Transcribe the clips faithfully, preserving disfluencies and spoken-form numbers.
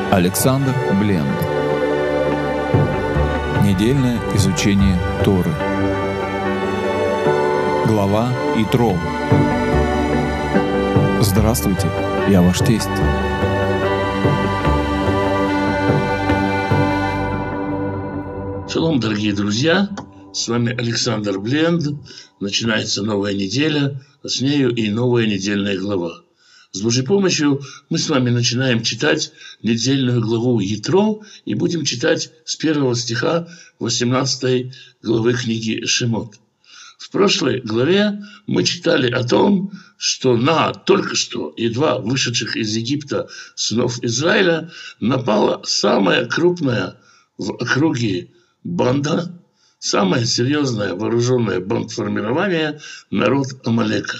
Александр Бленд. Недельное изучение Торы. Глава Итро. Здравствуйте, я ваш тесть. Шалом, дорогие друзья, с вами Александр Бленд. Начинается новая неделя, а с нею и новая недельная глава. С Божьей помощью мы с вами начинаем читать недельную главу Итро и будем читать с первого стиха восемнадцатой главы книги Шемот. В прошлой главе мы читали о том, что на только что едва вышедших из Египта сынов Израиля напала самая крупная в округе банда, самое серьезное вооруженное бандформирование – народ Амалека.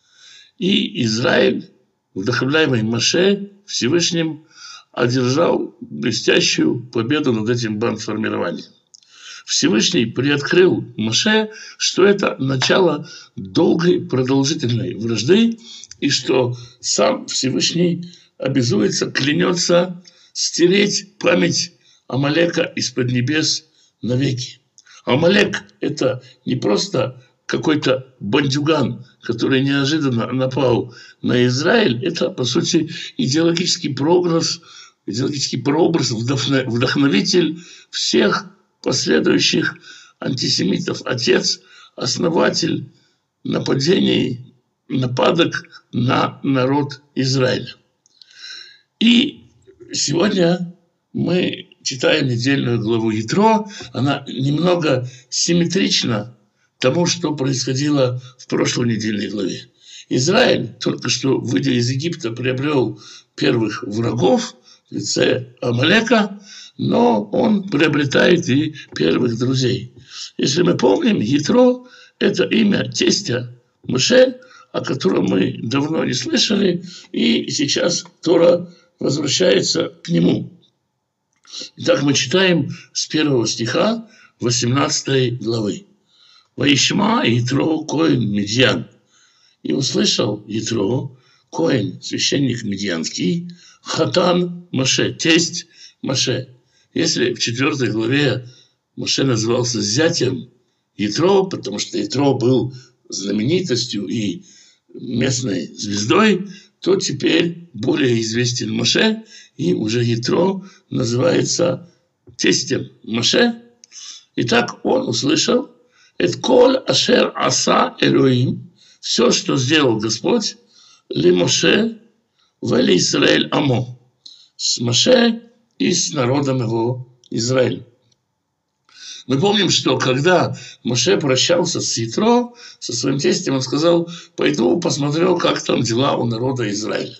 И Израиль, вдохновляемый Моше, Всевышним одержал блестящую победу над этим бандформированием. Всевышний приоткрыл Моше, что это начало долгой продолжительной вражды, и что сам Всевышний обязуется, клянется стереть память Амалека из-под небес навеки. Амалек – это не просто какой-то бандюган, который неожиданно напал на Израиль. Это, по сути, идеологический прогресс, идеологический прообраз, вдохновитель всех последующих антисемитов. Отец, основатель нападений, нападок на народ Израиля. И сегодня мы читаем недельную главу Итро. Она немного симметрична тому, что происходило в прошлой недельной главе. Израиль, только что выйдя из Египта, приобрел первых врагов в лице Амалека, но он приобретает и первых друзей. Если мы помним, Итро – это имя тестя Моше, о котором мы давно не слышали, и сейчас Тора возвращается к нему. Итак, мы читаем с первого стиха восемнадцатой главы. «Ваишма Итро Коэн Медьян». И услышал Итро, Коэн, священник медьянский, Хатан Моше, тесть Моше. Если в четвертой главе Моше назывался зятем Итро, потому что Итро был знаменитостью и местной звездой, то теперь более известен Моше, и уже Итро называется тестем Моше. Итак, он услышал «Эт кол ашер аса Элоим», все, что сделал Господь, ли Моше вели Исраэль амо, с Моше и с народом его Израиль. Мы помним, что когда Моше прощался с Итро, со своим тестем, он сказал: «Пойду посмотрю, как там дела у народа Израиля».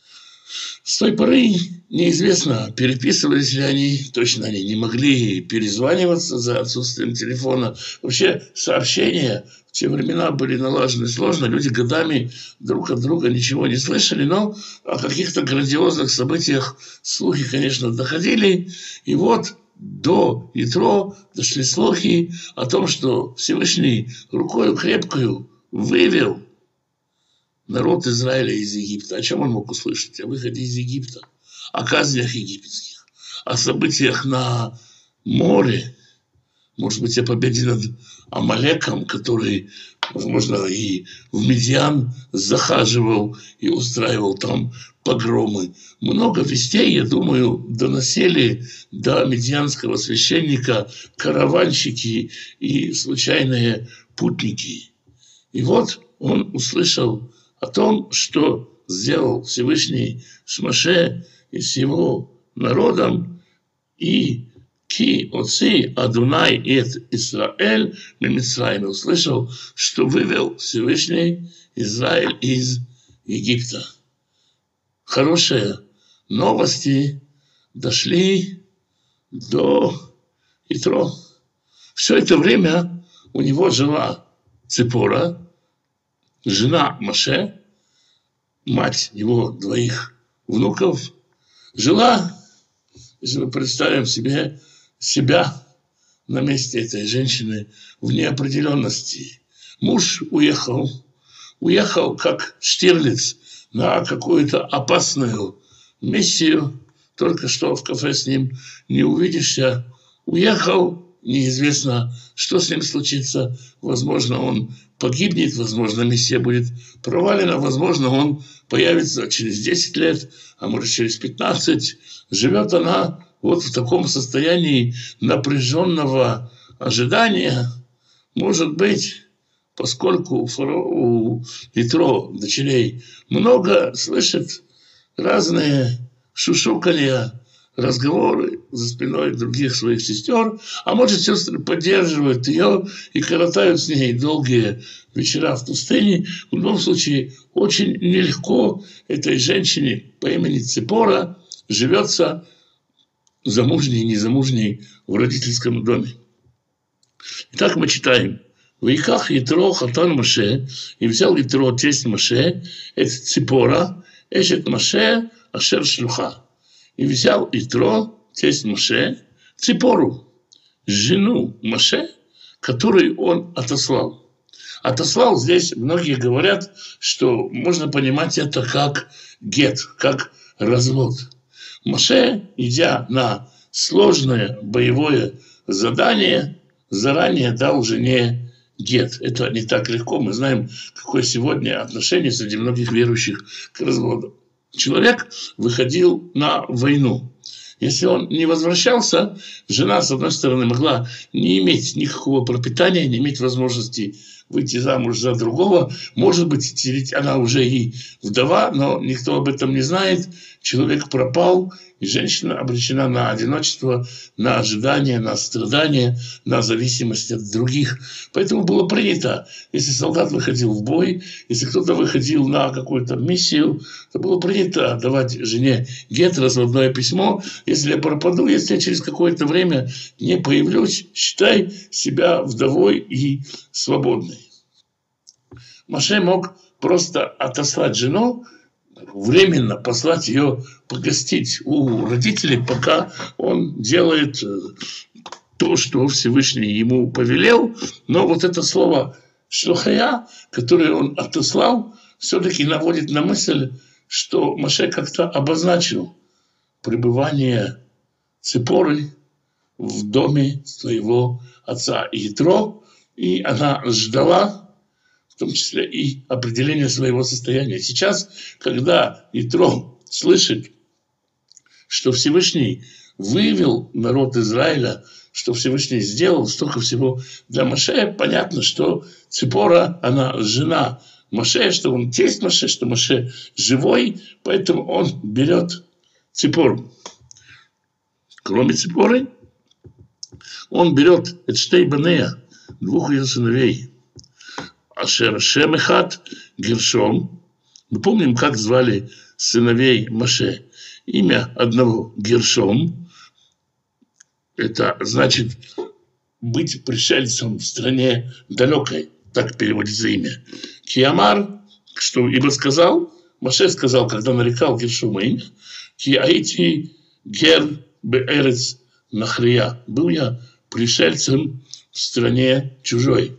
С той поры неизвестно, переписывались ли они, точно они не могли перезваниваться за отсутствием телефона. Вообще сообщения в те времена были налажены сложно, люди годами друг от друга ничего не слышали, но о каких-то грандиозных событиях слухи, конечно, доходили. И вот до Итро дошли слухи о том, что Всевышний рукою крепкою вывел народ Израиля из Египта. О чем он мог услышать? О выходе из Египта, о казнях египетских, о событиях на море, может быть, о победе над Амалеком, который, возможно, и в Медьян захаживал и устраивал там погромы. Много вестей, я думаю, доносили до медьянского священника караванщики и случайные путники. И вот он услышал о том, что сделал Всевышний с Моше и с его народом, и «Ки оци Адунай эт Исраэль мимицраим», услышал, что вывел Всевышний Израиль из Египта. Хорошие новости дошли до Итро. Все это время у него жила Ципора, жена Моше, мать его двоих внуков, жила, если мы представим себе себя на месте этой женщины, в неопределенности. Муж уехал, уехал как Штирлиц на какую-то опасную миссию, только что в кафе с ним не увидишься. Уехал, неизвестно, что с ним случится. Возможно, он погибнет, возможно, миссия будет провалена, возможно, он появится через десять лет, а может, через пятнадцать. Живет она вот в таком состоянии напряженного ожидания. Может быть, поскольку у Итро, дочерей, много слышит разные шушуканья, разговоры за спиной других своих сестер, а может, сестры поддерживают ее и коротают с ней долгие вечера в пустыне. В любом случае, очень нелегко этой женщине по имени Ципора живется замужней и незамужней в родительском доме. Итак, мы читаем. «Ваиках Итро хатан Маше», и взял Итро, тесть Маше, это Ципора, эшет Маше, ашер шлюха. И взял Итро, тесть Маше, Ципору, жену Маше, которую он отослал. Отослал здесь, многие говорят, что можно понимать это как гет, как развод. Маше, идя на сложное боевое задание, заранее дал жене гет. Это не так легко. Мы знаем, какое сегодня отношение среди многих верующих к разводу. Человек выходил на войну. Если он не возвращался, жена, с одной стороны, могла не иметь никакого пропитания, не иметь возможности выйти замуж за другого. Может быть, ведь она уже и вдова, но никто об этом не знает. Человек пропал, и женщина обречена на одиночество, на ожидание, на страдания, на зависимость от других. Поэтому было принято, если солдат выходил в бой, если кто-то выходил на какую-то миссию, то было принято давать жене гет, разводное письмо. Если я пропаду, если я через какое-то время не появлюсь, считай себя вдовой и свободной. Маше мог просто отослать жену, временно послать ее погостить у родителей, пока он делает то, что Всевышний ему повелел. Но вот это слово «шлухая», которое он отослал, все-таки наводит на мысль, что Маше как-то обозначил пребывание Ципоры в доме своего отца Итро, и она ждала, в том числе и определение своего состояния. Сейчас, когда Итро слышит, что Всевышний вывел народ Израиля, что Всевышний сделал столько всего для Маше, понятно, что Ципора, она жена Маше, что он тесть Маше, что Маше живой, поэтому он берет Ципору. Кроме Ципоры, он берет Эдштей Банея, двух ее сыновей, Ашер Шемехат Гершом. Мы помним, как звали сыновей Маше. Имя одного Гершом. Это значит быть пришельцем в стране далекой. Так переводится имя. Киамар, что ибо сказал, Маше сказал, когда нарекал Гершома имя, Ки аити гер беэрец нахрия. Был я пришельцем в стране чужой.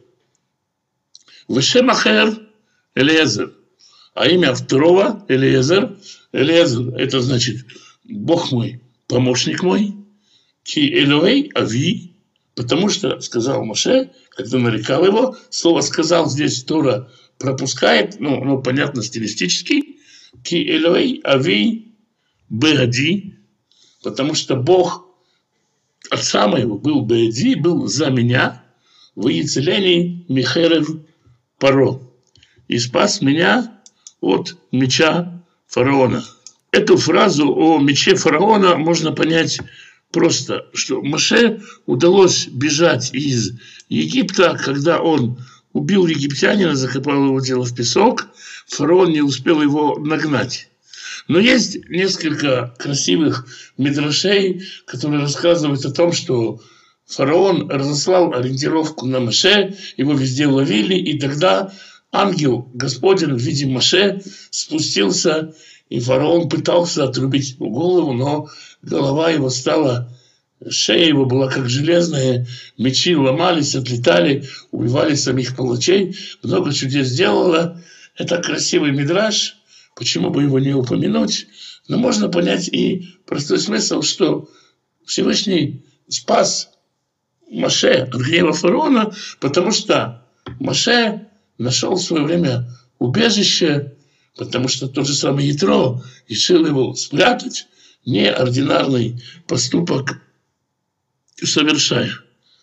Вешемахер Элиезер. А имя второго Элиезер. Элиезер, это значит Бог мой, помощник мой. Ки Элоэй Ави. Потому что, сказал Маше, когда нарекал его, слово «сказал» здесь Тора пропускает, ну, ну понятно, стилистически. Ки Элоэй Ави Беади. Потому что Бог отца моего был Беади, был за меня в исцелении Михерев Паро, и спас меня от меча фараона. Эту фразу о мече фараона можно понять просто, что Маше удалось бежать из Египта, когда он убил египтянина, закопал его тело в песок, фараон не успел его нагнать. Но есть несколько красивых мидрашей, которые рассказывают о том, что фараон разослал ориентировку на Маше, его везде ловили, и тогда ангел Господень в виде Маше спустился, и фараон пытался отрубить ему голову, но голова его стала, шея его была как железная, мечи ломались, отлетали, убивали самих палачей, много чудес сделала. Это красивый мидраш, почему бы его не упомянуть? Но можно понять и простой смысл, что Всевышний спас Моше от гнева фараона, потому что Моше нашел в свое время убежище, потому что тот же самый Ятро решил его спрятать, неординарный поступок совершая.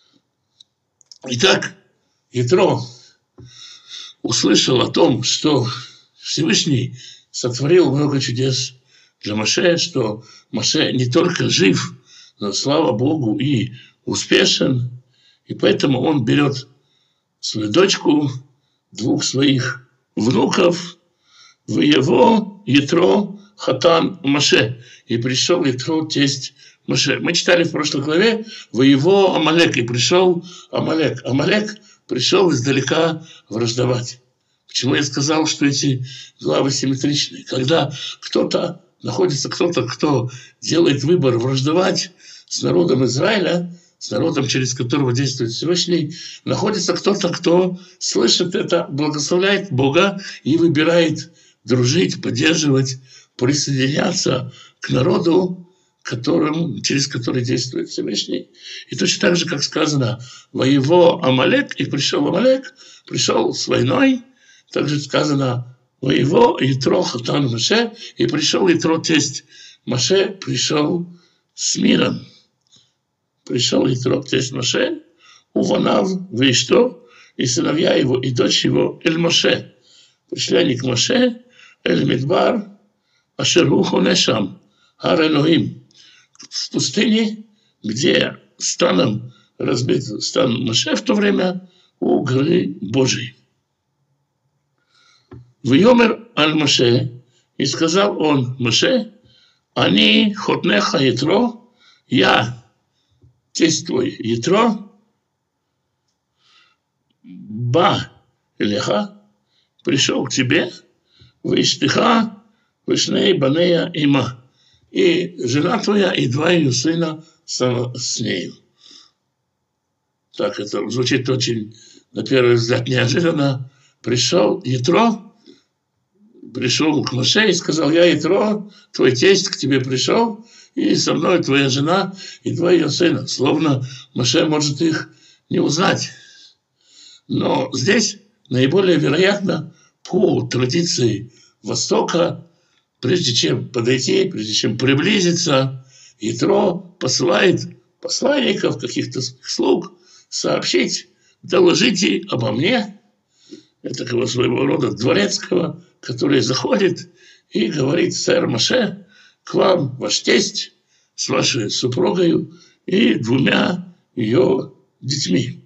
Итак, Ятро услышал о том, что Всевышний сотворил много чудес для Моше, что Моше не только жив, но, слава Богу, и успешен. И поэтому он берет свою дочку, двух своих внуков, в его Ятро Хатан Моше. И пришел Ятро, тесть Моше. Мы читали в прошлой главе, в его Амалек, и пришел Амалек. Амалек пришел издалека враждовать. Почему я сказал, что эти главы симметричны? Когда кто-то находится, кто-то, кто делает выбор враждовать с народом Израиля, с народом, через которого действует Всевышний, находится кто-то, кто слышит это, благословляет Бога и выбирает дружить, поддерживать, присоединяться к народу, которым, через который действует Всевышний. И точно так же, как сказано, во его Амалек, и пришел Амалек, пришел с войной, также сказано, во его Ятро Хатан Моше, и пришел Ятро, тесть Моше, пришел с миром. Пришел Ятро, тесть Моше, уванав, вы что, и сыновья его, и дочь его, Эль Моше. Пришли они к Моше, Эль Мидбар, Ашеру Хонешам, Ар Элохим. В пустыне, где станом разбит стан Моше в то время у горы Божией. Вьомер аль Моше, и сказал он Моше, они хотнеха Ятро, я, тесть твой Ятро, ба элеха, пришел к тебе, виштиха, вишней банея има, и жена твоя, и два ее сына с нею. Так это звучит очень, на первый взгляд, неожиданно. Пришел Ятро, пришел к Моше и сказал, я Ятро, твой тесть к тебе пришел, и со мной твоя жена и два ее сына. Словно Моше может их не узнать. Но здесь наиболее вероятно, по традиции Востока, прежде чем подойти, прежде чем приблизиться, Ятро посылает посланников, каких-то слуг, сообщить, доложите обо мне, такого своего рода дворецкого, который заходит и говорит, сэр Моше, к вам ваш тесть с вашей супругой и двумя ее детьми.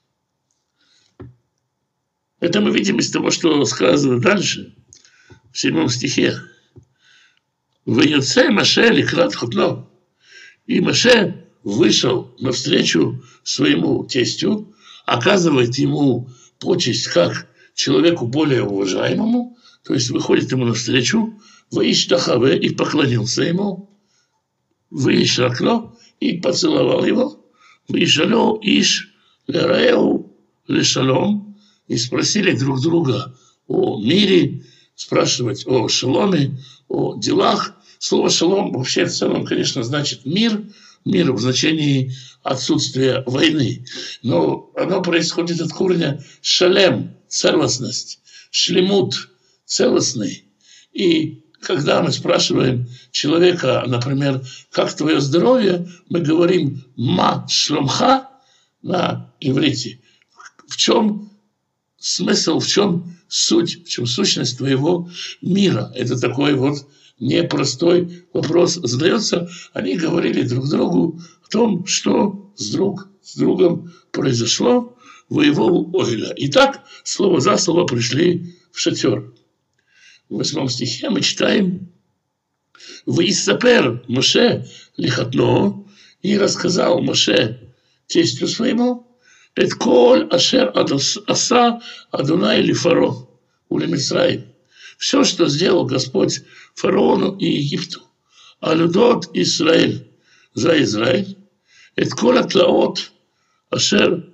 Это мы видим из того, что сказано дальше, в седьмом стихе. «Ваяце Моше ликрат хотно». И Моше вышел навстречу своему тестю, оказывает ему почесть как человеку более уважаемому, то есть выходит ему навстречу, «Ваиштахаве» и поклонился ему, «Ваишакно» и поцеловал его, «Ваишало иш лераэу лешалом» и спросили друг друга о мире, спрашивать о шаломе, о делах. Слово «шалом» вообще в целом, конечно, значит «мир», мир в значении отсутствия войны. Но оно происходит от корня «шалем» – целостность, «шлемут» – целостный. И когда мы спрашиваем человека, например, как твое здоровье, мы говорим «ма шломха» на иврите. В чем смысл, в чем суть, в чем сущность твоего мира? Это такой вот непростой вопрос задается. Они говорили друг другу о том, что с, друг, с другом произошло в его Ойля. И так слово за слово пришли в шатер. В восьмом стихе мы читаем «Ваиссапер Моше лихатно» и рассказал Моше тестю своему «Эт коль ашер аса Адонай ли фаро ули Мицраим». Все, что сделал Господь фараону и Египту. «Алюдот Исраэль» за Израиль. «Эт коль атлаот ашер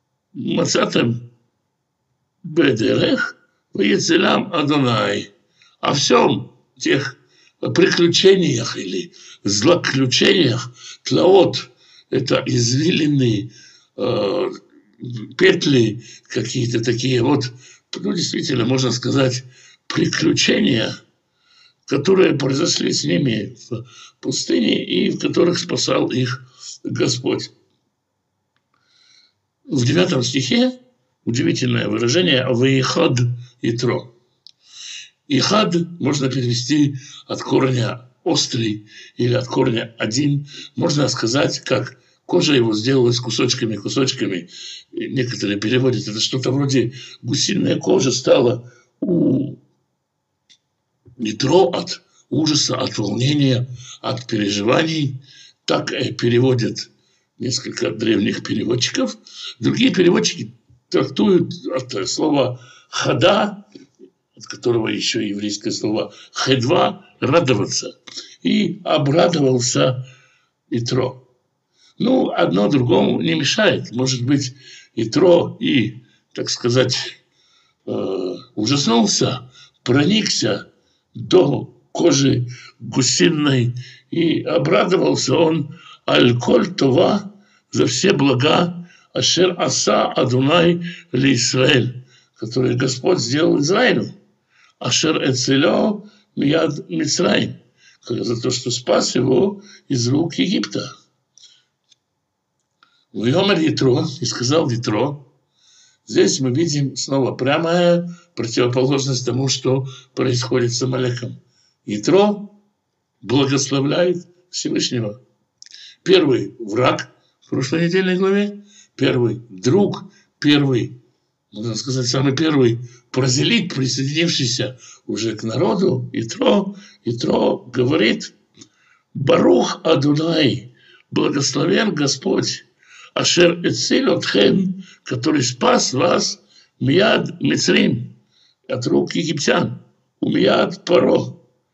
мацатем бедерех ваецелам Адонай». о всем тех приключениях или злоключениях. Тлаот – это извилины, э, петли какие-то такие вот, ну, действительно, можно сказать, приключения, которые произошли с ними в пустыне и в которых спасал их Господь. В девятом стихе удивительное выражение «Ваихад Итро». «Ихад» можно перевести от корня «острый» или от корня «один». Можно сказать, как кожа его сделалась кусочками, кусочками. Некоторые переводят, это что-то вроде гусиная кожа стала у Итро от ужаса, от волнения, от переживаний. Так переводят несколько древних переводчиков. Другие переводчики трактуют от слова «хада», от которого еще еврейское слово «хедва» – «радоваться». И обрадовался Итро. Ну, одно другому не мешает. Может быть, Итро и, так сказать, э, ужаснулся, проникся до кожи гусиной и обрадовался он «Аль-коль това» за все блага «Ашер аса Адунай ли Исраэль», которые Господь сделал Израилю. «Ашер эцелё мияд Мицраим», за то, что спас его из рук Египта. «Вьомер Итро», и сказал Итро. Здесь мы видим снова прямая противоположность тому, что происходит с Амалеком. Итро благословляет Всевышнего. Первый враг в прошлой недельной главе, первый друг, первый, можно сказать, самый первый прозелит, присоединившийся уже к народу, Итро, Итро говорит: «Барух Адунай, благословен Господь, Ашер эциль отхен, который спас вас мияд Мицрим, от рук египтян, у мияд Паро,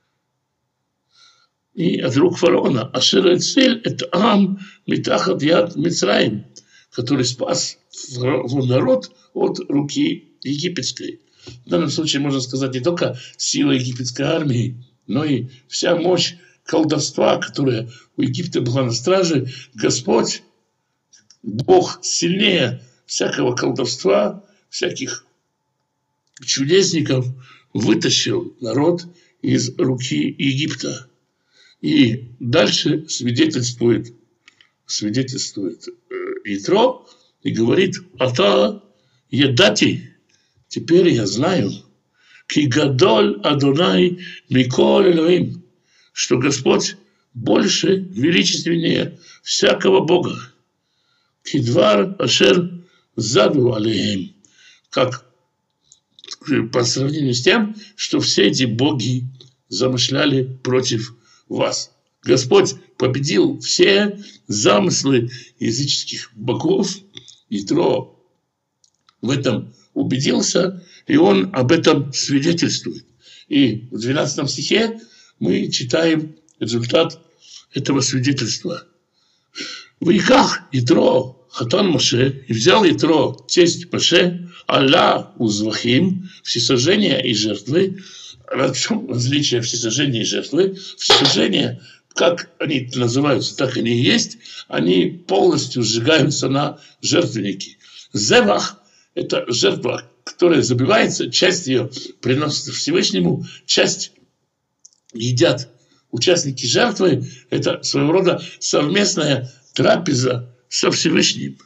и от рук фараона. Ашер эциль это ам митахат яд Мицраим, который спас народ от руки египетской». В данном случае можно сказать не только сила египетской армии, но и вся мощь колдовства, которая у Египта была на страже. Господь, Бог сильнее всякого колдовства, всяких чудесников, вытащил народ из руки Египта. И дальше свидетельствует, свидетельствует Итро и говорит: «Ата едати», теперь я знаю, «ки гадоль Адонай миколь Элоим», что Господь больше, величественнее всякого Бога. «Кидвар ашер заду алейхем», как по сравнению с тем, что все эти боги замышляли против вас. Господь победил все замыслы языческих богов. Итро в этом убедился, и он об этом свидетельствует. И в двенадцатом стихе мы читаем результат этого свидетельства. «Ваиках Итро хатан Моше», и взял Итро, тесть Моше, Алла узвахим, всесожжения и жертвы. В чем различие всесожжения и жертвы? Всесожжения, как они называются, так они и есть, они полностью сжигаются на жертвенники. Зевах – это жертва, которая забивается, часть ее приносится Всевышнему, часть едят участники жертвы. Это своего рода совместная трапеза со Всевышним.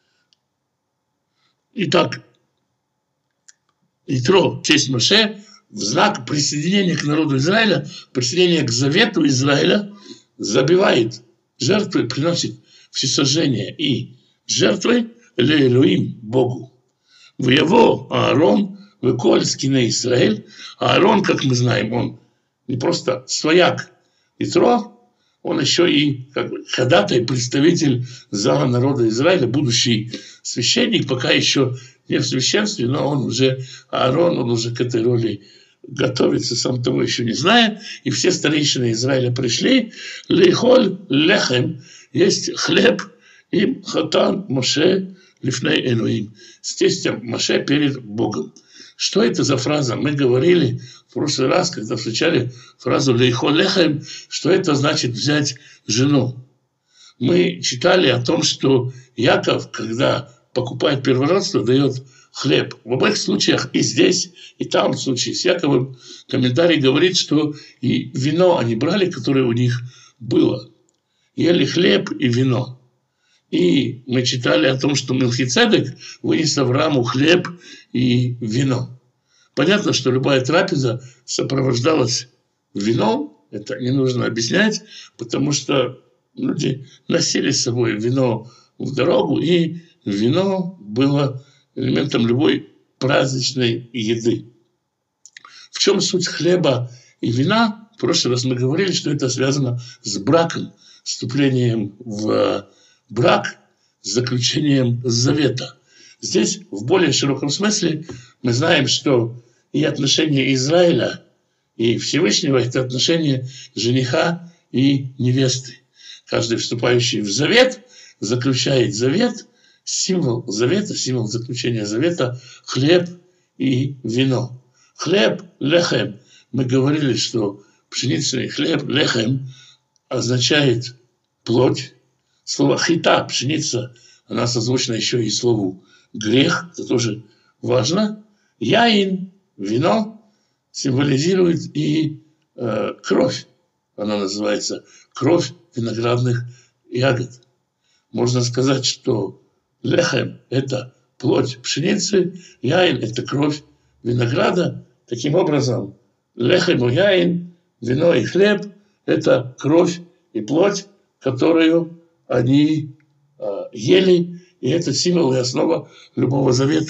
Итак, Итро, честь Моше, в знак присоединения к народу Израиля, присоединения к завету Израиля, забивает жертвы, приносит всесожжение и жертвы Леэлуим, Богу. В его Аарон, в Кольскине Израиль. Аарон, как мы знаем, он не просто свояк Итро, он еще и как бы ходатай, представитель зала народа Израиля, будущий священник, пока еще не в священстве, но он уже, Аарон, он уже к этой роли готовится, сам того еще не зная. И все старейшины Израиля пришли. Лейхоль лехем, есть хлеб, им хатан Моше лифней Элоим, с тестем Моше перед Богом. Что это за фраза? Мы говорили в прошлый раз, когда встречали фразу «лейхо лехем», что это значит взять жену. Мы читали о том, что Яков, когда покупает первородство, дает хлеб. В обоих случаях, и здесь, и там, в случае с Яковом, комментарий говорит, что и вино они брали, которое у них было. Ели хлеб и вино. И мы читали о том, что Мелхицедек вынес Аврааму хлеб и вино. Понятно, что любая трапеза сопровождалась вином. Это не нужно объяснять, потому что люди носили с собой вино в дорогу, и вино было элементом любой праздничной еды. В чем суть хлеба и вина? В прошлый раз мы говорили, что это связано с браком, вступлением в брак, с заключением завета. Здесь в более широком смысле мы знаем, что и отношения Израиля и Всевышнего – это отношения жениха и невесты. Каждый, вступающий в завет, заключает завет, символ завета, символ заключения завета – хлеб и вино. Хлеб – лехем. Мы говорили, что пшеничный хлеб – лехем означает плоть. Слово хита, пшеница, она созвучна еще и слову грех, это тоже важно. Яин, вино, символизирует и э, кровь. Она называется кровь виноградных ягод. Можно сказать, что лехем – это плоть пшеницы, яин – это кровь винограда. Таким образом, лехем и яин, вино и хлеб – это кровь и плоть, которую они э, ели, и это символ и основа любого завета.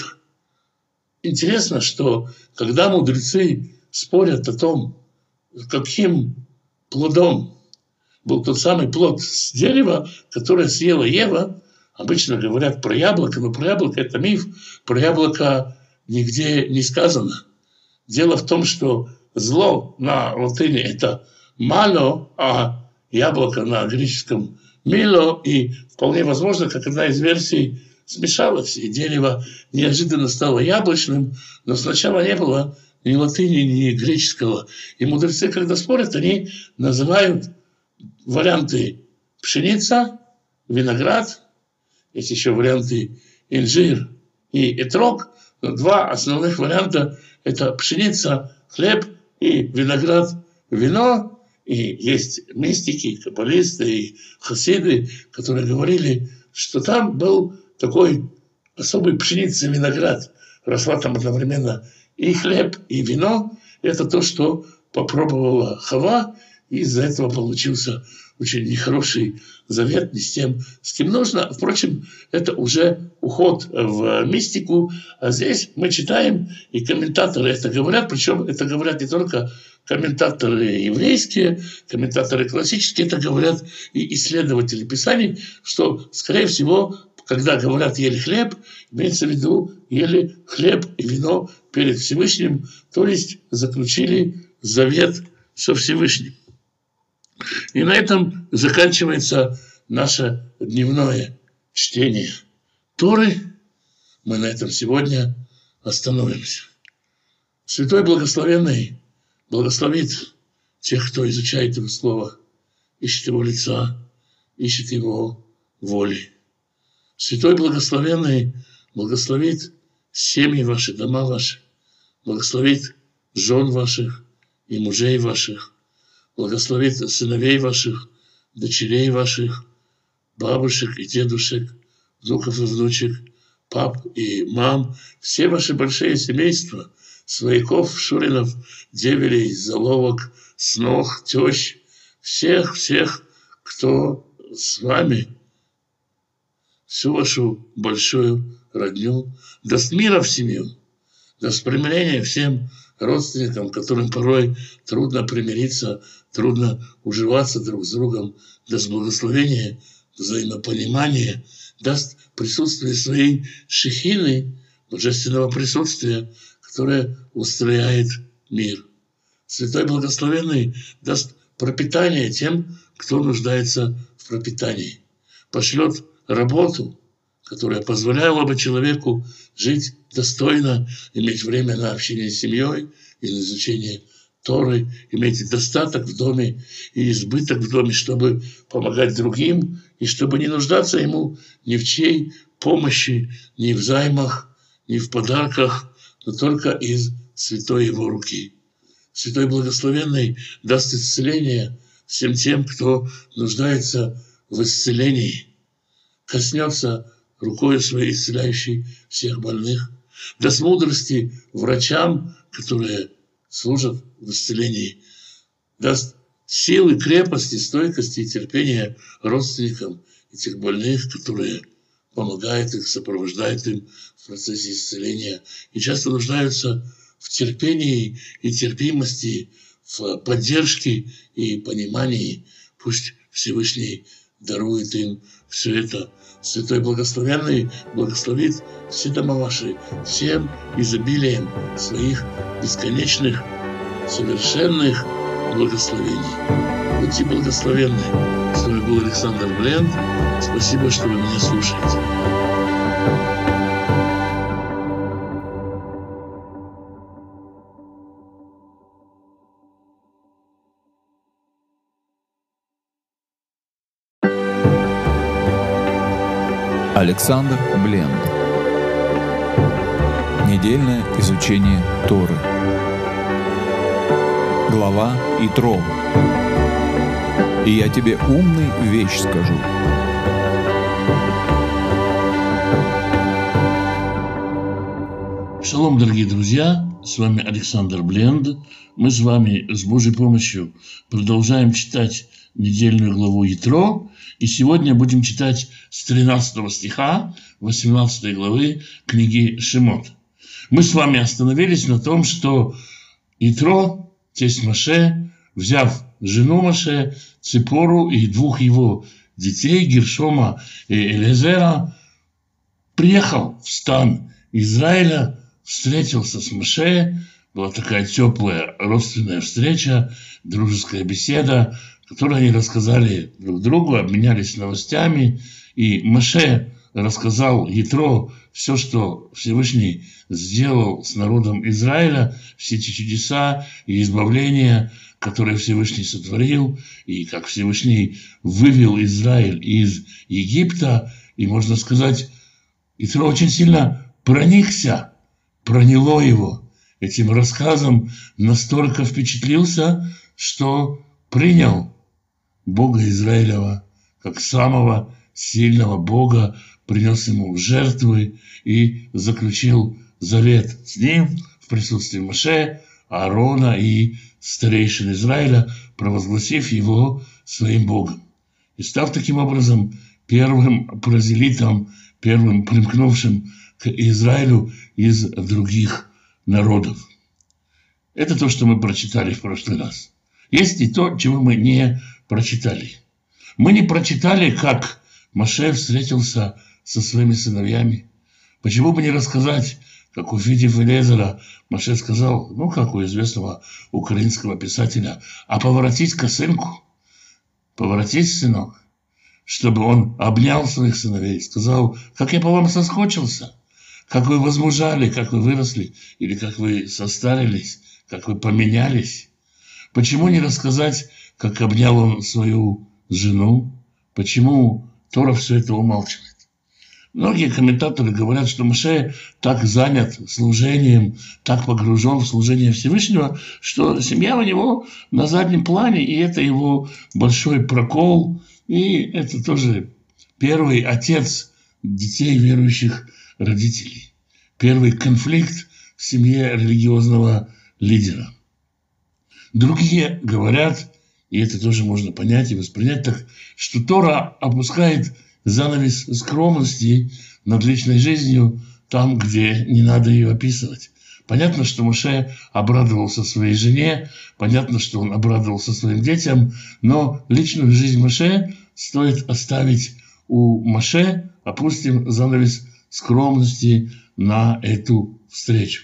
Интересно, что когда мудрецы спорят о том, каким плодом был тот самый плод с дерева, которое съела Ева, обычно говорят про яблоко, но про яблоко это миф, про яблоко нигде не сказано. Дело в том, что зло на латыни это мало, а яблоко на греческом мило, и вполне возможно, как одна из версий, смешалось, и дерево неожиданно стало яблочным, но сначала не было ни латыни, ни греческого. И мудрецы, когда спорят, они называют варианты пшеница, виноград, есть еще варианты инжир и этрог, но два основных варианта – это пшеница, хлеб и виноград, вино. И есть мистики, каббалисты и хасиды, которые говорили, что там был такой особый пшеница и виноград. Росла там одновременно и хлеб, и вино. Это то, что попробовала Хава, и из-за этого получился очень нехороший завет не с тем, с кем нужно. Впрочем, это уже уход в мистику. А здесь мы читаем, и комментаторы это говорят, причем это говорят не только комментаторы еврейские, комментаторы классические, это говорят и исследователи Писаний, что, скорее всего, когда говорят «ели хлеб», имеется в виду «ели хлеб и вино перед Всевышним», то есть заключили завет со Всевышним. И на этом заканчивается наше дневное чтение Торы. Мы на этом сегодня остановимся. Святой Благословенный благословит тех, кто изучает Его Слово, ищет Его лица, ищет Его воли. Святой Благословенный благословит семьи ваши, дома ваши, благословит жен ваших и мужей ваших, благословит сыновей ваших, дочерей ваших, бабушек и дедушек, внуков и внучек, пап и мам, все ваши большие семейства, свояков, шуринов, девелей, заловок, снох, тещ, всех-всех, кто с вами, всю вашу большую родню, даст мира в семью, даст примирения всем родственникам, которым порой трудно примириться, трудно уживаться друг с другом, даст благословение, взаимопонимание, даст присутствие своей шехины, божественного присутствия, которое устрояет мир. Святой Благословенный даст пропитание тем, кто нуждается в пропитании. Пошлет работу, которая позволяла бы человеку жить достойно, иметь время на общение с семьей и на изучение Торы, иметь достаток в доме и избыток в доме, чтобы помогать другим и чтобы не нуждаться ему ни в чьей помощи, ни в займах, ни в подарках, но только из святой его руки. Святой Благословенный даст исцеление всем тем, кто нуждается в исцелении, коснется рукой своей исцеляющей всех больных, даст мудрости врачам, которые служат в исцелении, даст силы, крепости, стойкости и терпения родственникам этих больных, которые помогают их, сопровождают им в процессе исцеления и часто нуждаются в терпении и терпимости, в поддержке и понимании. Пусть Всевышний дарует им все это. Святой Благословенный благословит все дома ваши всем изобилием своих бесконечных, совершенных благословений. Будьте благословенны. С вами был Александр Бленд. Спасибо, что вы меня слушаете. Александр Бленд. Недельное изучение Торы. Глава Итро. И я тебе умный вещь скажу. Шалом, дорогие друзья, с вами Александр Бленд. Мы с вами с Божьей помощью продолжаем читать недельную главу Итро. И сегодня будем читать с тринадцатого стиха восемнадцатой главы книги Шемот. Мы с вами остановились на том, что Итро, тесть Моше, взяв жену Моше, Ципору и двух его детей, Гершома и Элиэзера, приехал в стан Израиля, встретился с Моше. Была такая теплая родственная встреча, дружеская беседа, в которой они рассказали друг другу, обменялись новостями. И Моше рассказал Итро все, что Всевышний сделал с народом Израиля, все эти чудеса и избавления, которые Всевышний сотворил, и как Всевышний вывел Израиль из Египта. И, можно сказать, Итро очень сильно проникся, проняло его этим рассказом, настолько впечатлился, что принял Бога Израилева как самого сильного Бога, принес ему жертвы и заключил завет с ним в присутствии Моше, Аарона и старейшин Израиля, провозгласив его своим Богом. И став таким образом первым прозелитом, первым примкнувшим к Израилю из других народов. Это то, что мы прочитали в прошлый раз. Есть и то, чего мы не прочитали. Мы не прочитали, как Моше встретился со своими сыновьями. Почему бы не рассказать, как, увидев Элиэзера, Моше сказал, ну, как у известного украинского писателя, а поворотись косынку, поворотись, сынок, чтобы он обнял своих сыновей, сказал, как я по вам соскучился, как вы возмужали, как вы выросли, или как вы состарились, как вы поменялись. Почему не рассказать, как обнял он свою жену? Почему Тора все это умалчивает? Многие комментаторы говорят, что Моше так занят служением, так погружен в служение Всевышнего, что семья у него на заднем плане, и это его большой прокол, и это тоже первый отец детей верующих родителей, первый конфликт в семье религиозного лидера. Другие говорят, и это тоже можно понять и воспринять так, что Тора опускает занавес скромности над личной жизнью там, где не надо ее описывать. Понятно, что Моше обрадовался своей жене, понятно, что он обрадовался своим детям, но личную жизнь Моше стоит оставить у Моше, опустим занавес скромности на эту встречу.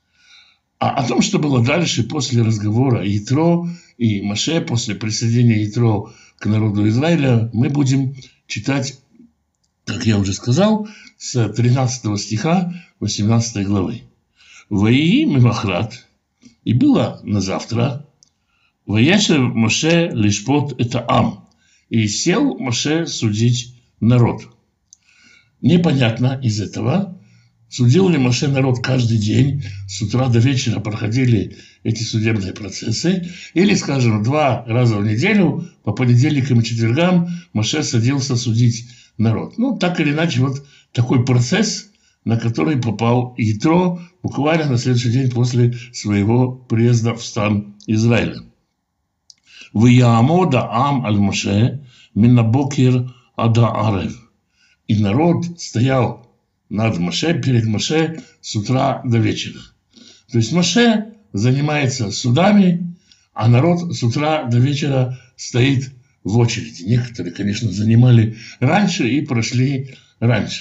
А о том, что было дальше после разговора Итро и Моше, после присоединения Итро к народу Израиля, мы будем читать как я уже сказал, с тринадцатого стиха восемнадцатой главы. «Ваии мимахрат», и было на завтра, «Ваешев Моше лишпот это ам», и сел Моше судить народ. Непонятно из этого, судил ли Моше народ каждый день, с утра до вечера проходили эти судебные процессы, или, скажем, два раза в неделю, по понедельникам и четвергам, Моше садился судить народ. Ну, так или иначе, вот такой процесс, на который попал Итро буквально на следующий день после своего приезда в стан Израиля. «Вияамода ам аль Моше минабокер ада арев». И народ стоял над Моше, перед Моше с утра до вечера. То есть Моше занимается судами, а народ с утра до вечера стоит в очереди. Некоторые, конечно, занимали раньше и прошли раньше.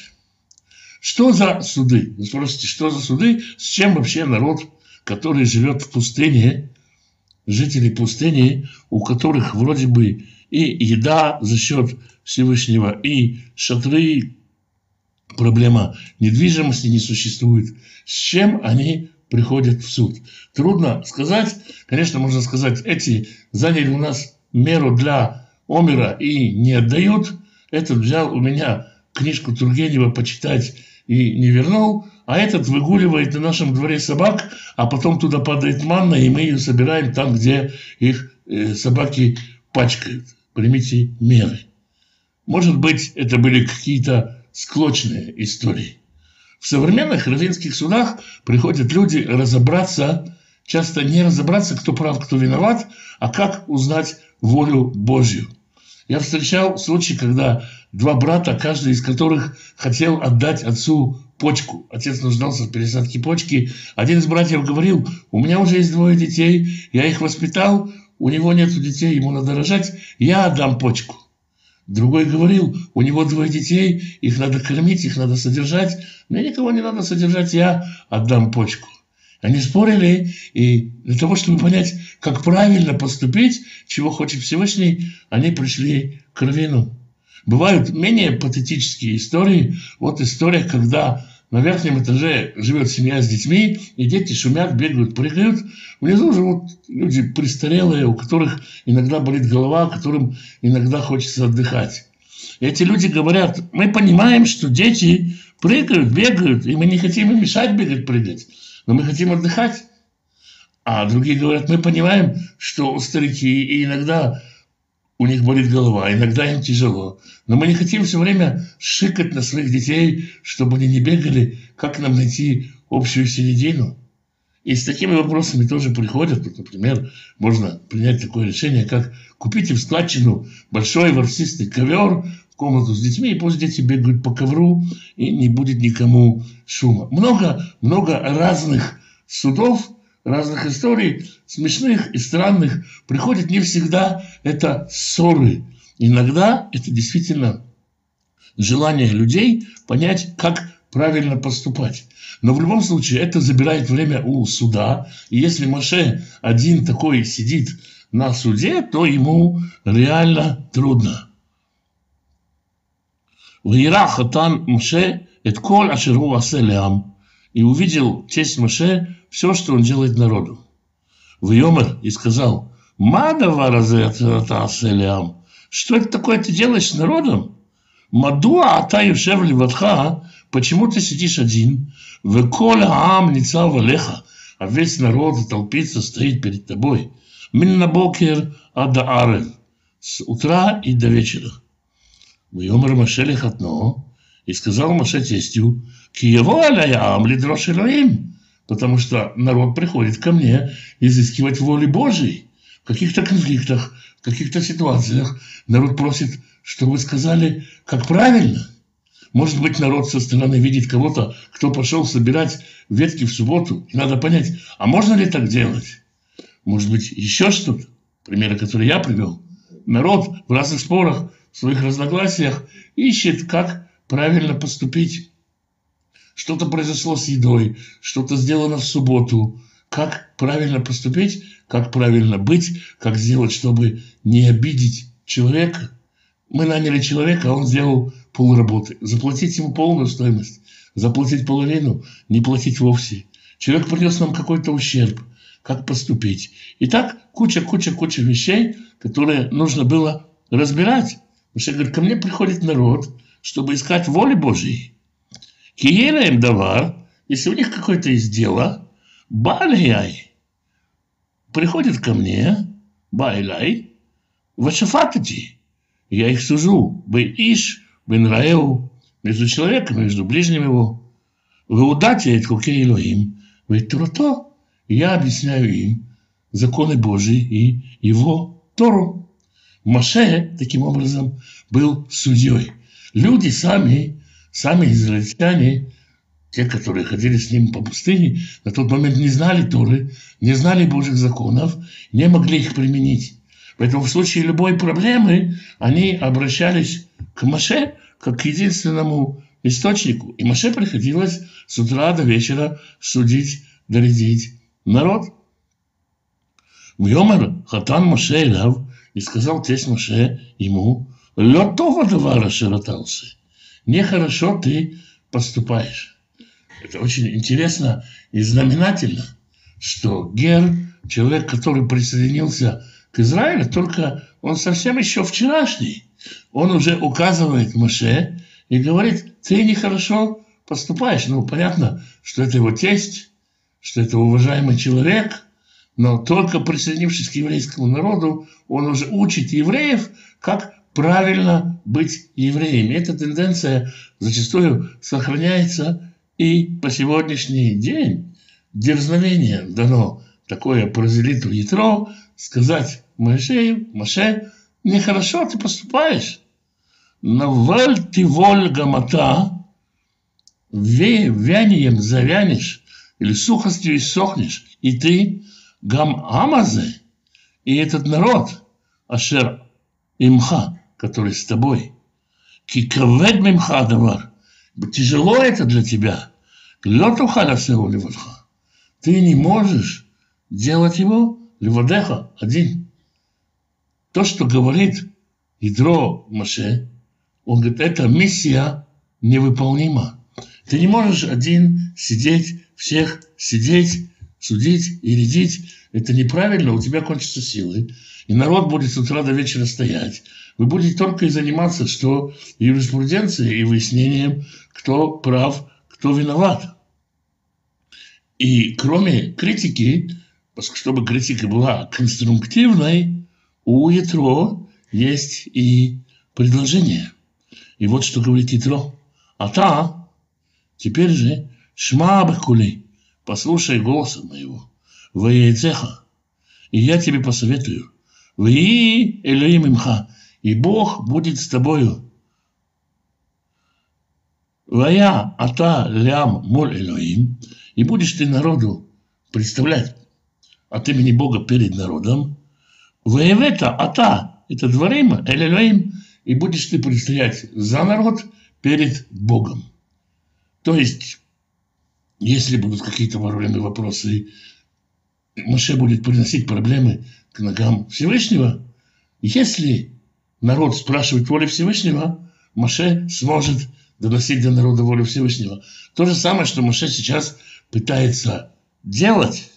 Что за суды? Вы спросите, что за суды? С чем вообще народ, который живет в пустыне, жители пустыни, у которых вроде бы и еда за счет Всевышнего, и шатры, проблема недвижимости не существует. С чем они приходят в суд? Трудно сказать. Конечно, можно сказать, эти заняли у нас меру для омера и не отдают. Этот взял у меня книжку Тургенева почитать и не вернул, а этот выгуливает на нашем дворе собак, а потом туда падает манна, и мы ее собираем там, где их э, собаки пачкают. Примите меры. Может быть, это были какие-то склочные истории. В современных раввинских судах приходят люди разобраться, часто не разобраться, кто прав, кто виноват, а как узнать волю Божью. Я встречал случай, когда два брата, каждый из которых хотел отдать отцу почку. Отец нуждался в пересадке почки. Один из братьев говорил: у меня уже есть двое детей, я их воспитал, у него нет детей, ему надо рожать, я отдам почку. Другой говорил: у него двое детей, их надо кормить, их надо содержать, мне никого не надо содержать, я отдам почку. Они спорили, и для того, чтобы понять, как правильно поступить, чего хочет Всевышний, они пришли к раввину. Бывают менее патетические истории. Вот история, когда на верхнем этаже живет семья с детьми, и дети шумят, бегают, прыгают. Внизу живут люди престарелые, у которых иногда болит голова, которым иногда хочется отдыхать. И эти люди говорят: мы понимаем, что дети прыгают, бегают, и мы не хотим им мешать бегать, прыгать, но мы хотим отдыхать. А другие говорят: мы понимаем, что старики, и иногда у них болит голова, иногда им тяжело, но мы не хотим все время шикать на своих детей, чтобы они не бегали, как нам найти общую середину. И с такими вопросами тоже приходят. Вот, например, можно принять такое решение, как купите в складчину большой ворсистый ковер в комнату с детьми, и пусть дети бегают по ковру, и не будет никому шума. Много, много разных судов, разных историй, смешных и странных, приходят. Не всегда это ссоры. Иногда это действительно желание людей понять, как правильно поступать. Но в любом случае это забирает время у суда. И если Моше один такой сидит на суде, то ему реально трудно. «Ваира хатан Моше эт коль ашер гу асе леам». И увидел тесть Моше все, что он делает народу. Вайомер, и сказал: «Ма давар азе ата асе леам». Что это такое ты делаешь с народом? «Мадуа ата юшев левадха». Почему ты сидишь один? «Веколь аам ницав алеха». А весь народ толпится, стоит перед тобой. «Мин набокер ада арев». С утра и до вечера. Вайомер Моше лехатно. И сказал Моше тестю: «Киево аляям лидрош элоим». Потому что народ приходит ко мне изыскивать воли Божией. В каких-то конфликтах, в каких-то ситуациях народ просит, чтобы вы сказали, как правильно. Может быть, народ со стороны видит кого-то, кто пошел собирать ветки в субботу, и надо понять, а можно ли так делать? Может быть, еще что-то? Примеры, которые я привел. Народ в разных спорах, в своих разногласиях ищет, как правильно поступить. Что-то произошло с едой, что-то сделано в субботу. Как правильно поступить, как правильно быть, как сделать, чтобы не обидеть человека. мы наняли человека, а он сделал полработы. Заплатить ему полную стоимость, заплатить половину, не платить вовсе. Человек принес нам какой-то ущерб. Как поступить? И так куча-куча-куча вещей, которые нужно было разбирать. Потому что, говорит, ко мне приходит народ, чтобы искать воли Божьей. Киера им давар, если у них какое-то есть дело, ба'ляй, приходит ко мне, ба'ляй, вашафатати, я их сужу, бэй-иш, бэн-раэу, между человеком, между ближним его, вы удате это хукей Элохим, вы турато, я объясняю им законы Божьи и его Тору. Моше, таким образом, был судьей. Люди сами, сами израильтяне, те, которые ходили с ним по пустыне, на тот момент не знали Торы, не знали Божьих законов, не могли их применить. Поэтому в случае любой проблемы они обращались к Моше как к единственному источнику. И Моше приходилось с утра до вечера судить, доредить народ. Вьомер хатан Моше элав, и сказал тесть Моше ему, лё това давара ширатался, нехорошо ты поступаешь. Это очень интересно и знаменательно, что Гер, человек, который присоединился к Израилю, только он совсем еще вчерашний, он уже указывает Моше и говорит, ты нехорошо поступаешь. Ну, понятно, что это его тесть, что это уважаемый человек, но только присоединившись к еврейскому народу, он уже учит евреев, как правильно быть евреями. Эта тенденция зачастую сохраняется и по сегодняшний день. Дерзновение дано такое прозелиту Ятро сказать Моисею, Моше, нехорошо ты поступаешь. Наваль ты воль гамата, вянием завянешь, или сухостью иссохнешь, и ты гам амазе, и этот народ, ашер имха, который с тобой, кикавед мимха давар, тяжело это для тебя, лётуха ласеу левадха, ты не можешь делать его левадеха один. То, что говорит Ядро Моше, он говорит, эта миссия невыполнима. Ты не можешь один сидеть, всех сидеть, судить и рядить. Это неправильно, у тебя кончатся силы. И народ будет с утра до вечера стоять. Вы будете только и заниматься, что юриспруденцией и выяснением, кто прав, кто виноват. И кроме критики, чтобы критика была конструктивной, у Ятро есть и предложение. И вот что говорит Ятро. А та, теперь же, шма бахкули, послушай голоса моего, ваейцеха, и я тебе посоветую, ваи элоим имха, и Бог будет с тобою. Вая ата лям моль элоим, и будешь ты народу представлять от имени Бога перед народом. Ваевета ата, это дворим, эль-элоим, и будешь ты предстоять за народ перед Богом. То есть, если будут какие-то во время вопросы, Моше будет приносить проблемы к ногам Всевышнего. Если народ спрашивает воли Всевышнего, Моше сможет доносить до народа волю Всевышнего. То же самое, что Моше сейчас пытается делать.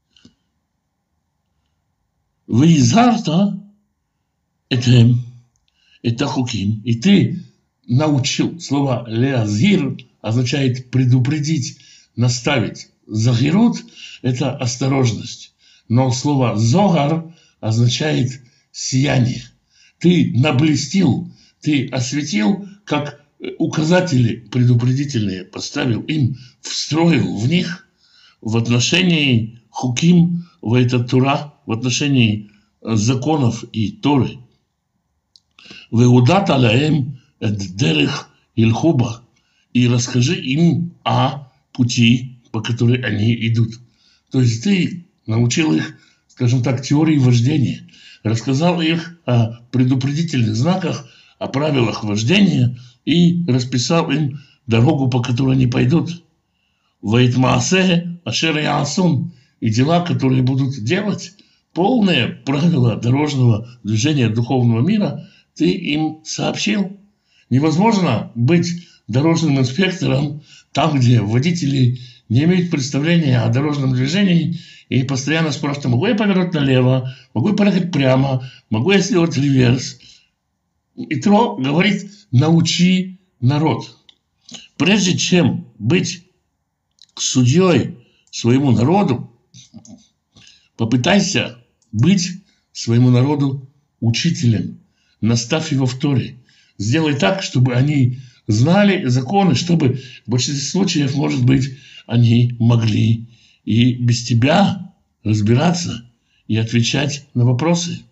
Выизарта это, это хуким. И ты научил. Слово леазир означает предупредить, наставить. Загирут – это осторожность. Но слово зогар означает сияние. Ты наблестил, ты осветил, как указатели предупредительные поставил им, встроил в них в отношении хуким, в это Тура, в отношении законов и Торы. Веудат алаэм эд дерех ильхуба, и расскажи им о пути, по которой они идут. То есть ты научил их, скажем так, теории вождения, рассказал их о предупредительных знаках, о правилах вождения и расписал им дорогу, по которой они пойдут. Ваитмаасе ашер яасун, и дела, которые будут делать, полные правила дорожного движения духовного мира, ты им сообщил? Невозможно быть дорожным инспектором там, где водители не имеют представления о дорожном движении и постоянно спрашивают: могу я повернуть налево, могу я проехать прямо, могу я сделать реверс. Итро говорит: научи народ. Прежде чем быть судьей своему народу, попытайся быть своему народу учителем. Наставь его в Торе. Сделай так, чтобы они знали законы, чтобы в большинстве случаев, может быть, они могли и без тебя разбираться и отвечать на вопросы.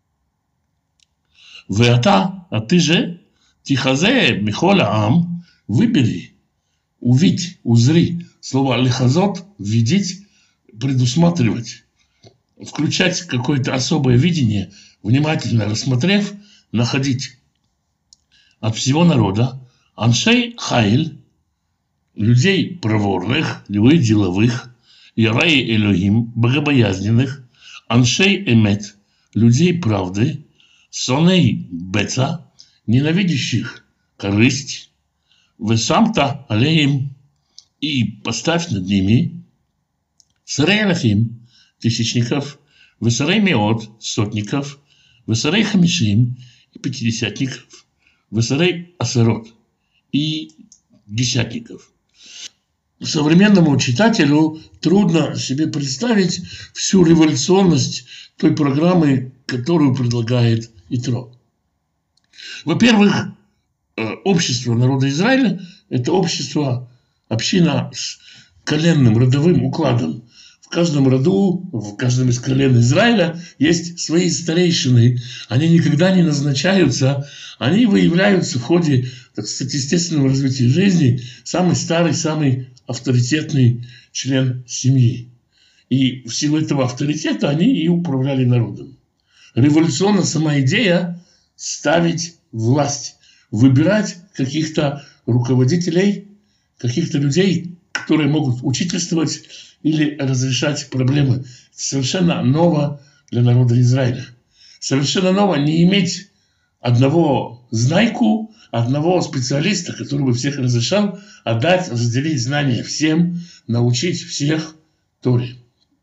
Веата, а ты же, тихазе михола ам, выбери, увидь, узри. Слово лихазот, видеть, предусматривать, включать какое-то особое видение, внимательно рассмотрев, находить от всего народа аншей хайль, людей проворных, людей деловых, яраи элохим, богобоязненных, аншей эмет, людей правды, соней беца, ненавидящих корысть, весамта алеем, и поставь над ними сарей алахим, тысячников, весарей меот, сотников, весарей хамишим, и пятидесятников, весарей асарот, и десятников. Современному читателю трудно себе представить всю революционность той программы, которую предлагает Итро. Во-первых, общество народа Израиля – это общество, община с коленным родовым укладом. В каждом роду, в каждом из колен Израиля есть свои старейшины. Они никогда не назначаются, они выявляются в ходе, так сказать, естественного развития жизни. Самый старый, самый авторитетный член семьи. И в силу этого авторитета они и управляли народом. Революционна сама идея ставить власть, выбирать каких-то руководителей, каких-то людей, которые могут учительствовать или разрешать проблемы. Это совершенно ново для народа Израиля. Совершенно ново не иметь одного знайку, одного специалиста, который бы всех разрешал, отдать, разделить знания всем, научить всех Торе.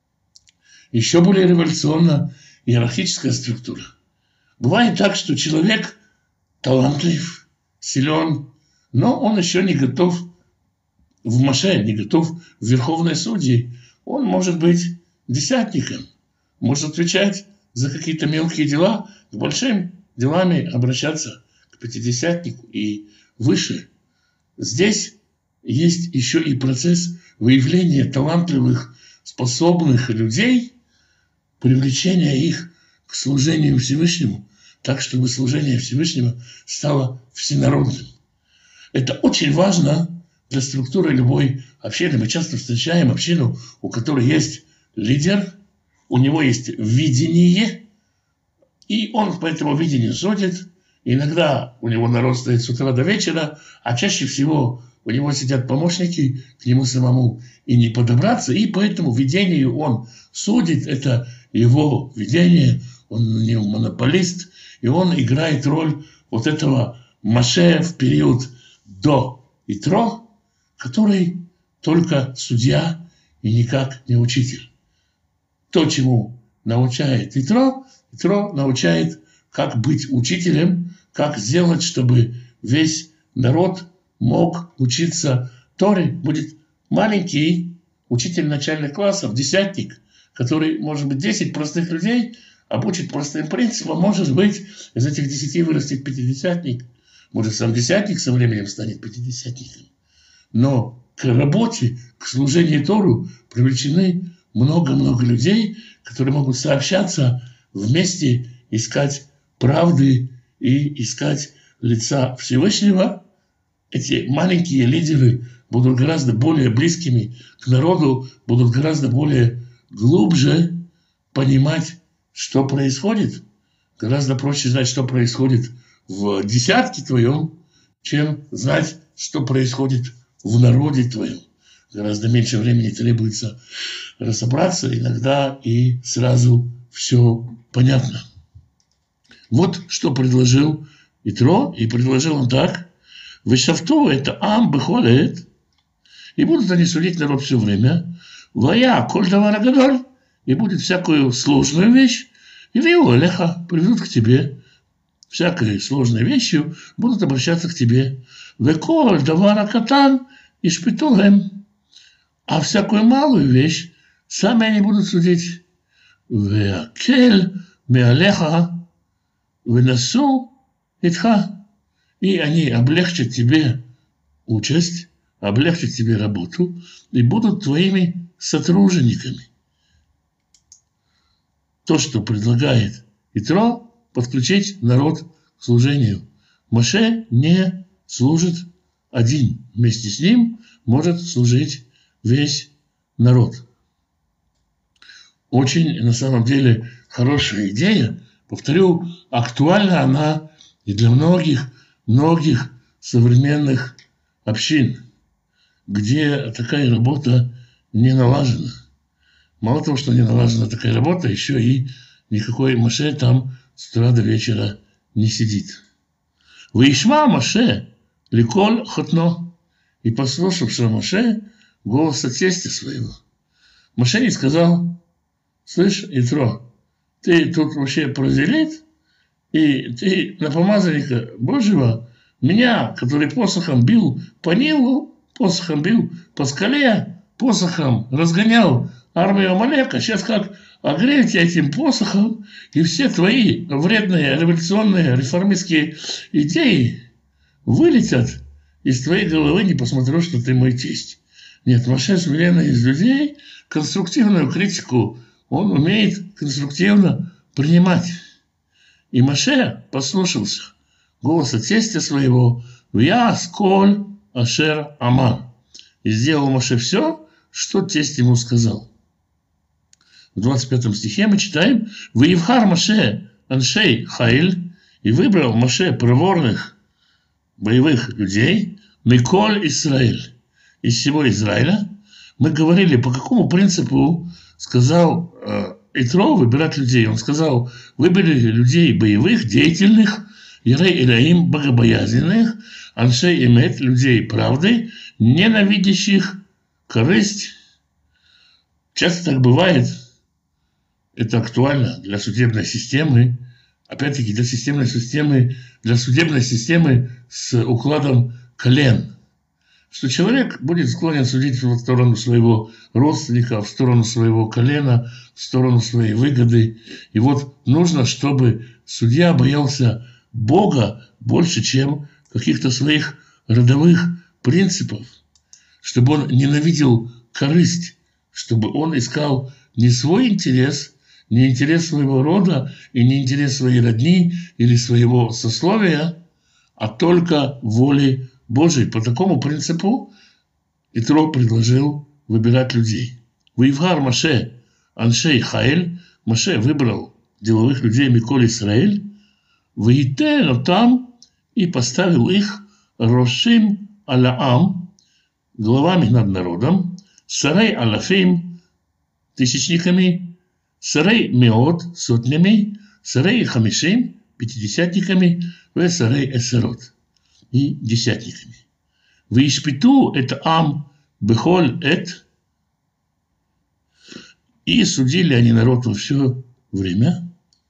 Еще более революционна иерархическая структура. Бывает так, что человек талантлив, силен, но он еще не готов в Моше, не готов в верховной судьи. Он может быть десятником, может отвечать за какие-то мелкие дела, к большим делами обращаться к пятидесятнику и выше. Здесь есть еще и процесс выявления талантливых, способных людей, привлечения их к служению Всевышнему, так, чтобы служение Всевышнему стало всенародным. Это очень важно для структуры любой общины. Мы часто встречаем общину, у которой есть лидер, у него есть видение, и он по этому видению судит. Иногда у него народ стоит с утра до вечера, а чаще всего у него сидят помощники, к нему самому и не подобраться, и по этому видению он судит. Это его видение, он не монополист, и он играет роль вот этого Моше в период до Итро, который только судья и никак не учитель. То, чему научает Итро, Итро научает, как быть учителем, как сделать, чтобы весь народ мог учиться Торе. Будет маленький учитель начальных классов, десятник, который, может быть, десять простых людей обучит простым принципам. Может быть, из этих десяти вырастет пятидесятник. Может, сам десятник со временем станет пятидесятником. Но к работе, к служению Тору привлечены много-много людей, которые могут сообщаться вместе, искать правды и искать лица Всевышнего. Эти маленькие лидеры будут гораздо более близкими к народу, будут гораздо более глубже понимать, что происходит. Гораздо проще знать, что происходит в десятке твоем, чем знать, что происходит в народе твоем. Гораздо меньше времени требуется разобраться, иногда и сразу все понятно. Вот что предложил Итро, и предложил он так: «Вешафту это ам бехолет». И будут они судить народ все время. «Вая коль давара гадоль». И будет всякую сложную вещь. И виу алеха, приведут к тебе. Всякой сложной вещью будут обращаться к тебе. «Веколь давара катан и шпитугем». А всякую малую вещь сами они будут судить. «Веакель меалеха венасу итха». И они облегчат тебе участь, облегчат тебе работу и будут твоими сотрудниками. То, что предлагает Итро, подключить народ к служению. Моше не служит один. Вместе с ним может служить весь народ. Очень, на самом деле, хорошая идея. Повторю, актуальна она и для многих, многих современных общин, где такая работа не налажена. Мало того, что не налажена такая работа, еще и никакой Моше там с утра до вечера не сидит. «Ваишма Моше ликоль хотно». И послушавший Моше голоса тестя своего. Моше не сказал: «Слышь, Итро, ты тут вообще прозелит, и ты на помазанника Божьего меня, который посохом бил по Нилу, посохом бил по скале, посохом разгонял армию Амалека, сейчас как огрею тебя этим посохом, и все твои вредные революционные реформистские идеи вылетят из твоей головы, не посмотрю, что ты мой тесть». Нет, Моше смиренно из людей, конструктивную критику он умеет конструктивно принимать. И Моше послушался голоса тестя своего: «Я сколь ашер амар». И сделал Моше все, что тесть ему сказал. В двадцать пятом стихе мы читаем: «Ваивхар Моше аншей хайль». И выбрал Моше проворных боевых людей, миколь Исраэль, из всего Израиля. Мы говорили, по какому принципу сказал э, Итро выбирать людей. Он сказал: выбери людей боевых, деятельных, Ирей Илаим, богобоязненных, Аншей Эмет, людей правды, ненавидящих корысть. Часто так бывает. Это актуально для судебной системы. Опять-таки для системной системы, для судебной системы с укладом колен. Что человек будет склонен судить в сторону своего родственника, в сторону своего колена, в сторону своей выгоды. И вот нужно, чтобы судья боялся Бога больше, чем каких-то своих родовых принципов. Чтобы он ненавидел корысть, чтобы он искал не свой интерес, не интерес своего рода и не интерес своей родни или своего сословия, а только воли Божией. По такому принципу Итро предложил выбирать людей. «Ваивхар Моше аншей хайль». Моше выбрал деловых людей миколь Исраэль. «Ваитен там» и поставил их рошим алаам, главами над народом, сарей алафим, тысячниками, сарей меот, сотнями, сарей хамишим, пятидесятниками, в сарей эсерот, и десятниками. «Ваишпиту» – это ам бехоль эт, и судили они народ во все время.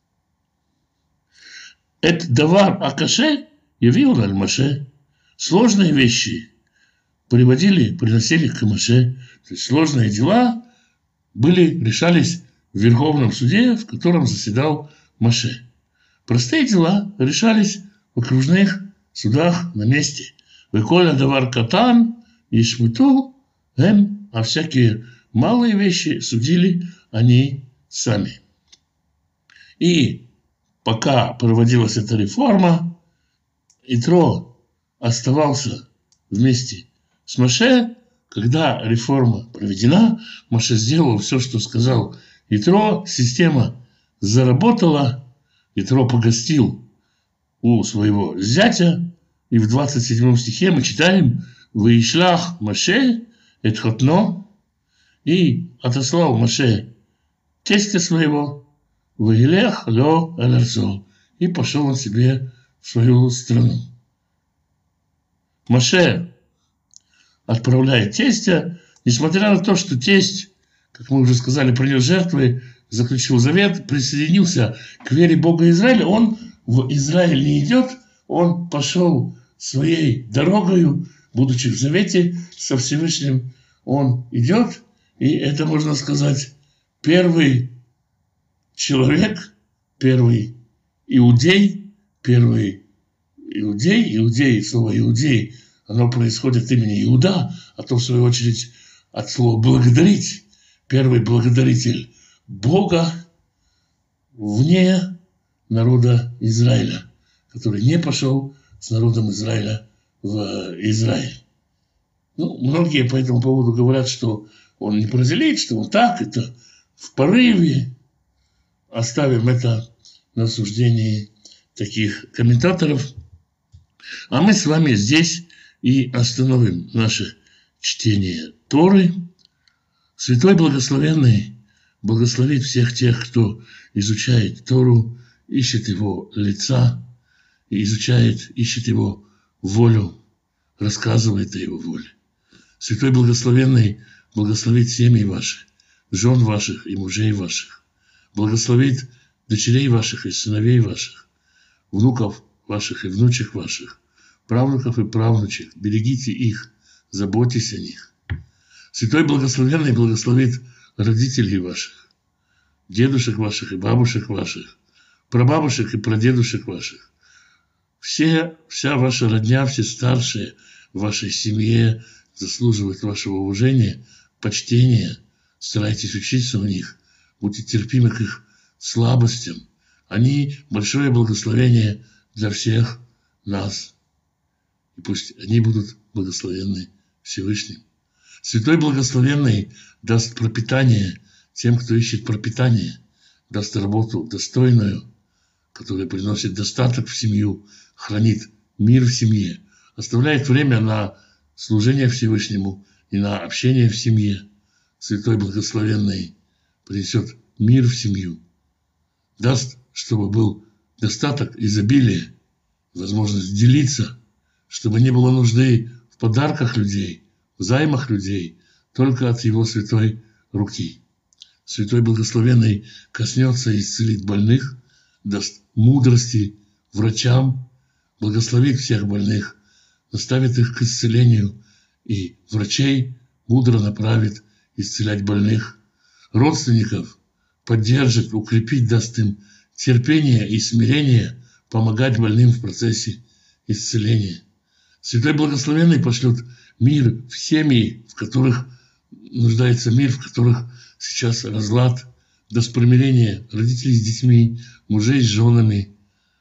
«Эт давар акаше явил аль Моше». Сложные вещи приводили, приносили к Моше. То есть сложные дела были, решались в Верховном суде, в котором заседал Моше. Простые дела решались в окружных судах на месте. «Веколя давар катан и шмиту эм», а всякие малые вещи судили они сами. И пока проводилась эта реформа, Итро оставался вместе с Моше. Когда реформа проведена, Моше сделал все, что сказал Итро, система заработала, Итро погостил у своего зятя, и в двадцать седьмом стихе мы читаем: «Ваишлах Моше эт хотно», и отослал Моше тестя своего, «Ваилех ло эль арцо», и пошел он себе в свою страну. Моше отправляет тестя, несмотря на то, что тесть, как мы уже сказали, принес жертвы, заключил завет, присоединился к вере Бога Израиля, он в Израиль не идет, он пошел своей дорогою, будучи в завете со Всевышним, он идет, и это, можно сказать, первый человек, первый иудей, первый иудей, иудей, слово иудей, оно происходит от имени Иуда, а то, в свою очередь, от слова благодарить, первый благодаритель Бога вне народа Израиля, который не пошел с народом Израиля в Израиль. Ну, многие по этому поводу говорят, что он не бразилиец, что он так, это в порыве. Оставим это на суждении таких комментаторов. А мы с вами здесь и остановим наше чтение Торы. Святой Благословенный благословит всех тех, кто изучает Тору, ищет его лица, и изучает, ищет его волю, рассказывает о его воле. Святой Благословенный благословит семьи ваши, жен ваших и мужей ваших, благословит дочерей ваших и сыновей ваших, внуков ваших и внучек ваших, правнуков и правнучек. Берегите их, заботьтесь о них. Святой Благословенный благословит родителей ваших, дедушек ваших и бабушек ваших, прабабушек и прадедушек ваших. Все, вся ваша родня, все старшие в вашей семье заслуживают вашего уважения, почтения. Старайтесь учиться у них, будьте терпимы к их слабостям. Они большое благословение для всех нас. И пусть они будут благословенны Всевышним. Святой Благословенный даст пропитание тем, кто ищет пропитание, даст работу достойную, которая приносит достаток в семью, хранит мир в семье, оставляет время на служение Всевышнему и на общение в семье. Святой Благословенный принесет мир в семью, даст, чтобы был достаток, изобилие, возможность делиться, чтобы не было нужды в подарках людей, в займах людей, только от его святой руки. Святой Благословенный коснется и исцелит больных, даст мудрости врачам, благословит всех больных, наставит их к исцелению, и врачей мудро направит исцелять больных. Родственников поддержит, укрепить, даст им терпение и смирение помогать больным в процессе исцеления. Святой Благословенный пошлет мир в семьи, в которых нуждается мир, в которых сейчас разлад, даст примирение родителей с детьми, мужей с женами,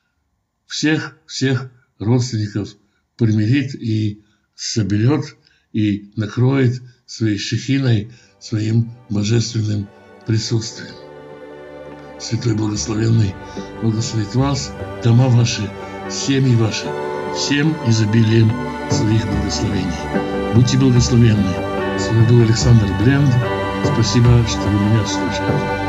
всех, всех родственников примирит и соберет, и накроет своей шехиной, своим божественным присутствием. Святой Благословенный благословит вас, дома ваши, семьи ваши, всем изобилием своих благословений. Будьте благословенны. С вами был Александр Бленд. Спасибо, что вы меня слушаете.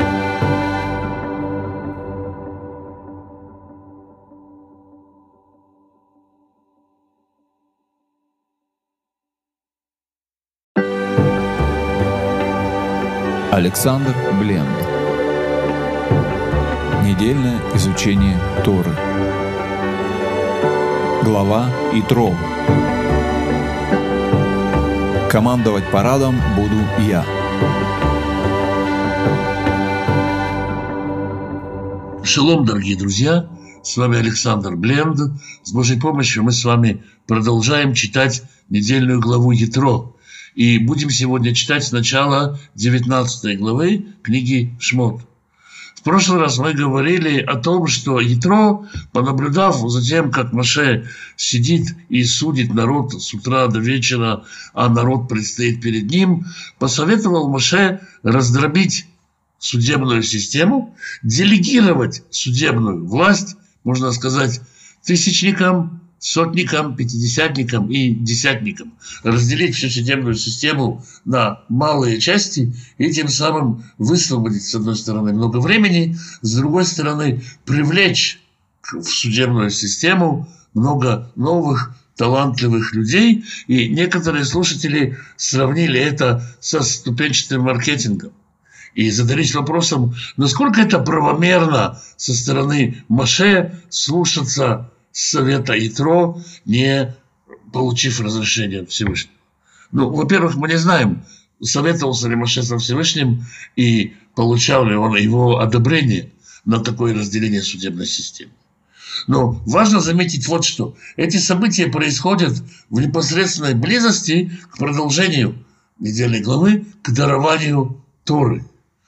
Александр Бленд. Недельное изучение Торы. Глава Итро. Командовать парадом буду я. Шалом, дорогие друзья! С вами Александр Бленд. С Божьей помощью мы с вами продолжаем читать недельную главу Итро. И будем сегодня читать с начала девятнадцатой главы книги Шмот. В прошлый раз мы говорили о том, что Итро, понаблюдав за тем, как Моше сидит и судит народ с утра до вечера, а народ предстоит перед ним, посоветовал Моше раздробить судебную систему, делегировать судебную власть, можно сказать, тысячникам, сотникам, пятидесятникам и десятникам, разделить всю судебную систему на малые части и тем самым высвободить, с одной стороны, много времени, с другой стороны, привлечь к в судебную систему много новых талантливых людей, и некоторые слушатели сравнили это со ступенчатым маркетингом и задались вопросом, насколько это правомерно со стороны Моше слушаться совета Итро, не получив разрешения Всевышнего. Ну, во-первых, мы не знаем, советовался ли Моше со Всевышним и получал ли он его одобрение на такое разделение судебной системы. Но важно заметить вот что. Эти события происходят в непосредственной близости к продолжению недельной главы, к дарованию Торы.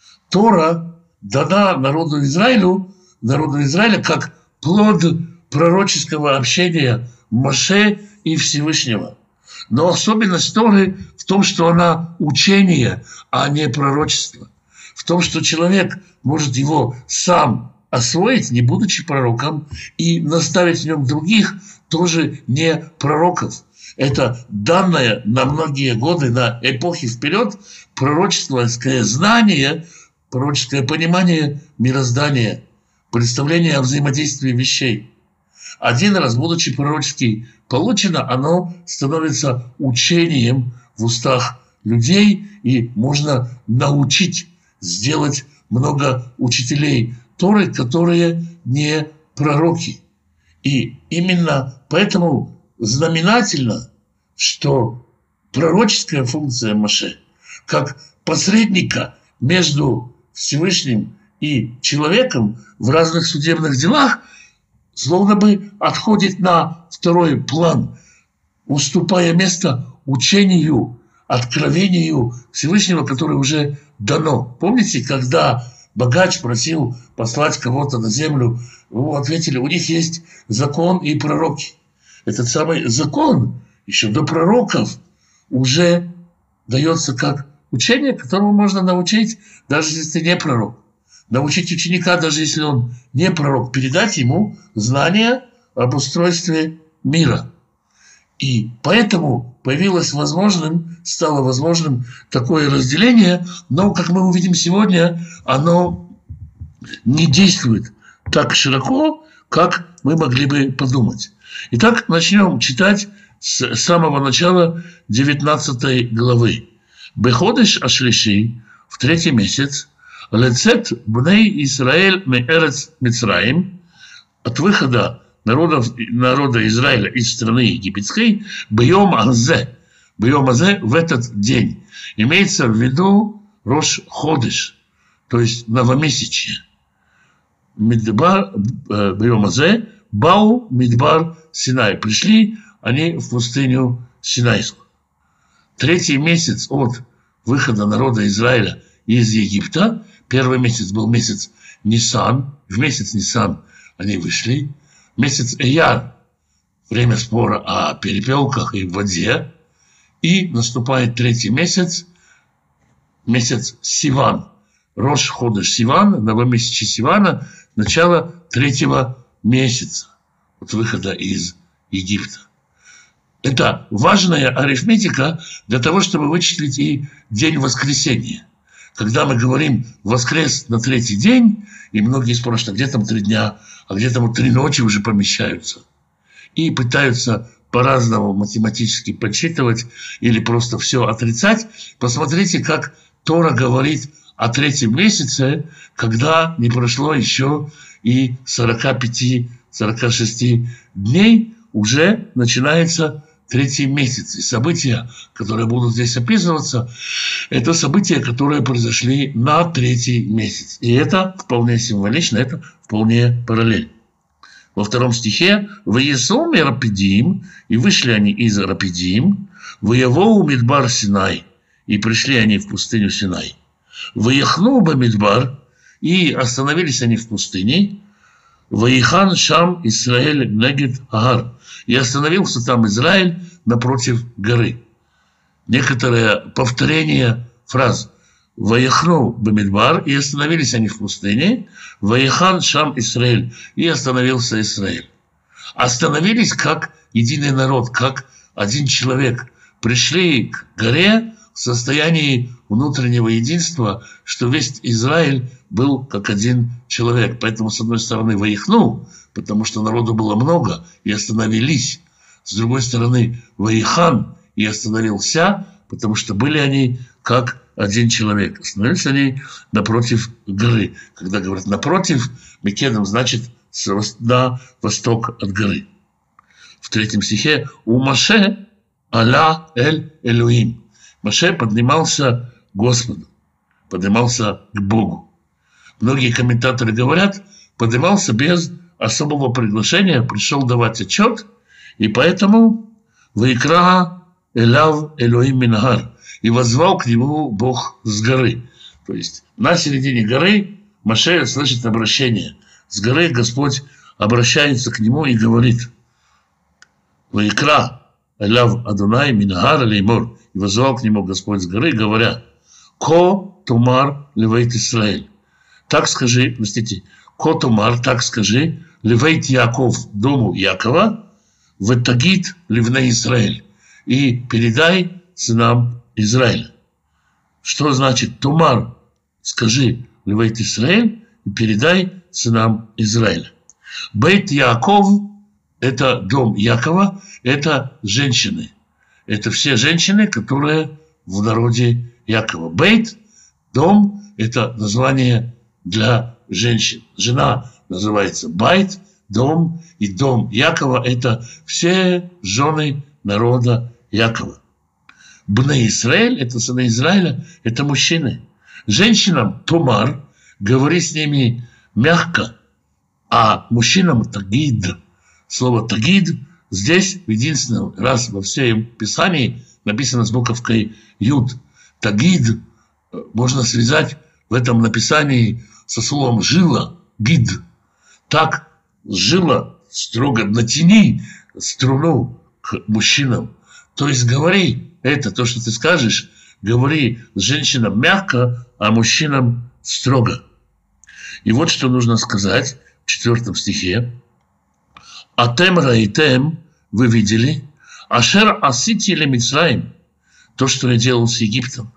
Тора дана народу Израилю, народу Израиля как плод пророческого общения Моше и Всевышнего. Но особенность Торы в том, что она учение, а не пророчество. В том, что человек может его сам освоить, не будучи пророком, и наставить в нем других, тоже не пророков. Это данное на многие годы, на эпохи вперед, пророческое знание, пророческое понимание мироздания, представление о взаимодействии вещей. Один раз, будучи пророчески получено, оно становится учением в устах людей, и можно научить, сделать много учителей Торы, которые не пророки. И именно поэтому знаменательно, что пророческая функция Моше, как посредника между Всевышним и человеком в разных судебных делах, словно бы отходит на второй план, уступая место учению, откровению Всевышнего, которое уже дано. Помните, когда богач просил послать кого-то на землю, ему ответили, у них есть закон и пророки. Этот самый закон еще до пророков уже дается как учение, которому можно научить, даже если ты не пророк. Научить ученика, даже если он не пророк, передать ему знания об устройстве мира. И поэтому появилось возможным, стало возможным такое разделение, но, как мы увидим сегодня, оно не действует так широко, как мы могли бы подумать. Итак, начнем читать с самого начала девятнадцатой главы. «Беходеш ашлиши, в третий месяц, лецет бней Исраэль меэрец Мицраим, от выхода народов, народа Израиля из страны египетской, бьем азе, бьем азе в этот день». Имеется в виду Рош Ходеш, то есть новомесячье. Мидбар, бьем азе, бау мидбар Синай. Пришли они в пустыню Синайскую. Третий месяц от выхода народа Израиля из Египта, первый месяц был месяц Нисан, в месяц Нисан они вышли, месяц Эяр, время спора о перепелках и воде, и наступает третий месяц, месяц Сиван, Рош Ходеш Сиван, новомесячье Сивана, начало третьего месяца от выхода из Египта. Это важная арифметика для того, чтобы вычислить и день воскресения. Когда мы говорим «воскрес на третий день», и многие спрашивают, а где там три дня, а где там три ночи уже помещаются. И пытаются по-разному математически подсчитывать или просто все отрицать. Посмотрите, как Тора говорит о третьем месяце, когда не прошло еще и сорока пяти - сорока шести дней, уже начинается третий месяц. И события, которые будут здесь описываться, это события, которые произошли на третий месяц. И это вполне символично, это вполне параллель. Во втором стихе «Ваесом и Рапидим», и вышли они из Рапидим, «Ваявоу Мидбар Синай», и пришли они в пустыню Синай. «Ваяхну Бамидбар», и остановились они в пустыне, «Ваихан Шам Исраэль Негед Агар», и остановился там Израиль напротив горы. Некоторое повторение фраз. «Ваяхну Бамидбар», и остановились они в пустыне. «Ваяхан Шам Исраэль», и остановился Израиль. Остановились как единый народ, как один человек. Пришли к горе, в состоянии внутреннего единства, что весь Израиль был как один человек. Поэтому, с одной стороны, «Ваихну», потому что народу было много, и остановились. С другой стороны, «Ваихан», и остановился, потому что были они как один человек. Остановились они напротив горы. Когда говорят «напротив», «Мекедом» значит на восток от горы. В третьем стихе «У Маше аля эль Элюим». Маше поднимался к Господу, поднимался к Богу. Многие комментаторы говорят, поднимался без особого приглашения, пришел давать отчет, и поэтому «Ваикра Эляв Элюим Минагар», и воззвал к нему Бог с горы. То есть на середине горы Маше слышит обращение. С горы Господь обращается к нему и говорит: «Ваикра Эляв Адунай Минагар Леймор», и воззвал к нему Господь с горы, говоря: «Ко тумар левейт Исраэль». Так скажи, простите, «Ко тумар», так скажи, левейт Яков, дому Якова, ватагит ливней Израиль, и передай сынам Израиля. Что значит тумар? Скажи левейт Исраэль и передай сынам Израиля. Бейт Яков – это дом Якова, это женщины. Это все женщины, которые в народе Якова. Бейт – дом – это название для женщин. Жена называется байт, дом, и дом Якова – это все жены народа Якова. Бней Исраэль – это сыны Израиля, это мужчины. Женщинам тумар, говори с ними мягко, а мужчинам тагид. Слово тагид здесь в единственный раз во всем Писании написано с буковкой юд. Тагид можно связать в этом написании со словом жила, гид. Так жила строго натяни струну к мужчинам. То есть говори это, то, что ты скажешь, говори с женщинам мягко, а мужчинам строго. И вот что нужно сказать в четвертом стихе. «Атем раитем», вы видели, «Ашер асити ле Мицраим», то, что я делал с Египтом.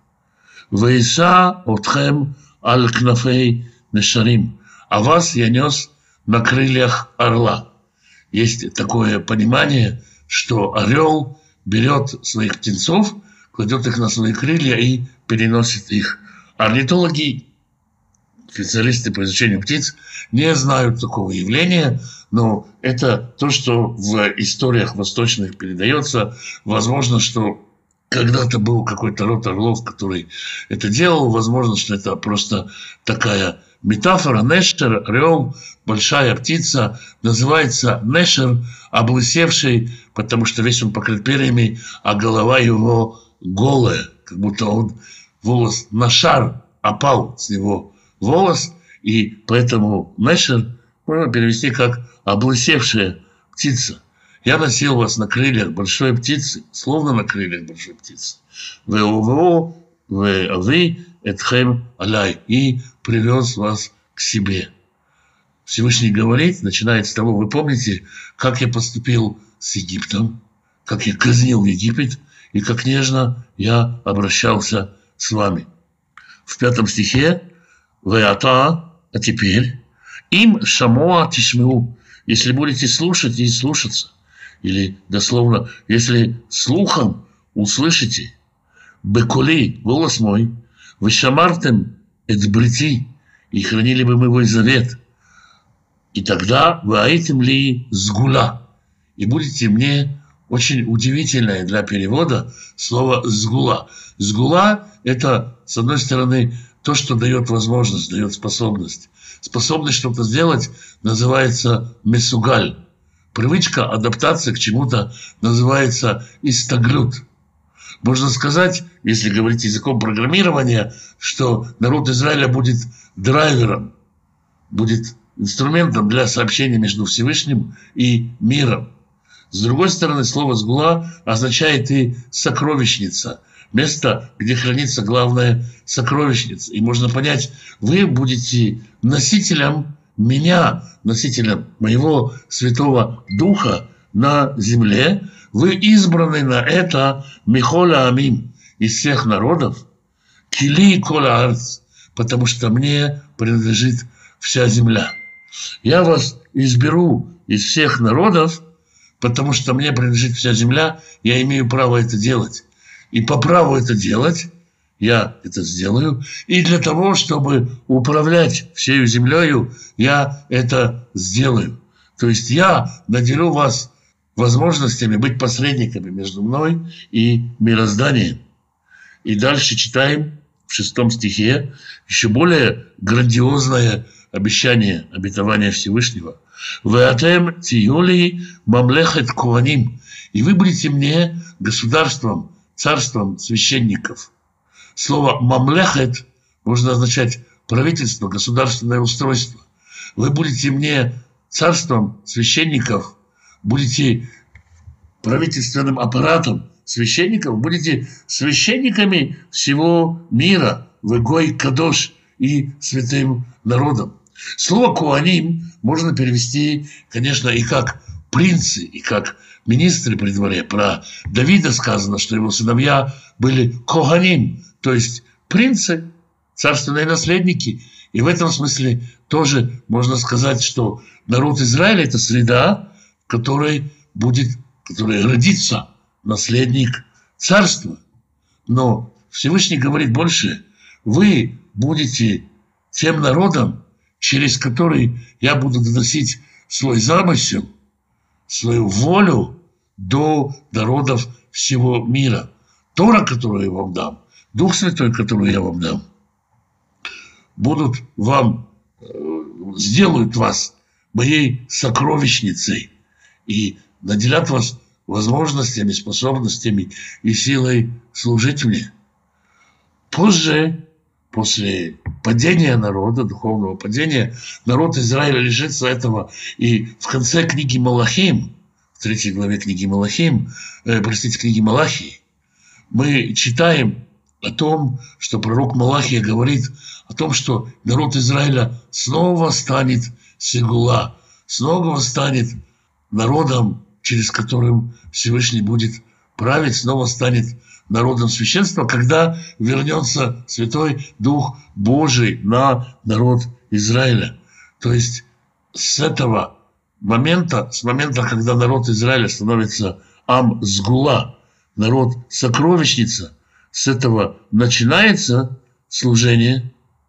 «Вейса отхем аль кнафей нешарим», а вас я нес на крыльях орла. Есть такое понимание, что орел берет своих птенцов, кладет их на свои крылья и переносит их. Орнитологи, специалисты по изучению птиц, не знают такого явления, но это то, что в историях восточных передается. Возможно, что когда-то был какой-то род орлов, который это делал. Возможно, что это просто такая метафора. Нешер, орел, большая птица, называется нешер, облысевший, потому что весь он покрыт перьями, а голова его голая, как будто он волос на шар опал с него волос, и поэтому нешер можно перевести как облысевшая птица. Я носил вас на крыльях большой птицы, словно на крыльях большой птицы. Веово, веави, этхем аляй, и привез вас к себе. Всевышний говорит, начинает с того, вы помните, как я поступил с Египтом, как я казнил Египет, и как нежно я обращался с вами. В пятом стихе «Веата», а теперь «Им шамоа тишмеу», если будете слушать и слушаться, или дословно, если слухом услышите «Беколи», голос мой, «Вы шамартем эт брити», и хранили бы мы мой завет, и тогда вы аитем ли сгула, и будете мне. Очень удивительное для перевода слово «сгула». «Сгула» – это, с одной стороны, то, что дает возможность, дает способность. Способность что-то сделать называется «месугаль». Привычка, адаптация к чему-то называется «истаглют». Можно сказать, если говорить языком программирования, что народ Израиля будет драйвером, будет инструментом для сообщения между Всевышним и миром. С другой стороны, слово «сгула» означает и «сокровищница», место, где хранится главная сокровищница. И можно понять, вы будете носителем меня, носителем моего Святого Духа на земле. Вы избраны на это Михоля Амим из всех народов, кили кола арц, потому что мне принадлежит вся земля. Я вас изберу из всех народов, потому что мне принадлежит вся земля, я имею право это делать. И по праву это делать я это сделаю. И для того, чтобы управлять всей землею, я это сделаю. То есть я наделю вас возможностями быть посредниками между мной и мирозданием. И дальше читаем в шестом стихе еще более грандиозное обещание, обетование Всевышнего. «Веатем тиюли мамлехет коаним». И вы будете мне государством, царством священников. Слово «мамлехет» можно означать правительство, государственное устройство. Вы будете мне царством священников, будете правительственным аппаратом священников, будете священниками всего мира, вы гой кадош и святым народом. Слово «коаним» можно перевести, конечно, и как принцы, и как министры при дворе. Про Давида сказано, что его сыновья были коаним, то есть принцы, царственные наследники. И в этом смысле тоже можно сказать, что народ Израиля – это среда, в которой будет, в которой родится наследник царства. Но Всевышний говорит больше: вы будете тем народом, через который я буду доносить свой замысел, свою волю до народов всего мира. Тора, которую я вам дам, Дух Святой, который я вам дам, будут вам, сделают вас моей сокровищницей и наделят вас возможностями, способностями и силой служить мне. Позже, после падения народа, духовного падения, народ Израиля лишится этого. И в конце книги Малахим, в третьей главе книги Малахим, э, простите, книги Малахии, мы читаем о том, что пророк Малахия говорит о том, что народ Израиля снова станет сегула, снова станет народом, через которым Всевышний будет править, снова станет народом священства, когда вернется Святой Дух Божий на народ Израиля. То есть с этого момента, с момента, когда народ Израиля становится ам-сгула, народ-сокровищница, с этого начинается служение,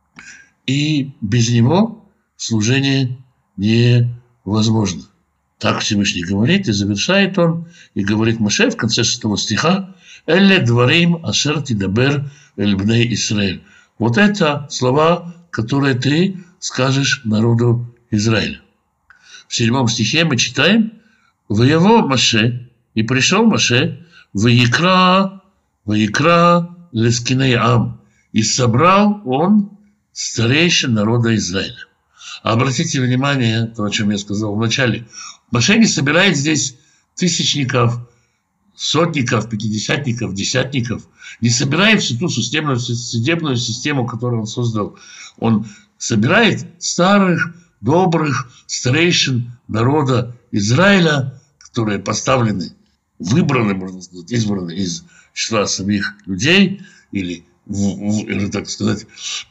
и без него служение невозможно. Так Всевышний говорит, и завершает он, и говорит Моше в конце шестого стиха: «Элле дварим ашер тидабер эль бней Исраэль». Вот это слова, которые ты скажешь народу Израиля. В седьмом стихе мы читаем: «Воево Моше», и пришел Моше, «Ваикра, ваикра лескиней ам», и собрал он старейшин народа Израиля. Обратите внимание, то, о чем я сказал в начале, Моше не собирает здесь тысячников, сотников, пятидесятников, десятников, не собирает всю ту судебную, судебную систему, которую он создал. Он собирает старых, добрых старейшин народа Израиля, которые поставлены, выбраны, можно сказать, избраны из числа самих людей, или, или так сказать,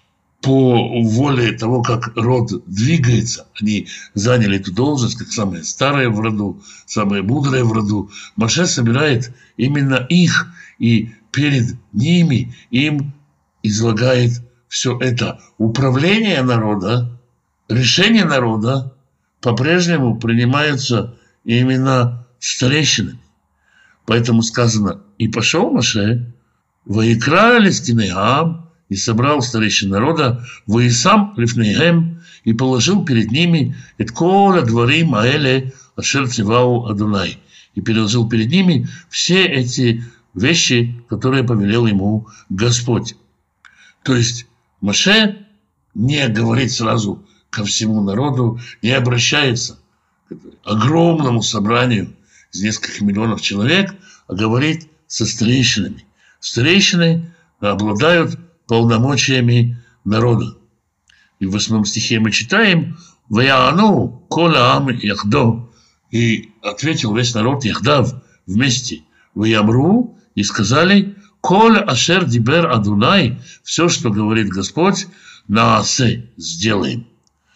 по воле того, как род двигается. Они заняли эту должность, как самые старые в роду, самые мудрые в роду. Моше собирает именно их, и перед ними им излагает все это. Управление народа, решение народа по-прежнему принимаются именно старейшинами. Поэтому сказано: «И пошел Моше, ваикра лескиней ам», и собрал старейшин народа, «Ваисам лифнейхем», и положил перед ними «Эт кола дворим аэле ашер цивау Адонай», и переложил перед ними все эти вещи, которые повелел ему Господь. То есть Моше не говорит сразу ко всему народу, не обращается к огромному собранию из нескольких миллионов человек, а говорит со старейшинами. Старейшины обладают полномочиями народа. И в восьмом стихе мы читаем: «Ваяану кола ам яхдо», и ответил весь народ яхдав вместе. «Ваямру», и сказали: Коль ашер дибер Адунай, все, что говорит Господь, наасе, сделаем.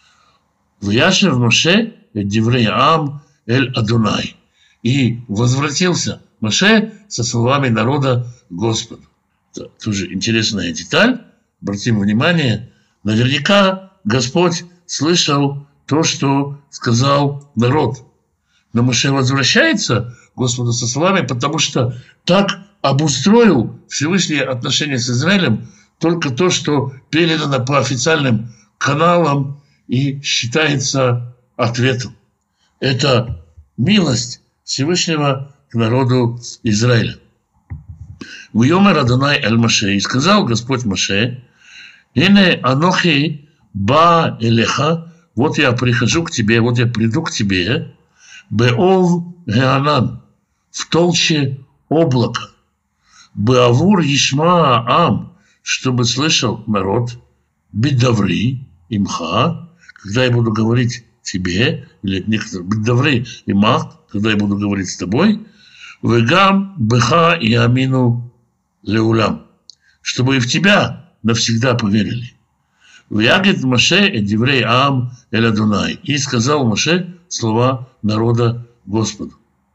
Вяшев Моше диврей ам эль Адунай. И возвратился Моше со словами народа Господу. Это тоже интересная деталь. Обратим внимание, наверняка Господь слышал то, что сказал народ. Но Моше возвращается к Господу со словами, потому что так обустроил Всевышние отношения с Израилем только то, что передано по официальным каналам и считается ответом. Это милость Всевышнего к народу Израиля. «Вьомер Адонай эль Моше», и сказал Господь Моше: «Ине анохи ба элеха», вот я прихожу к тебе, вот я приду к тебе, беов геанан, в толще облака, беавур ишма ам, чтобы слышал народ, бедаври имха, когда я буду говорить тебе, или некоторые бедаври имах, когда я буду говорить с тобой, вегам беха и амину леулам, чтобы и в тебя навсегда поверили. Вягет Моше эдиврей ам эль Адунай, и сказал Моше слова народа Господу.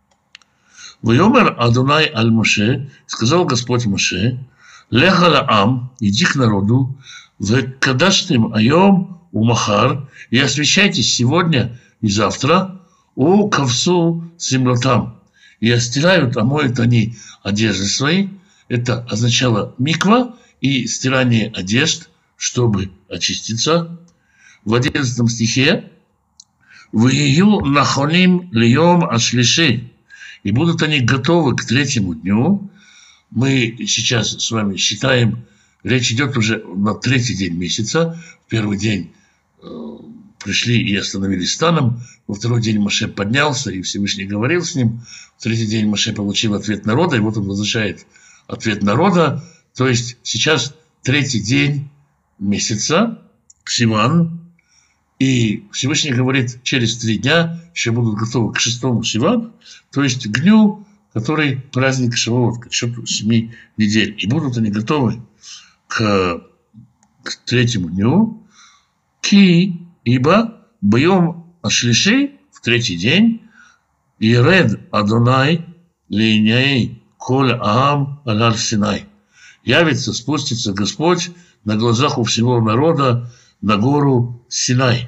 Вьомер Адунай аль Моше, сказал Господь Моше: леха ла ам, иди к народу, векадаштим айом умахар, и освящайтесь сегодня и завтра, у кавсу симлотам, и остирают, омоют они одежды свои. Это означало миква и стирание одежд, чтобы очиститься. В одиннадцатом стихе «Вию нахоним льем ашлиши», и будут они готовы к третьему дню. Мы сейчас с вами считаем, речь идет уже на третий день месяца. В первый день э, пришли и остановились станом. Во второй день Моше поднялся, и Всевышний говорил с ним. В третий день Моше получил ответ народа, и вот он возвращает ответ народа. То есть сейчас третий день месяца, Сиван, и Всевышний говорит, через три дня еще будут готовы к шестому Сивану, то есть к дню, который праздник Шавуот, к счету семи недель. И будут они готовы к, к третьему дню, ки, ибо боем ашлиши, в третий день, иред Адонай линяй коль аам аль Синай, явится, спустится Господь на глазах у всего народа на гору Синай.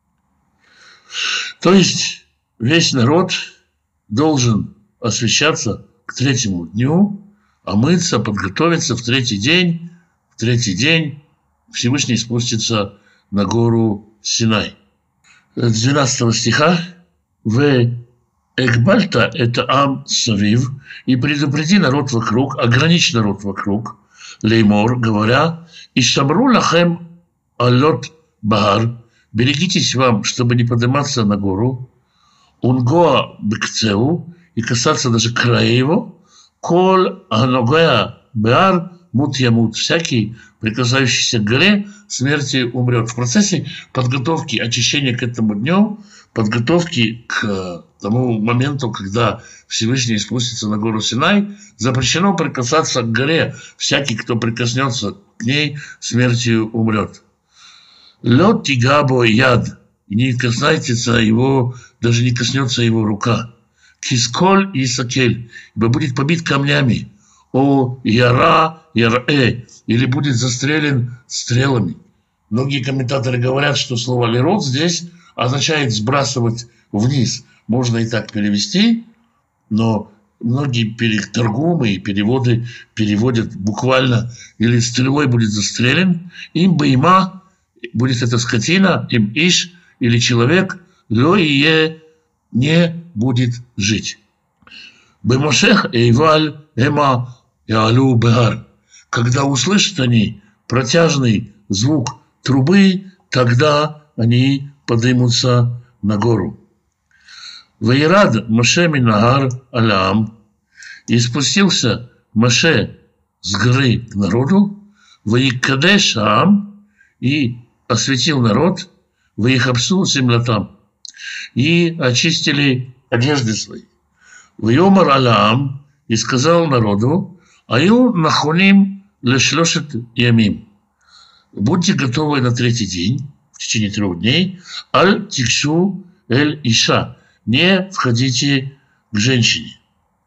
То есть весь народ должен освящаться к третьему дню, омыться, подготовиться в третий день. В третий день Всевышний спустится на гору Синай. С двенадцатого стиха в Экбальта, это ам савив, и предупреди народ вокруг, ограничь народ вокруг, леймор, говоря, и шамру лахем алот багар, берегитесь вам, чтобы не подниматься на гору, унгоа бекцеу, и касаться даже края его, коль аногая беар мут ямут, всякий, прикасающийся к горе, смерти умрет. В процессе подготовки, очищения к этому дню, подготовки к тому моменту, когда Всевышний спустится на гору Синай, запрещено прикасаться к горе. Всякий, кто прикоснется к ней, смертью умрет. Лед тигабо яд, и не коснется его, даже не коснется его рука. Кисколь и сакель, ибо будет побит камнями. О яра ярэ, или будет застрелен стрелами. Многие комментаторы говорят, что слово лерот здесь означает сбрасывать вниз. Можно и так перевести, но многие торгумы и переводы переводят буквально: или стрелой будет застрелен, им бейма, будет эта скотина, им иш, или человек, ло ие, не будет жить. Бемошех эйваль эма яалу бегар. Когда услышат они протяжный звук трубы, тогда они поднимутся на гору. Ваирад Моше минагар алям, и спустился Моше с горы к народу, ваикадеш ам, и осветил народ, ваихапсу симлатам, и очистили одежды свои. Ваимар алям, и сказал народу, Аю нахоним лешлошет ямим. Будьте готовы на третий день, в течение трех дней. Аль тикшу эль иша. Не входите к женщине.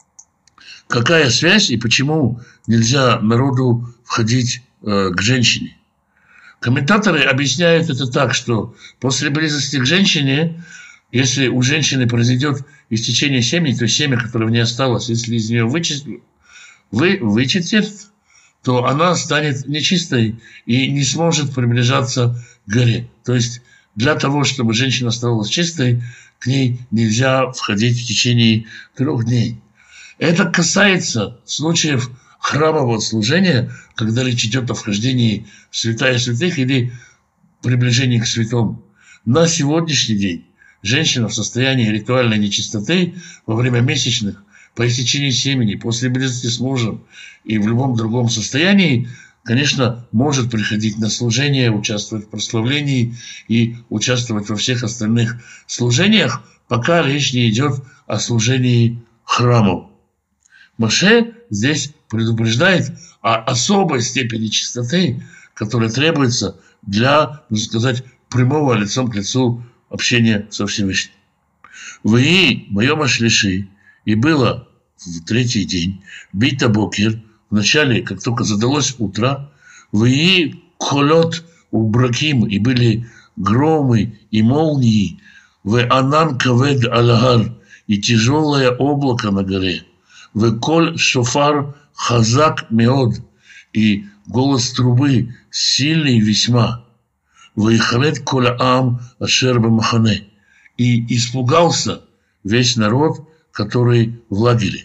Какая связь и почему нельзя народу входить э, к женщине? Комментаторы объясняют это так, что после близости к женщине, если у женщины произойдет истечение семени, то есть семя, которое в ней осталось, если из нее вычистят, вы вычистят, то она станет нечистой и не сможет приближаться к горе. То есть для того, чтобы женщина оставалась чистой, к ней нельзя входить в течение трех дней. Это касается случаев храмового служения, когда речь идет о вхождении в святая святых или приближении к святому. На сегодняшний день женщина в состоянии ритуальной нечистоты во время месячных, по истечении семени, после близости с мужем и в любом другом состоянии, конечно, может приходить на служение, участвовать в прославлении и участвовать во всех остальных служениях, пока речь не идет о служении храму. Моше здесь предупреждает о особой степени чистоты, которая требуется для, можно сказать, прямого лицом к лицу общения со Всевышним. «Вы, моем ашлиши, и было в третий день, бита бокер, в начале, как только задалось утро, вы колот убраким, и были громы и молнии, вы анан кавед алагар, и тяжелое облако на горе, вы коль шофар хазак меод, и голос трубы сильный весьма, вы харет коля ам ашер бамахане, и испугался весь народ, который в лагере.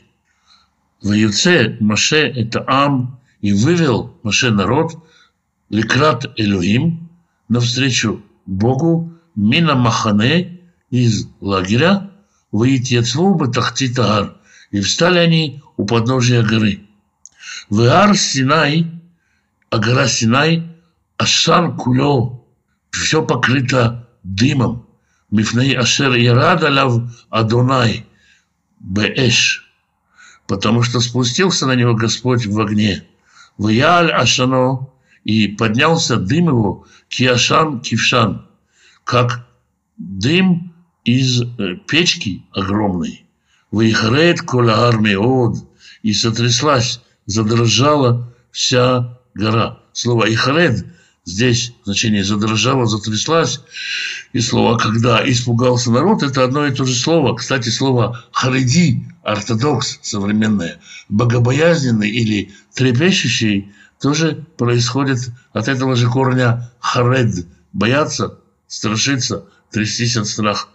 Ваюце Моше это ам, и вывел Моше народ лекрат Элохим, навстречу Богу, мина махане, из лагеря, ваитьяцву бетахти тагар, и встали они у подножия горы. Веар Синай, а гора Синай, ашар кулё, все покрыто дымом, мифней ашер ярад алав Адонай, беэш, потому что спустился на него Господь в огне. Ваяль ашано, и поднялся дым его, киашан кившан, как дым из э, печки огромной. Ваихарет колагар меод, и сотряслась, задрожала вся гора. Слово ихарет здесь в значении задрожала, затряслась. И слово «когда испугался народ» – это одно и то же слово. Кстати, слово «хареди», ортодокс современное, богобоязненный или трепещущий, тоже происходит от этого же корня «харед» – бояться, страшиться, трястись от страха.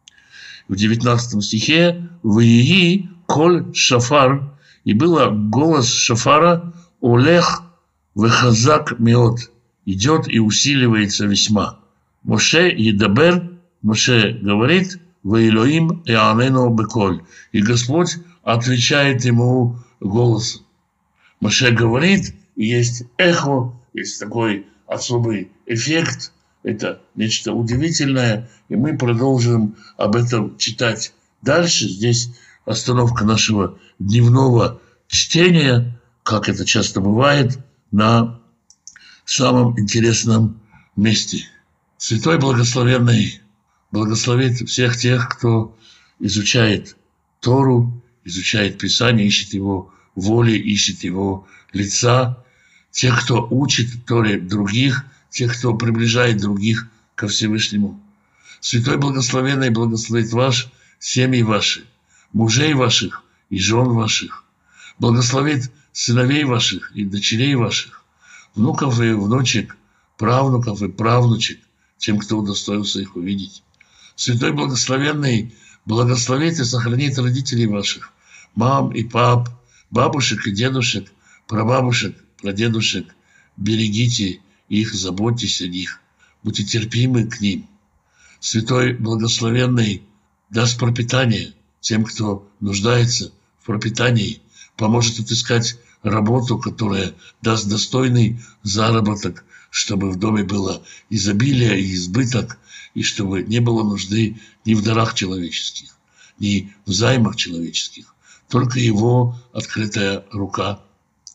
В девятнадцатом стихе «Ваии коль шафар», и было голос шафара «Олех вехазак меот», идет и усиливается весьма. Моше едабер, Моше говорит, «Ваилоим эанено беколь», и Господь отвечает ему голосом. Моше говорит, и есть эхо, есть такой особый эффект, это нечто удивительное, и мы продолжим об этом читать дальше. Здесь остановка нашего дневного чтения, как это часто бывает, на самом интересном месте. Святой Благословенный благословит всех тех, кто изучает Тору, изучает Писание, ищет его воли, ищет его лица, тех, кто учит Торе других, тех, кто приближает других ко Всевышнему. Святой Благословенный благословит ваш, семьи ваши, мужей ваших и жен ваших, благословит сыновей ваших и дочерей ваших, внуков и внучек, правнуков и правнучек, тем, кто удостоился их увидеть. Святой Благословенный благословит и сохранит родителей ваших, мам и пап, бабушек и дедушек, прабабушек, прадедушек. Берегите их, заботьтесь о них, будьте терпимы к ним. Святой Благословенный даст пропитание тем, кто нуждается в пропитании, поможет отыскать работу, которая даст достойный заработок, чтобы в доме было изобилие и избыток, и чтобы не было нужды ни в дарах человеческих, ни в займах человеческих. Только его открытая рука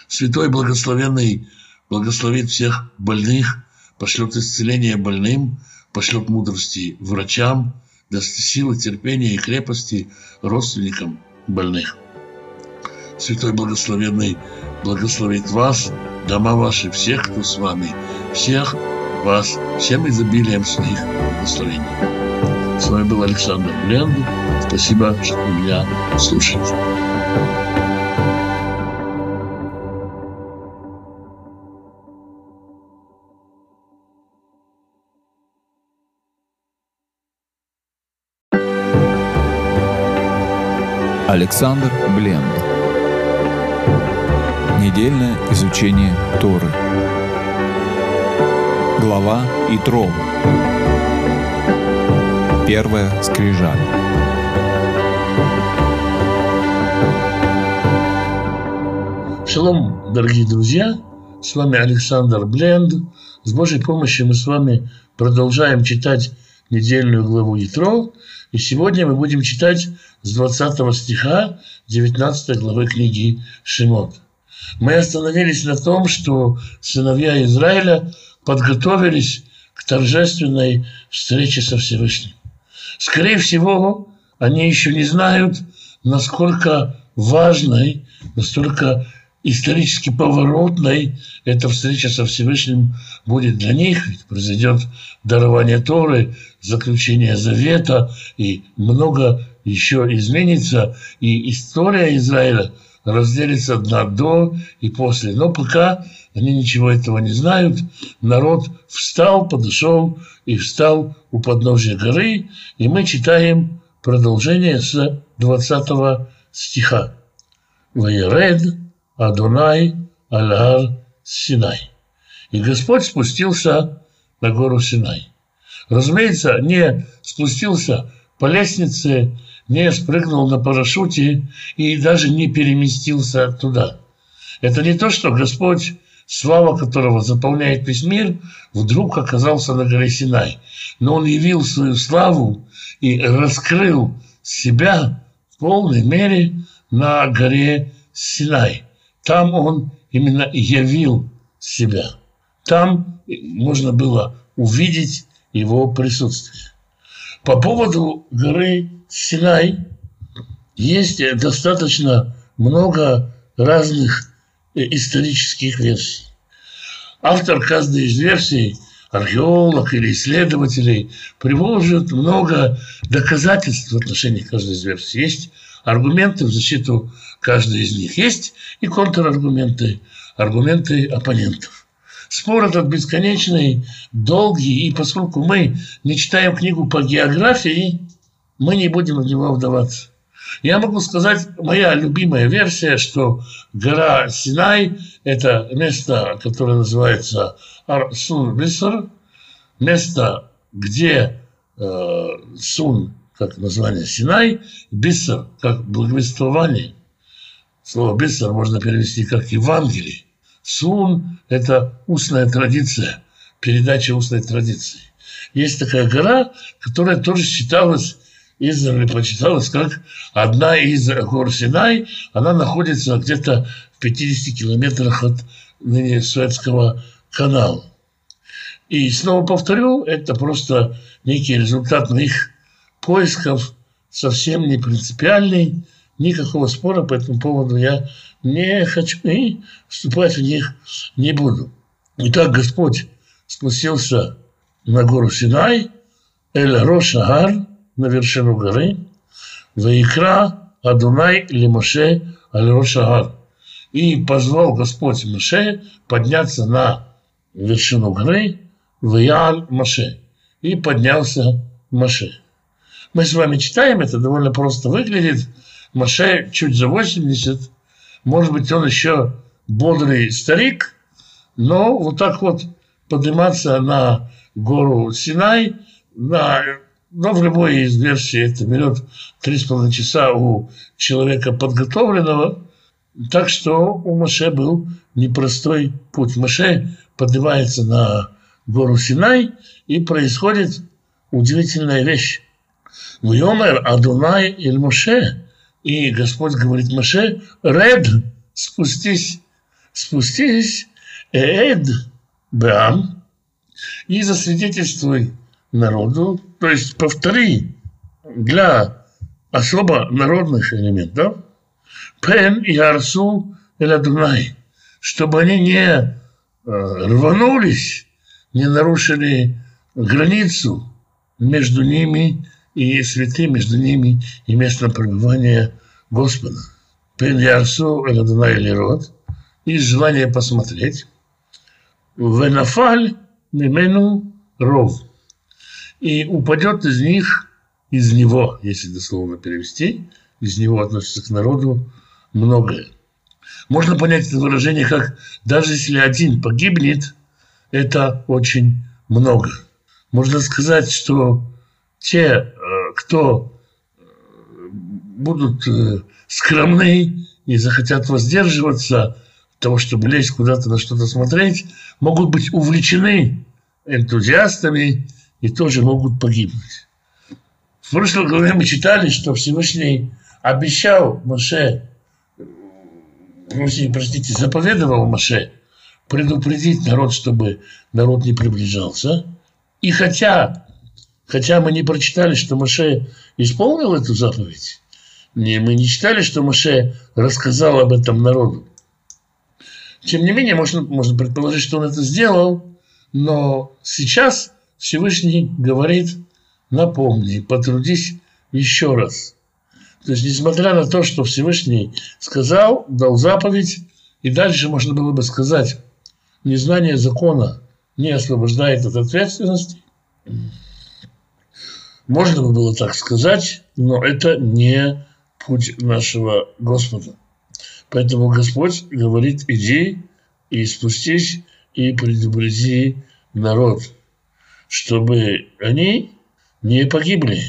Святой Благословенный благословит всех больных, пошлет исцеление больным, пошлет мудрости врачам, даст силы, терпения и крепости родственникам больных. Святой Благословенный благословит вас, дома ваши, всех, кто с вами, всех вас, всем изобилием своих благословений. С вами был Александр Бленд. Спасибо, что вы меня слушаете. Александр Бленд. Недельное изучение Торы. Глава Итро. Первая скрижаль. Шалом, дорогие друзья! С вами Александр Бленд. С Божьей помощью мы с вами продолжаем читать недельную главу Итро. И сегодня мы будем читать с двадцатого стиха девятнадцатой главы книги Шемот. Мы остановились на том, что сыновья Израиля подготовились к торжественной встрече со Всевышним. Скорее всего, они еще не знают, насколько важной, настолько исторически поворотной эта встреча со Всевышним будет для них. Ведь произойдет дарование Торы, заключение завета, и много еще изменится, и история Израиля разделится на до и после. Но пока они ничего этого не знают. Народ встал, подошел и встал у подножия горы, и мы читаем продолжение с двадцатого стиха. «Ваеред Адонай аль-ар Синай». И Господь спустился на гору Синай. Разумеется, не спустился по лестнице, не спрыгнул на парашюте и даже не переместился туда. Это не то, что Господь, слава которого заполняет весь мир, вдруг оказался на горе Синай. Но Он явил свою славу и раскрыл себя в полной мере на горе Синай. Там Он именно явил себя. Там можно было увидеть Его присутствие. По поводу горы Синай есть достаточно много разных исторических версий. Автор каждой из версий, археолог или исследователей, приводит много доказательств в отношении каждой из версий. Есть аргументы в защиту каждой из них. Есть и контраргументы, аргументы оппонентов. Спор этот бесконечный, долгий, и поскольку мы не читаем книгу по географии, мы не будем в него вдаваться. Я могу сказать, моя любимая версия, что гора Синай – это место, которое называется Ар-Сун-Биср, место, где э, Сун, как название Синай, Биср, как благовествование. Слово Биср можно перевести как Евангелие. Сун – это устная традиция, передача устной традиции. Есть такая гора, которая тоже считалась, издревле почиталась как одна из гор Синай. Она находится где-то в пятидесяти километрах от ныне Суэцкого канала. И снова повторю, это просто некий результат моих поисков, совсем не принципиальный. Никакого спора по этому поводу я не хочу и вступать в них не буду. Итак, Господь спустился на гору Синай, Эль-Рош-Агар, на вершину горы, «Ваикра Адунай ли Моше аль-Рош-Агар». И позвал Господь Моше подняться на вершину горы, «Ваяль Моше». И поднялся Моше. Мы с вами читаем, это довольно просто выглядит. Моше чуть за восемьдесят, может быть, он еще бодрый старик, но вот так вот подниматься на гору Синай, на, но в любой из версий это берет три с половиной часа у человека подготовленного, так что у Моше был непростой путь. Моше поднимается на гору Синай, и происходит удивительная вещь. «Вьомер Адонай эль Моше». И Господь говорит Моше: «Ред, спустись». спустись, эд бам, и засвидетельствуй народу, то есть повтори для особо народных элементов, пен и арсу эль Адунай, чтобы они не э, рванулись, не нарушили границу между ними и святым, между ними и местом пребывания Господа. Пен и арсу эль Адунай лирот, из желания посмотреть, венафаль мимену ров, и упадет из них, из него, если дословно перевести, из него относится к народу многое. Можно понять это выражение как даже если один погибнет, это очень много. Можно сказать, что те, кто будут скромны и захотят воздерживаться от того, чтобы лезть куда-то на что-то смотреть, могут быть увлечены энтузиастами и тоже могут погибнуть. В прошлом главе мы читали, что Всевышний обещал Моше, простите, заповедовал Моше предупредить народ, чтобы народ не приближался. И хотя, хотя мы не прочитали, что Моше исполнил эту заповедь, не, мы не читали, что Моше рассказал об этом народу. Тем не менее, можно, можно предположить, что он это сделал, но сейчас Всевышний говорит: напомни, потрудись еще раз. То есть, несмотря на то, что Всевышний сказал, дал заповедь, и дальше можно было бы сказать, незнание закона не освобождает от ответственности. Можно бы было так сказать, но это не путь нашего Господа. Поэтому Господь говорит: иди и спустись и предупреди народ, чтобы они не погибли.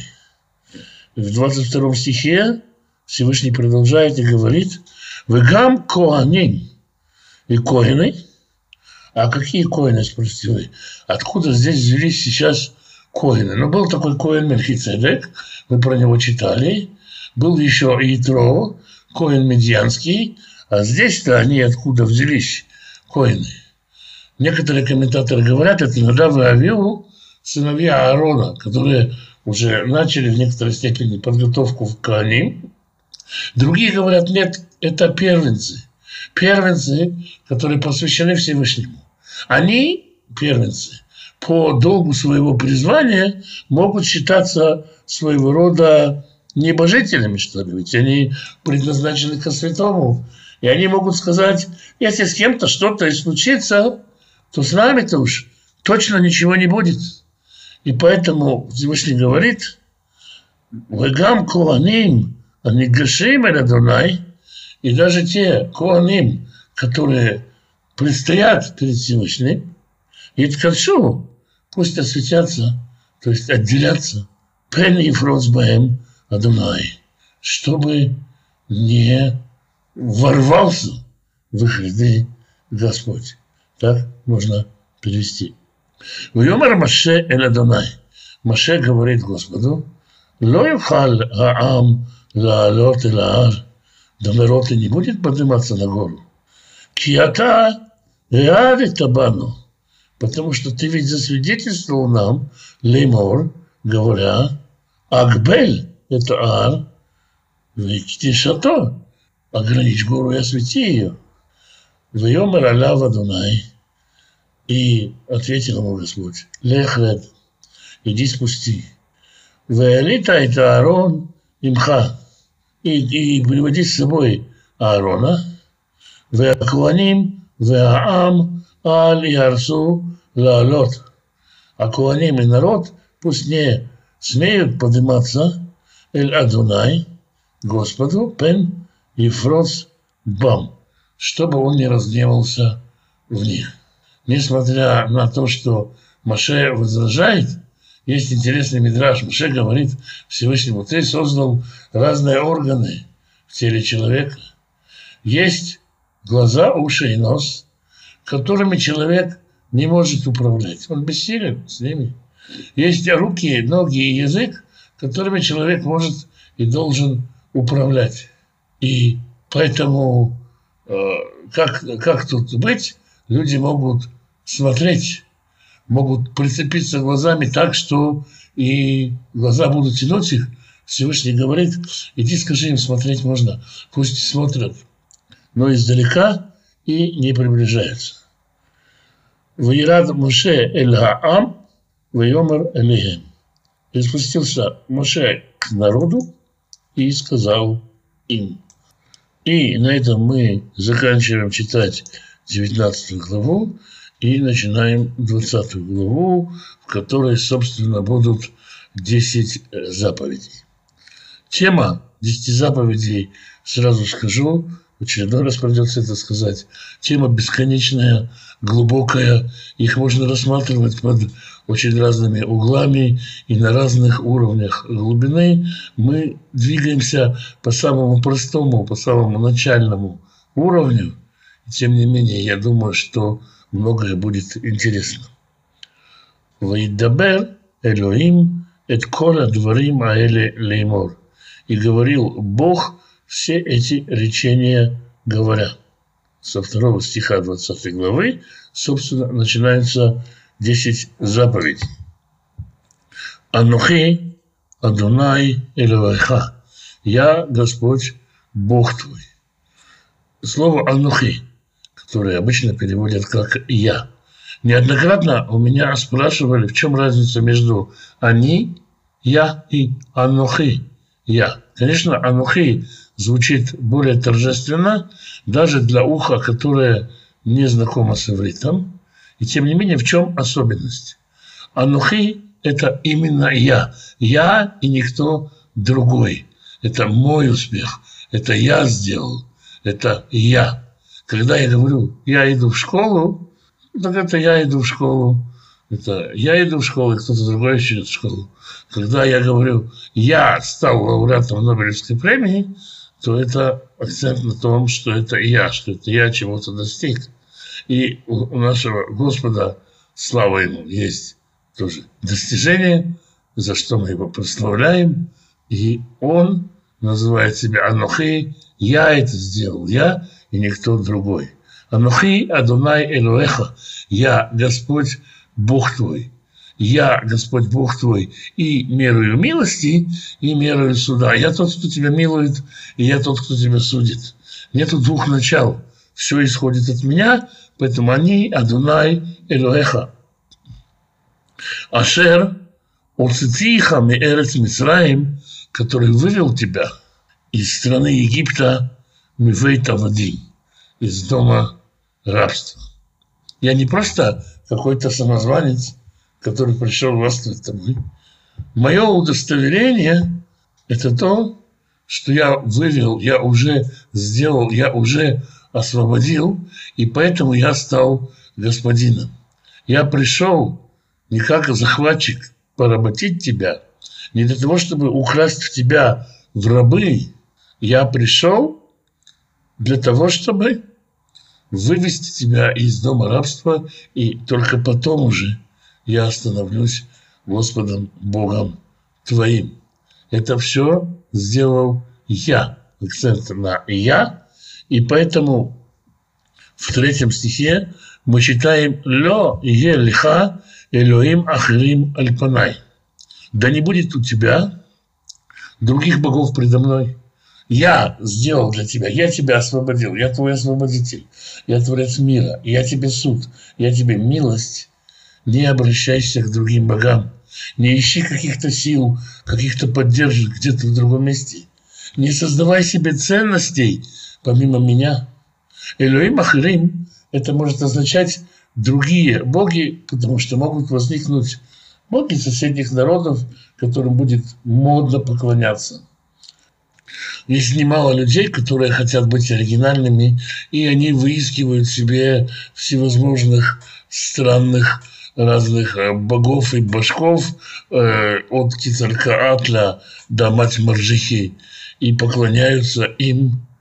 В двадцать втором стихе Всевышний продолжает и говорит: «Вегам коаним» и коины. А какие коины, спросите вы? Откуда здесь взялись сейчас коины? Ну, был такой коин Мелхицедек, мы про него читали. Был еще Итро, коин Медьянский. А здесь-то они откуда взялись, коины? Некоторые комментаторы говорят, это Надав и Авиу, сыновья Аарона, которые уже начали в некоторой степени подготовку к коаним. Другие говорят, нет, это первенцы. Первенцы, которые посвящены Всевышнему. Они, первенцы, по долгу своего призвания могут считаться своего рода небожителями, что ли. Ведь они предназначены ко святому. И они могут сказать, если с кем-то что-то и случится, то с нами-то уж точно ничего не будет. И поэтому Всевышний говорит: «Вегам коаним, анигашим эль Адонай», и даже те коаним, которые предстоят перед Всевышним, иткадшу, пусть осветятся, то есть отделятся, пен ифроц баэм Адонай, чтобы не ворвался в их ряды Господь. Так можно перевести. «Вьомар Моше эль Адонай». Моше говорит Господу: «Ло юхал хаам лаалот эль аар». Да народ и не будет подниматься на гору. «Киата реали табану». Потому что ты ведь засвидетельствовал нам, леймор, говоря, «Акбель» – это аар, «Виктишато» – ограничь гору и освети ее. «Вьомар аляв Адонай». И ответил ему Господь: «Лехред, иди спусти. Веалита это Аарон имха». И, и приводи с собой Аарона. «Веакуаним веаам аль ярсу лаалот». А куаним и народ пусть не смеют подниматься эль Адонай, Господу, пен ифроц бам, чтобы он не разгневался в них. Несмотря на то, что Моше возражает, есть интересный мидраш. Моше говорит Всевышнему: ты создал разные органы в теле человека. Есть глаза, уши и нос, которыми человек не может управлять. Он бессилен с ними. Есть руки, ноги и язык, которыми человек может и должен управлять. И поэтому как, как тут быть? Люди могут смотреть, могут прицепиться глазами так, что и глаза будут тянуть их. Всевышний говорит, иди скажи им, смотреть можно. Пусть смотрят, но издалека и не приближаются. «Ваирад Моше эль хаам, вайомер элейхем». И спустился Моше к народу и сказал им. И на этом мы заканчиваем читать девятнадцатую главу и начинаем двадцатую главу, в которой, собственно, будут десять заповедей. Тема десяти заповедей, сразу скажу, в очередной раз придется это сказать, тема бесконечная, глубокая, их можно рассматривать под очень разными углами и на разных уровнях глубины. Мы двигаемся по самому простому, по самому начальному уровню. И тем не менее, я думаю, что многое будет интересно. «Ваиддабер Элоим эт кола дворим аэле леймор». И говорил Бог все эти речения говоря. Со второго стиха двадцатой главы, собственно, начинается десять заповедей. «Анухи Адонай Элевайха». «Я, Господь, Бог твой». Слово «анухи», которое обычно переводят как «я». Неоднократно у меня спрашивали, в чем разница между «они», «я» и «анухи», «я». Конечно, «анухи» звучит более торжественно, даже для уха, которое не знакомо с ивритом. И тем не менее, в чем особенность? «Анухи» – это именно я. Я и никто другой. Это мой успех. Это я сделал. Это я. Когда я говорю «я иду в школу», так это я иду в школу. Это я иду в школу, и кто-то другой еще идет в школу. Когда я говорю «я стал лауреатом Нобелевской премии», то это акцент на том, что это я, что это я чего-то достиг. И у нашего Господа, слава Ему, есть тоже достижение, за что мы Его прославляем. И Он называет себя «Анухи», «я это сделал, я и никто другой». «Анухи Адонай Элоэха», «я Господь Бог твой». Я, Господь Бог твой, и мерою милости, и мерою суда. Я тот, кто тебя милует, и я тот, кто тебя судит. Нету двух начал. Все исходит от меня, поэтому они Адонай Элоэха. Ашер оцитиха меэрец Мицраим, который вывел тебя из страны Египта, мивейт авадим, из дома рабства. Я не просто какой-то самозванец, который пришел властвовать тобой. Мое удостоверение – это то, что я вывел, я уже сделал, я уже освободил, и поэтому я стал господином. Я пришел не как захватчик поработить тебя, не для того, чтобы украсть в тебя в рабы. Я пришел для того, чтобы вывести тебя из дома рабства, и только потом уже я становлюсь Господом Богом твоим. Это все сделал я. Акцент на я. И поэтому в третьем стихе мы читаем «Ло е лиха Элоим ахирим альпанай». Да не будет у тебя других богов предо мной. Я сделал для тебя, я тебя освободил, я твой освободитель, я творец мира, я тебе суд, я тебе милость. Не обращайся к другим богам. Не ищи каких-то сил, каких-то поддержек где-то в другом месте. Не создавай себе ценностей помимо меня. Элоим ахирим – это может означать другие боги, потому что могут возникнуть боги соседних народов, которым будет модно поклоняться. Есть немало людей, которые хотят быть оригинальными, и они выискивают себе всевозможных странных разных богов и башков, э, от Кицалькаатля до мать Маржихи, и поклоняются им.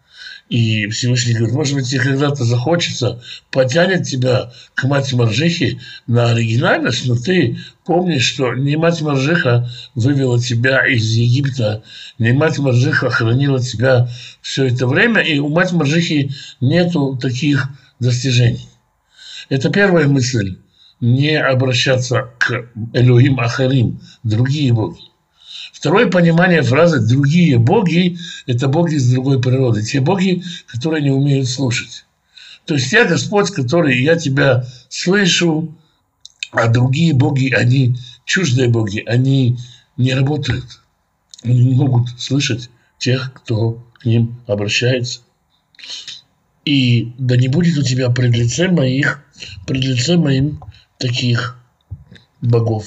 И Всевышний говорит, может быть, тебе когда-то захочется, потянет тебя к мать Маржихе на оригинальность, но ты помнишь, что не мать Маржиха вывела тебя из Египта, не мать Маржиха хранила тебя все это время, и у мать Маржихи нету таких достижений. Это первая мысль. Не обращаться к Элохим Ахарим, другие боги. Второе понимание фразы «другие боги» – это боги с другой природы. Те боги, которые не умеют слушать. То есть я Господь, который я тебя слышу, а другие боги, они чуждые боги, они не работают. Они не могут слышать тех, кто к ним обращается. И да не будет у тебя пред лицем моих, пред лицем моим таких богов.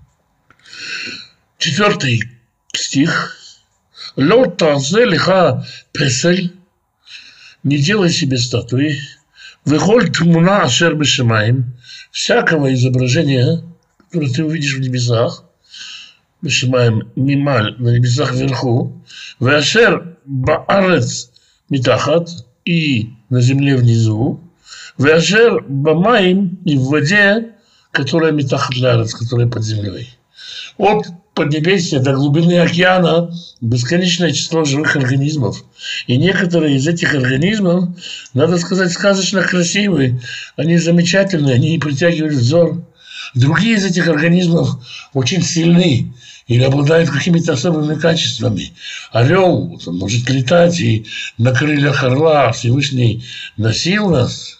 Четвертый стих. Лот тазе лиха песель. Не делай себе статуи. Вехоль тмуна ашер бешемаим. Всякого изображения, которое ты увидишь в небесах. Бешемаим мималь, на небесах вверху. Веашер баарец митахат. И на земле внизу. Веашер бамаим, и в воде, которая митахат ларец, которая под землей. От Поднебесья до глубины океана бесконечное число живых организмов. И некоторые из этих организмов, надо сказать, сказочно красивые. Они замечательные, они притягивают взор. Другие из этих организмов очень сильны или обладают какими-то особыми качествами. Орел он может летать, и на крыльях орла Всевышний носил нас.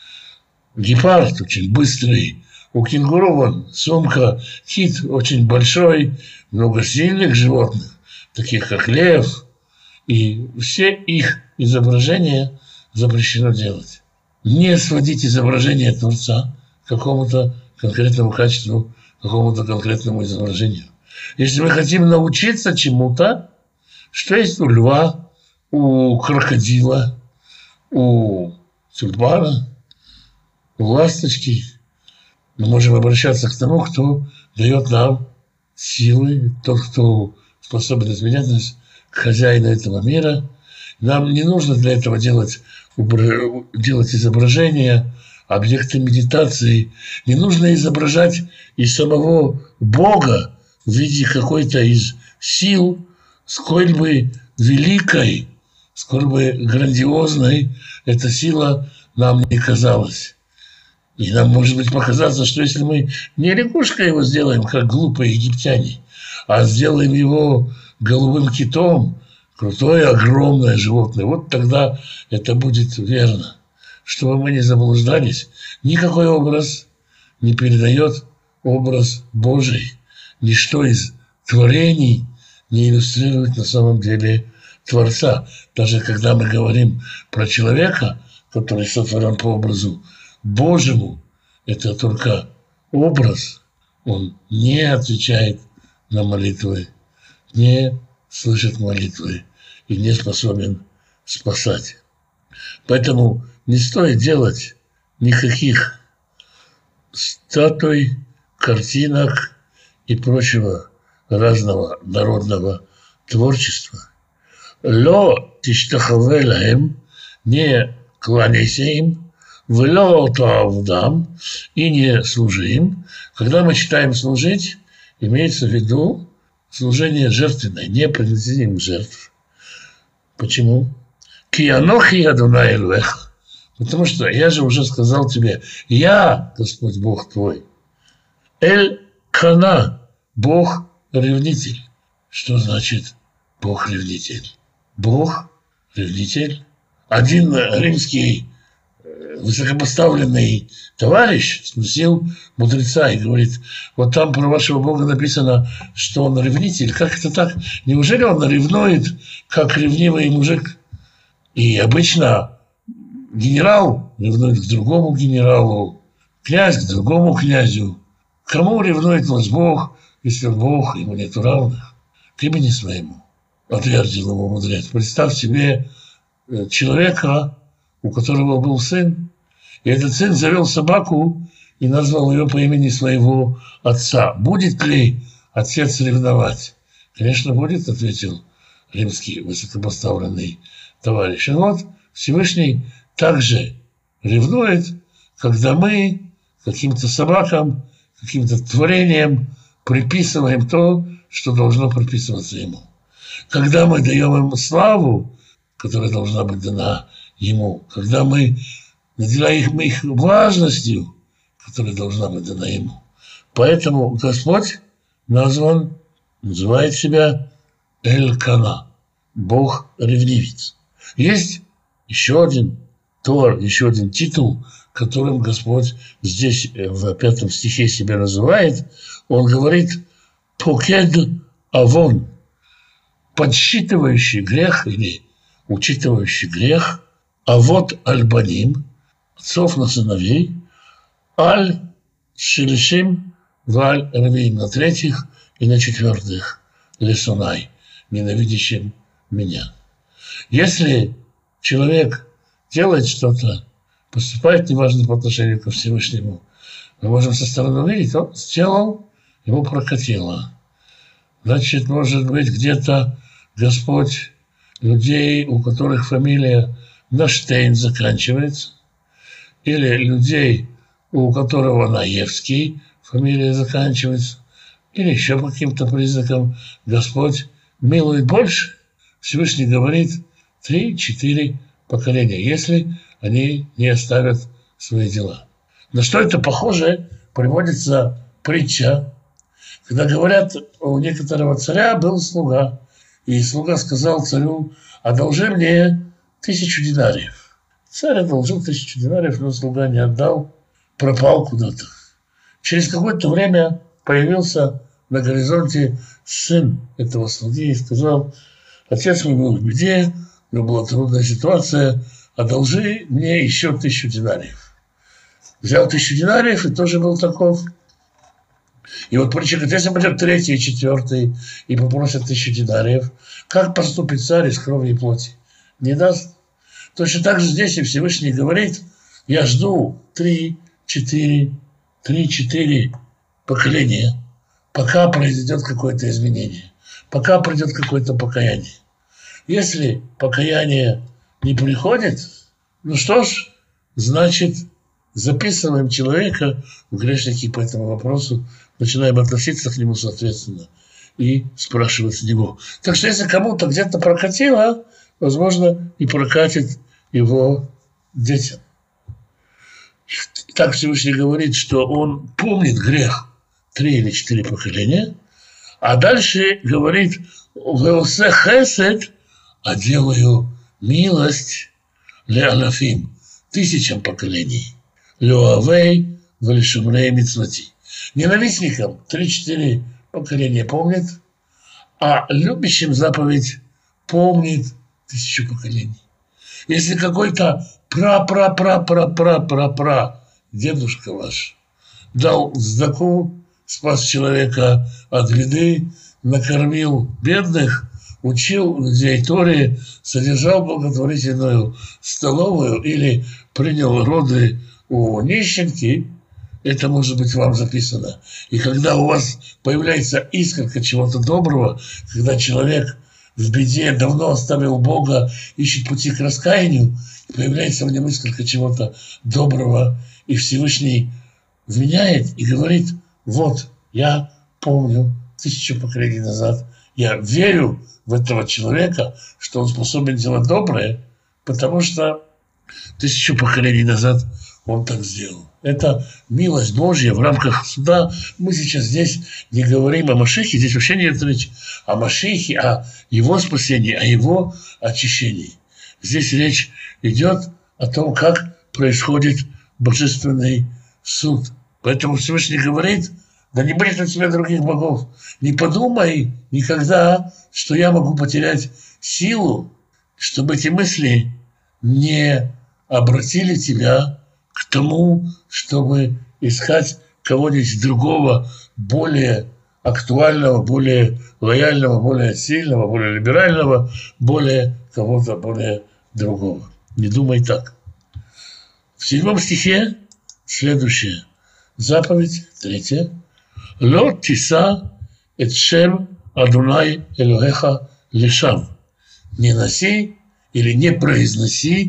Гепард очень быстрый. У кенгуру вон сумка, кит очень большой, много сильных животных, таких как лев. И все их изображения запрещено делать. Не сводить изображение Творца к какому-то конкретному качеству, к какому-то конкретному изображению. Если мы хотим научиться чему-то, что есть у льва, у крокодила, у тюльпана, у ласточки, мы можем обращаться к тому, кто дает нам силы, тот, кто способен изменять нас, к хозяину этого мира. Нам не нужно для этого делать, делать изображения, объекты медитации. Не нужно изображать и самого Бога в виде какой-то из сил, сколь бы великой, сколь бы грандиозной эта сила нам не казалась. И нам может быть показаться, что если мы не лягушкой его сделаем, как глупые египтяне, а сделаем его голубым китом, крутое, огромное животное, вот тогда это будет верно. Чтобы мы не заблуждались, никакой образ не передает образ Божий. Ничто из творений не иллюстрирует на самом деле Творца. Даже когда мы говорим про человека, который сотворен по образу Божьему, это только образ. Он не отвечает на молитвы, не слышит молитвы и не способен спасать. Поэтому не стоит делать никаких статуй, картинок и прочего разного народного творчества. Ло тиштахаве лаэм, не кланяйся им, вело таавдам, и не служи им. Когда мы читаем «служить», имеется в виду служение жертвенное, не принесение им жертв. Почему? «Ки анохи Адонай элохеха», потому что я же уже сказал тебе, я, Господь Бог твой, Эль-Кана, Бог-ревнитель. Что значит Бог-ревнитель? Бог-ревнитель. Один римский высокопоставленный товарищ спросил мудреца и говорит, вот там про вашего Бога написано, что он ревнитель. Как это так? Неужели он ревнует, как ревнивый мужик? И обычно генерал ревнует к другому генералу, князь к другому князю. Кому ревнует ваш Бог, если Бог, ему нету равных? К имени своему, отвердил его мудрец. Представь себе человека, у которого был сын, и этот сын завел собаку и назвал ее по имени своего отца. Будет ли отец ревновать? Конечно, будет, ответил римский высокопоставленный товарищ. И вот Всевышний также ревнует, когда мы каким-то собакам, каким-то творениям приписываем то, что должно приписываться ему. Когда мы даем ему славу, которая должна быть дана ему, когда мы наделяем их важностью, которая должна быть дана ему. Поэтому Господь назван, называет себя Эль-Кана, Бог-ревнивец. Есть еще один Тор, еще один титул, которым Господь здесь в пятом стихе себя называет. Он говорит «Покед авон», подсчитывающий грех или учитывающий грех, а вот альбаним, отцов на сыновей, аль шелешим валь равим, на третьих и на четвертых лесунай, ненавидящим меня. Если человек делает что-то, поступает неважно по отношению ко Всевышнему, мы можем со стороны увидеть, он сделал, ему прокатило. Значит, может быть, где-то Господь людей, у которых фамилия на Штейн заканчивается, или людей, у которого на Евский фамилия заканчивается, или еще по каким-то признакам Господь милует больше. Всевышний говорит три-четыре поколения, если они не оставят свои дела. На что это похоже, приводится притча, когда говорят, у некоторого царя был слуга, и слуга сказал царю: одолжи мне тысячу динариев. Царь одолжил тысячу динариев, но слуга не отдал, пропал куда-то. Через какое-то время появился на горизонте сын этого слуги и сказал: отец мой был в беде, у него была трудная ситуация, одолжи мне еще тысячу динариев. Взял тысячу динариев и тоже был таков. И вот притча говорит, если пойдет третий и четвертый и попросят тысячу динариев, как поступит царь из крови и плоти? Не даст. Точно так же здесь и Всевышний говорит: я жду три, четыре, три-четыре поколения, пока произойдет какое-то изменение, пока придет какое-то покаяние. Если покаяние не приходит, ну что ж, значит, записываем человека в грешники по этому вопросу, начинаем относиться к нему соответственно и спрашивать с него. Так что если кому-то где-то прокатило, возможно, и прокатит его детям. Так Всевышний говорит, что он помнит грех три или четыре поколения, а дальше говорит: «Веосе хесед», а делаю милость ле алафим, тысячам поколений, леуавей велишумрей мицвати. Ненавистникам три-четыре поколения помнит, а любящим заповедь помнит тысячу поколений. Если какой-то пра-пра-пра-пра-пра-пра-пра дедушка ваш дал сдаку, спас человека от беды, накормил бедных, учил людей Торе, содержал благотворительную столовую или принял роды у нищенки, это может быть вам записано. И когда у вас появляется искорка чего-то доброго, когда человек в беде давно оставил Бога, ищет пути к раскаянию, появляется в нем искорка чего-то доброго, и Всевышний вменяет и говорит: вот, я помню тысячу поколений назад, я верю в этого человека, что он способен делать доброе, потому что тысячу поколений назад он так сделал. Это милость Божья в рамках суда. Мы сейчас здесь не говорим о Машихе, здесь вообще нет речи о Машихе, о его спасении, о его очищении. Здесь речь идет о том, как происходит божественный суд. Поэтому Всевышний говорит: да не будет у тебя других богов. Не подумай никогда, что я могу потерять силу, чтобы эти мысли не обратили тебя к тому, чтобы искать кого-нибудь другого, более актуального, более лояльного, более сильного, более либерального, более кого-то более другого. Не думай так. В седьмом стихе следующее. Заповедь третья. «Ло тиса эт шем Адунай Элохеха лешав». Не носи или не произноси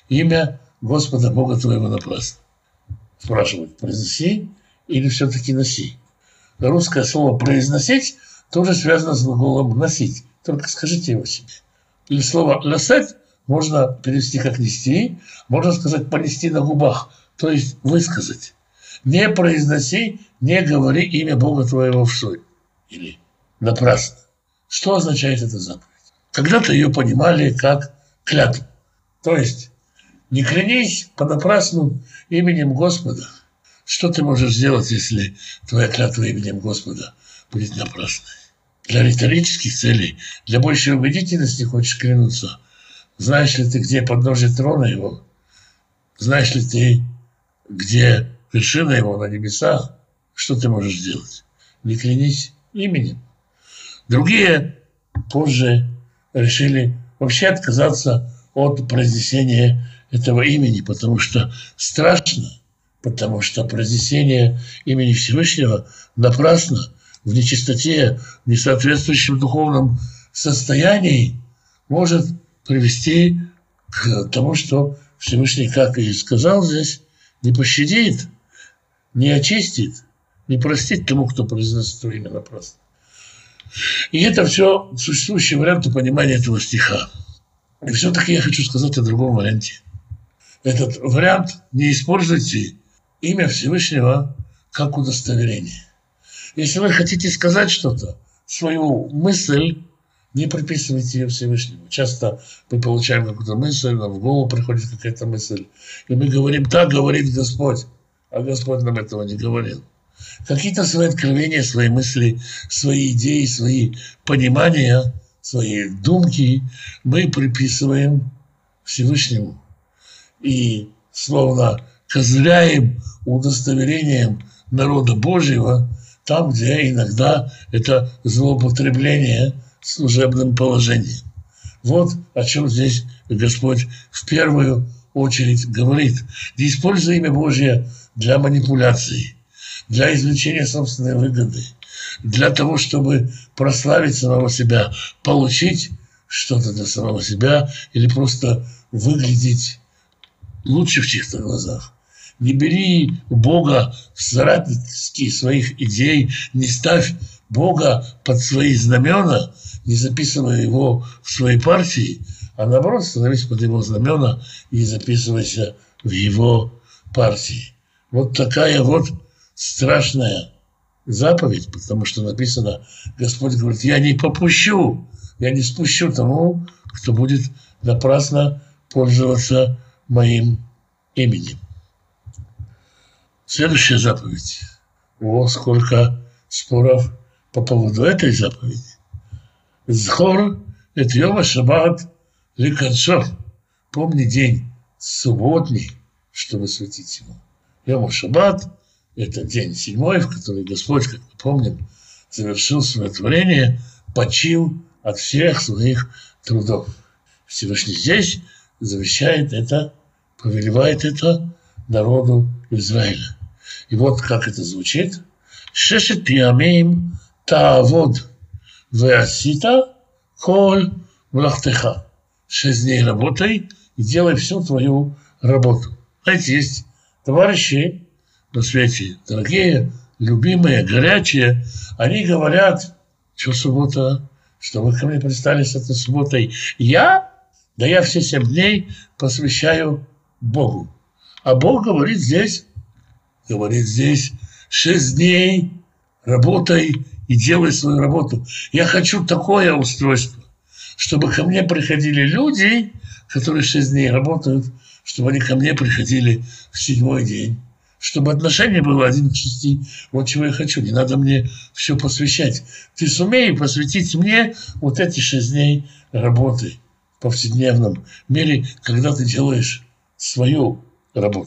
имя Господа Бога твоего напрасно. Спрашивают, произноси или все-таки носи? Русское слово «произносить» тоже связано с глаголом «носить». Только скажите его себе. Или слово «ласет» можно перевести как «нести», можно сказать «понести на губах», то есть высказать. Не произноси, не говори имя Бога твоего вшой. Или напрасно. Что означает эта заповедь? Когда-то ее понимали как клятву. То есть не клянись понапрасну именем Господа. Что ты можешь сделать, если твоя клятва именем Господа будет напрасной? Для риторических целей, для большей убедительности хочешь клянуться. Знаешь ли ты, где подножие трона его? Знаешь ли ты, где вершина его на небесах? Что ты можешь сделать? Не клянись именем. Другие позже решили вообще отказаться от произнесения этого имени, потому что страшно, потому что произнесение имени Всевышнего напрасно, в нечистоте, в несоответствующем духовном состоянии может привести к тому, что Всевышний, как и сказал здесь, не пощадит, не очистит, не простит тому, кто произносит твое имя напрасно. И это все существующие варианты понимания этого стиха. И все-таки я хочу сказать о другом варианте. Этот вариант: не используйте имя Всевышнего как удостоверение. Если вы хотите сказать что-то, свою мысль, не приписывайте ее Всевышнему. Часто мы получаем какую-то мысль, нам в голову приходит какая-то мысль, и мы говорим: так говорит Господь, а Господь нам этого не говорил. Какие-то свои откровения, свои мысли, свои идеи, свои понимания, свои думки мы приписываем Всевышнему. И словно козыряем удостоверением народа Божьего там, где иногда это злоупотребление служебным положением. Вот о чем здесь Господь в первую очередь говорит. Не используй имя Божье для манипуляции, для извлечения собственной выгоды, для того, чтобы прославить самого себя, получить что-то для самого себя или просто выглядеть лучше в чьих-то глазах. Не бери Бога в соратники своих идей, не ставь Бога под свои знамена, не записывай его в своей партии, а наоборот становись под его знамена и записывайся в его партии. Вот такая вот страшная заповедь, потому что написано, Господь говорит: я не попущу, я не спущу тому, кто будет напрасно пользоваться моим именем. Следующая заповедь. О, сколько споров по поводу этой заповеди. Зхор эт йома шаббат ликадшо. Помни день субботний, чтобы светить его. Йома шаббат – это день седьмой, в который Господь, как мы помним, завершил свое творение, почил от всех своих трудов. Всевышний здесь завещает это, повелевает это народу Израиля. И вот как это звучит. Шешет пиамим таавод веасита коль млахтеха. Шесть дней работай и делай всю твою работу. Знаете, есть товарищи на свете, дорогие, любимые, горячие, они говорят: что суббота, что вы ко мне пристали с этой субботой. Я? Да я все семь дней посвящаю Богу. А Бог говорит здесь, говорит здесь, шесть дней работай и делай свою работу. Я хочу такое устройство, чтобы ко мне приходили люди, которые шесть дней работают, чтобы они ко мне приходили в седьмой день. Чтобы отношение было один к шести. Вот чего я хочу. Не надо мне все посвящать. Ты сумей посвятить мне вот эти шесть дней работы в повседневном мире, когда ты делаешь свою работу.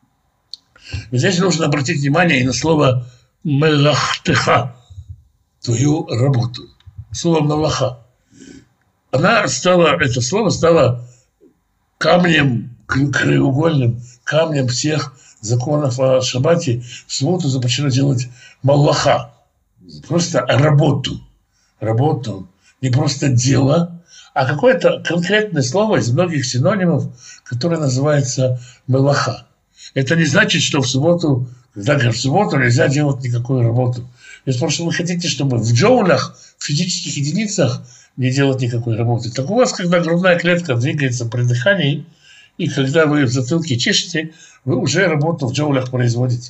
И здесь нужно обратить внимание и на слово «мелахтеха», твою работу. Слово «мелаха». Она стала, это слово стало камнем, краеугольным камнем всех законов о шаббате. В субботу запрещено делать малаха. Просто работу. Работу. Не просто дело, а какое-то конкретное слово из многих синонимов, которое называется мелаха. Это не значит, что в субботу, когда говорят, в субботу нельзя делать никакую работу. Если просто вы хотите, чтобы в джоулях, в физических единицах не делать никакой работы. Так у вас, когда грудная клетка двигается при дыхании, и когда вы в затылке чешете, вы уже работу в джоулях производите.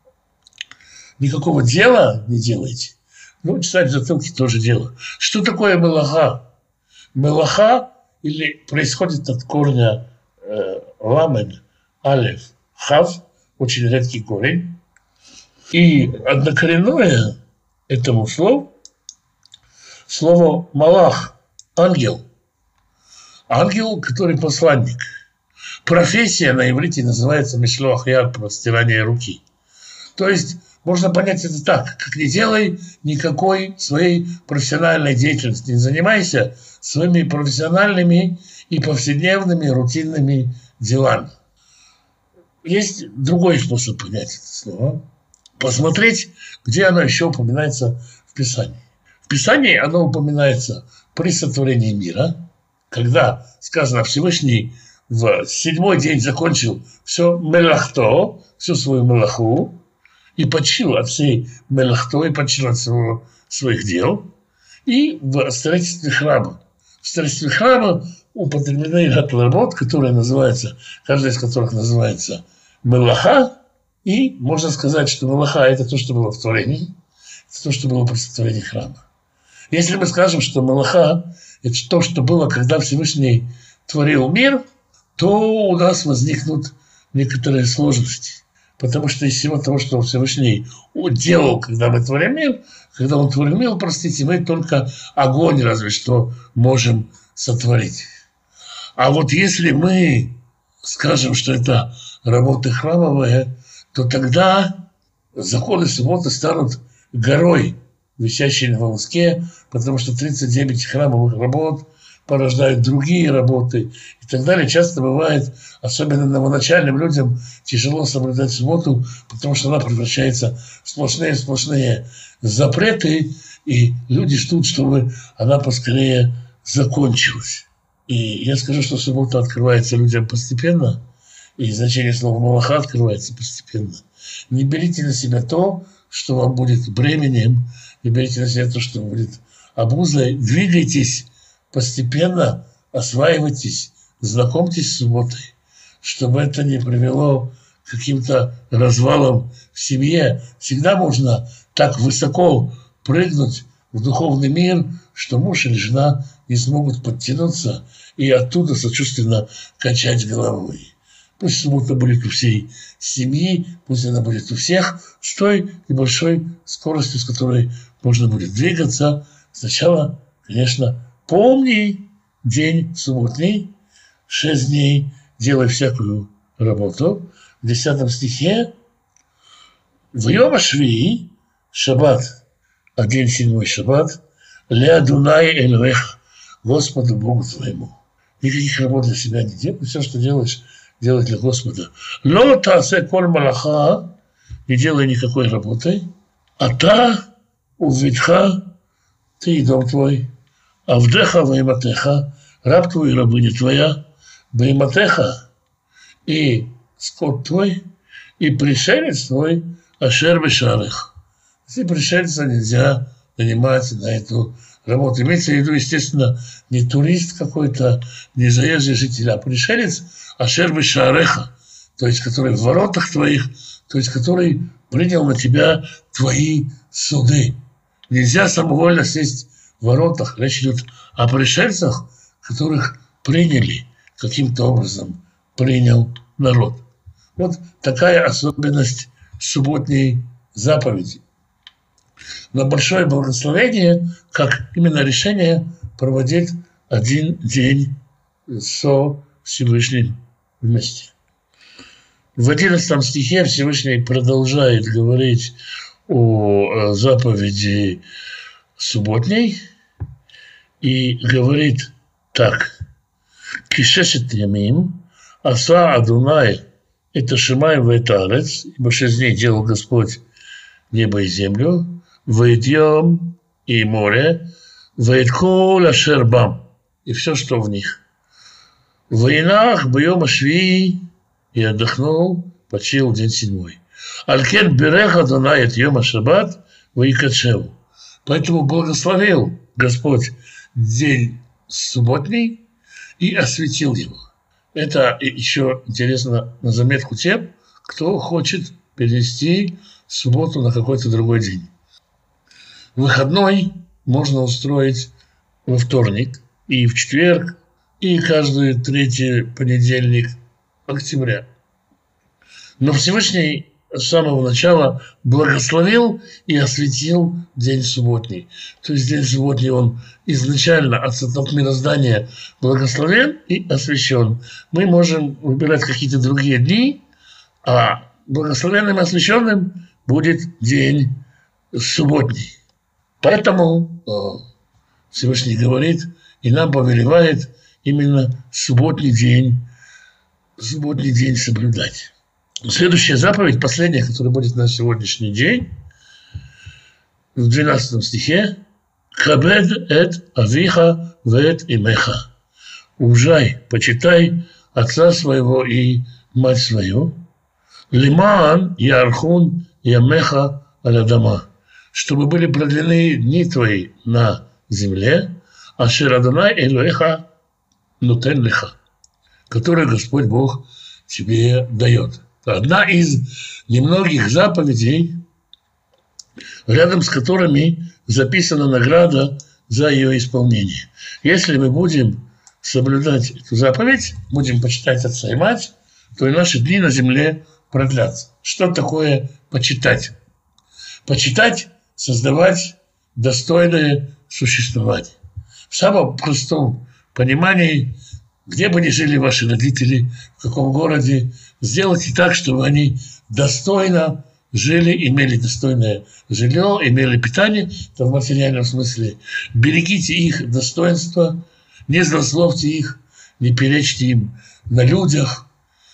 Никакого дела не делаете. Ну, читать в затылке тоже дело. Что такое мелаха? Мелаха или происходит от корня э, ламен, алев, хав, очень редкий корень. И однокоренное этому слову слово малах, ангел. Ангел, который посланник. Профессия на иврите называется мишлох яд, простирание руки. То есть можно понять это так, как не делай никакой своей профессиональной деятельности, не занимайся своими профессиональными и повседневными рутинными делами. Есть другой способ понять это слово. Посмотреть, где оно еще упоминается в Писании. В Писании оно упоминается при сотворении мира, когда сказано Всевышний в седьмой день закончил все мелахто, всю свою мелаху, и почил от всей мелахто, и почил от всего своих дел, и в строительстве храма. В строительстве храма употреблены ряд работ, которые называются, каждая из которых называется мелаха, и можно сказать, что мелаха – это то, что было в творении, это то, что было при сотворении храма. Если мы скажем, что мелаха – это то, что было, когда Всевышний творил мир, то у нас возникнут некоторые сложности. Потому что из всего того, что Всевышний делал, когда мы творим мир, когда Он творил мир, простите, мы только огонь разве что можем сотворить. А вот если мы скажем, что это работы храмовые, то тогда законы субботы станут горой, висящей на волоске, потому что тридцать девять храмовых работ порождают другие работы и так далее. Часто бывает, особенно новоначальным людям, тяжело соблюдать субботу, потому что она превращается в сплошные-сплошные запреты, и люди ждут, чтобы она поскорее закончилась. И я скажу, что суббота открывается людям постепенно, и значение слова «малаха» открывается постепенно. Не берите на себя то, что вам будет бременем, не берите на себя то, что вам будет обузой. Двигайтесь постепенно, осваивайтесь, знакомьтесь с субботой, чтобы это не привело к каким-то развалам в семье. Всегда можно так высоко прыгнуть в духовный мир, что муж или жена не смогут подтянуться и оттуда сочувственно качать головой. Пусть суббота будет у всей семьи, пусть она будет у всех с той небольшой скоростью, с которой можно будет двигаться. Сначала, конечно, помни день субботний, шесть дней делай всякую работу. В десятом стихе в йом ашвии, шаббат, а день седьмой шаббат, ля Адунай эльвех, Господу Богу твоему. Никаких работ для себя не делай, все, что делаешь, делай для Господа. Ло таасе коль малаха, не делай никакой работы, а та увидха, ты и дом твой, авдеха ваиматеха, раб твой и рабыня твоя, ваиматеха и скот твой, и пришелец твой, ашер бешарых. Если пришельца нельзя нанимать на эту работу. Имеется в виду, естественно, не турист какой-то, не заезжий житель, а пришелец, ашер бешареха, то есть который в воротах твоих, то есть который принял на тебя твои суды. Нельзя самовольно сесть в воротах. Речь идет о пришельцах, которых приняли, каким-то образом принял народ. Вот такая особенность субботней заповеди. Но большое благословение, как именно решение проводить один день со Всевышним вместе. В одиннадцатом стихе Всевышний продолжает говорить о заповеди субботней и говорит так: «Кишешет ямим, аса Адунай, это Шимай вет арец, ибо шесть дней делал Господь небо и землю, вейдьем и море, вейдкол ашер бам, и все, что в них. Войнах бьем ашви и отдохнул, почил день седьмой. Алькен береха донает йома шаббат ваикачеву. Поэтому благословил Господь день субботний и осветил его. Это еще интересно на заметку тем, кто хочет перенести субботу на какой-то другой день. Выходной можно устроить во вторник и в четверг, и каждый третий понедельник октября. Но Всевышний с самого начала благословил и осветил день субботний. То есть день субботний он изначально от мироздания благословен и освящен. Мы можем выбирать какие-то другие дни, а благословенным и освященным будет день субботний. Поэтому Всевышний говорит и нам повелевает именно субботний день, субботний день соблюдать. Следующая заповедь, последняя, которая будет на сегодняшний день, в двенадцатом стихе. «Кабед эт авиха вэт имеха». «Уважай, почитай отца своего и мать свою». «Лимаан ярхун ямеха алядама». «Чтобы были продлены дни твои на земле, ашер Адонай элоэха нутен леха», который Господь Бог тебе дает. Одна из немногих заповедей, рядом с которыми записана награда за ее исполнение. Если мы будем соблюдать эту заповедь, будем почитать отца и мать, то и наши дни на земле продлятся. Что такое почитать? Почитать – создавать достойное существование. В самом простом понимании, где бы ни жили ваши родители, в каком городе, сделайте так, чтобы они достойно жили, имели достойное жилье, имели питание, то в материальном смысле. Берегите их достоинство, не злословьте их, не перечьте им на людях,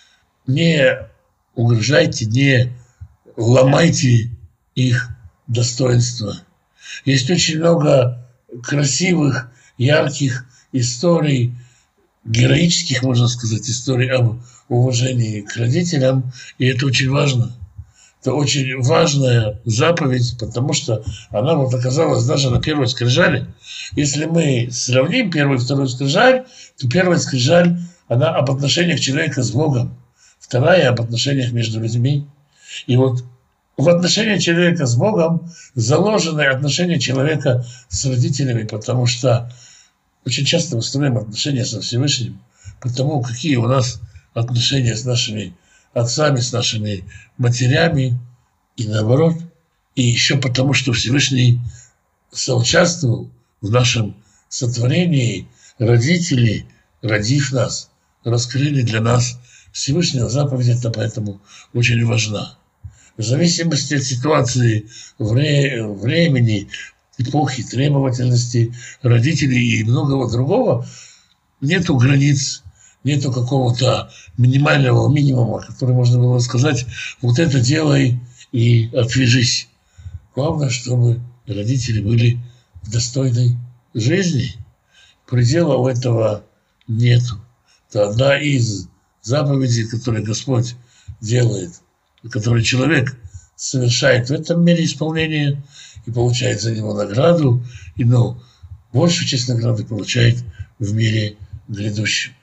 не угрожайте, не ломайте их достоинство. Есть очень много красивых, ярких историй, героических, можно сказать, историй об уважении к родителям, и это очень важно. Это очень важная заповедь, потому что она вот оказалась даже на первой скрижали. Если мы сравним первую и вторую скрижаль, то первая скрижаль, она об отношениях человека с Богом, вторая об отношениях между людьми. И вот в отношении человека с Богом заложены отношения человека с родителями, потому что очень часто мы строим отношения со Всевышним, потому какие у нас отношения с нашими отцами, с нашими матерями и наоборот. И еще потому, что Всевышний соучаствовал в нашем сотворении, родители, родив нас, раскрыли для нас Всевышнего. Заповедь это поэтому очень важна. В зависимости от ситуации, вре- времени, эпохи, требовательности родителей и многого другого, нету границ, нету какого-то минимального минимума, который можно было сказать, вот это делай и отвяжись. Главное, чтобы родители были в достойной жизни. Предела у этого нету. Это одна из заповедей, которые Господь делает, который человек совершает в этом мире исполнение и получает за него награду, и ну, большую часть награды получает в мире грядущем.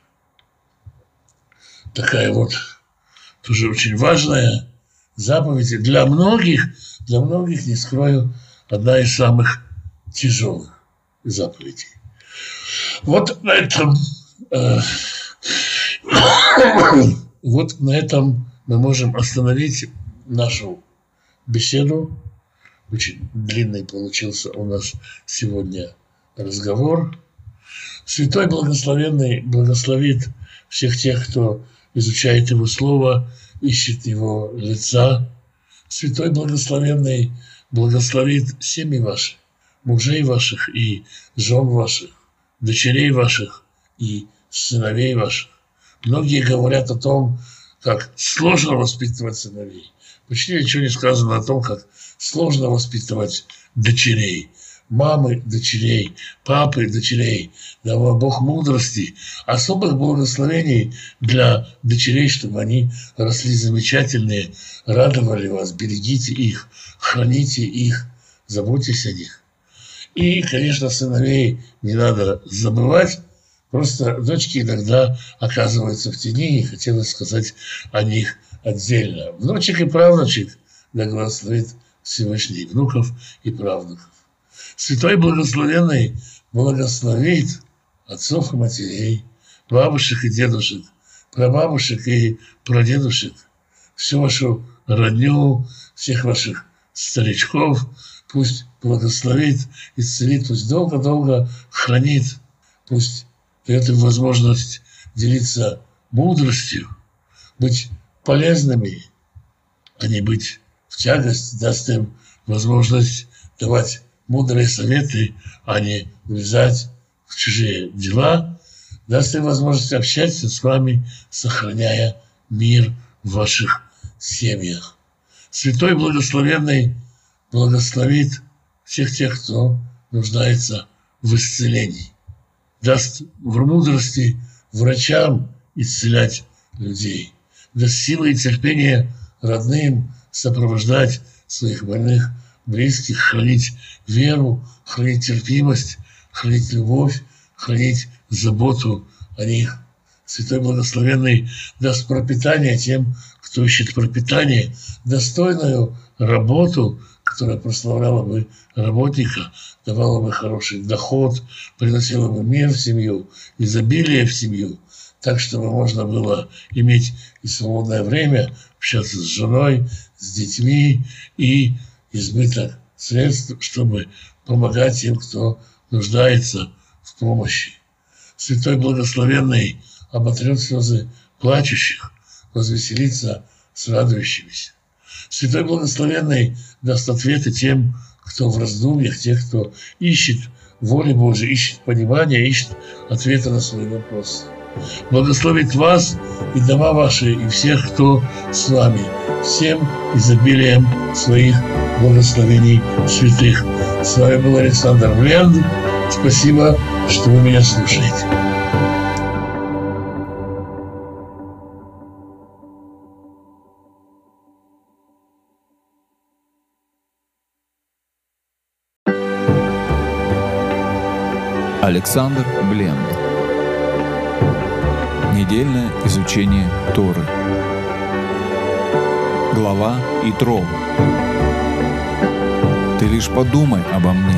Такая вот тоже очень важная заповедь. Для многих, для многих, не скрою, одна из самых тяжелых заповедей. Вот на этом э, вот на этом мы можем остановить нашу беседу. Очень длинный получился у нас сегодня разговор. Святой Благословенный благословит всех тех, кто изучает Его Слово, ищет Его лица. Святой Благословенный благословит семьи ваши, мужей ваших и жен ваших, дочерей ваших и сыновей ваших. Многие говорят о том, как сложно воспитывать сыновей. Почти ничего не сказано о том, как сложно воспитывать дочерей. мамы дочерей, папы дочерей, давал Бог мудрости, особых благословений для дочерей, чтобы они росли замечательные, радовали вас, берегите их, храните их, заботьтесь о них. И, конечно, сыновей не надо забывать, просто дочки иногда оказываются в тени, и хотелось сказать о них отдельно. Внучек и правнучек да благословит Всевышний, внуков и правнуков. Святой Благословенный благословит отцов и матерей, бабушек и дедушек, прабабушек и прадедушек, всю вашу родню, всех ваших старичков, пусть благословит, исцелит, пусть долго-долго хранит, пусть дает им возможность делиться мудростью, быть полезными, а не быть в тягость, даст им возможность давать мудрые советы, а не влезать в чужие дела, даст им возможность общаться с вами, сохраняя мир в ваших семьях. Святой Благословенный благословит всех тех, кто нуждается в исцелении. Даст в мудрости врачам исцелять людей. Даст силы и терпение родным сопровождать своих больных, близких, хранить веру, хранить терпимость, хранить любовь, хранить заботу о них. Святой Благословенный даст пропитание тем, кто ищет пропитание, достойную работу, которая прославляла бы работника, давала бы хороший доход, приносила бы мир в семью, изобилие в семью, так, чтобы можно было иметь и свободное время, общаться с женой, с детьми и избыток средств, чтобы помогать тем, кто нуждается в помощи. Святой Благословенный оботрет слезы плачущих, возвеселится с радующимися. Святой Благословенный даст ответы тем, кто в раздумьях, тех, кто ищет воли Божией, ищет понимания, ищет ответы на свои вопросы. Благословит вас и дома ваши, и всех, кто с вами, всем изобилием своих благословений святых. С вами был Александр Бленд. Спасибо, что вы меня слушаете. Александр Бленд. Недельное изучение Торы. Глава Итро. Ты лишь подумай обо мне.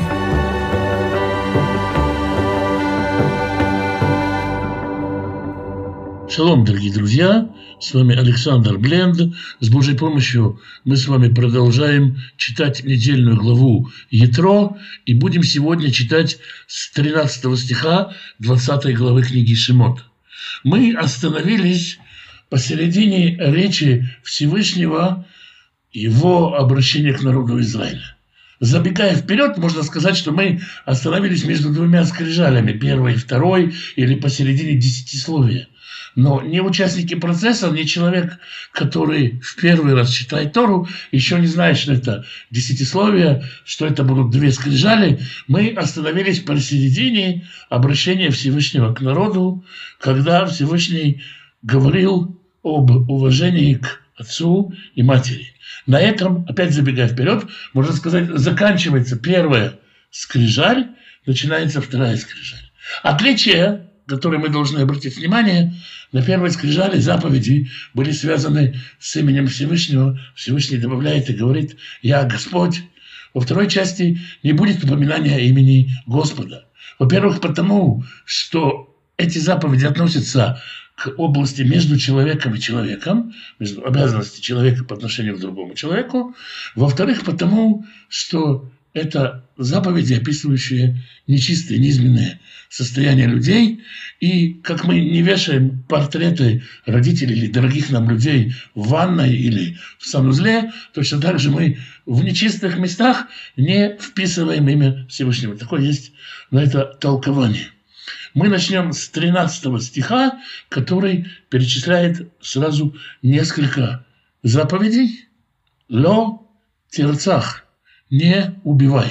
Шалом, дорогие друзья, с вами Александр Бленд. С Божьей помощью мы с вами продолжаем читать недельную главу Итро и будем сегодня читать с тринадцатого стиха двадцатой главы книги Шемот. Мы остановились посередине речи Всевышнего, его обращения к народу Израиля. Забегая вперед, можно сказать, что мы остановились между двумя скрижалями, первой и второй, или посередине десятисловия. Но ни участники процесса, ни человек, который в первый раз читает Тору, еще не знает, что это десятисловие, что это будут две скрижали. Мы остановились посередине обращения Всевышнего к народу, когда Всевышний говорил об уважении к отцу и матери. На этом, опять забегая вперед, можно сказать, заканчивается первая скрижаль, начинается вторая скрижаль. Отличие, которое мы должны обратить внимание, на первой скрижали заповеди были связаны с именем Всевышнего. Всевышний добавляет и говорит: «Я Господь». Во второй части не будет упоминания имени Господа. Во-первых, потому что эти заповеди относятся к области между человеком и человеком, между обязанностью человека по отношению к другому человеку. Во-вторых, потому что это заповеди, описывающие нечистые, низменные состояния людей. И как мы не вешаем портреты родителей или дорогих нам людей в ванной или в санузле, точно так же мы в нечистых местах не вписываем имя Всевышнего. Такое есть на это толкование. Мы начнем с тринадцатого стиха, который перечисляет сразу несколько заповедей. «Ло тирцах» – «не убивай».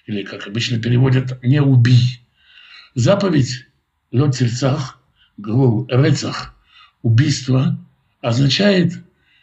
или, как обычно переводят, «не убий». Заповедь «ло тирцах», «рецах», убийство, означает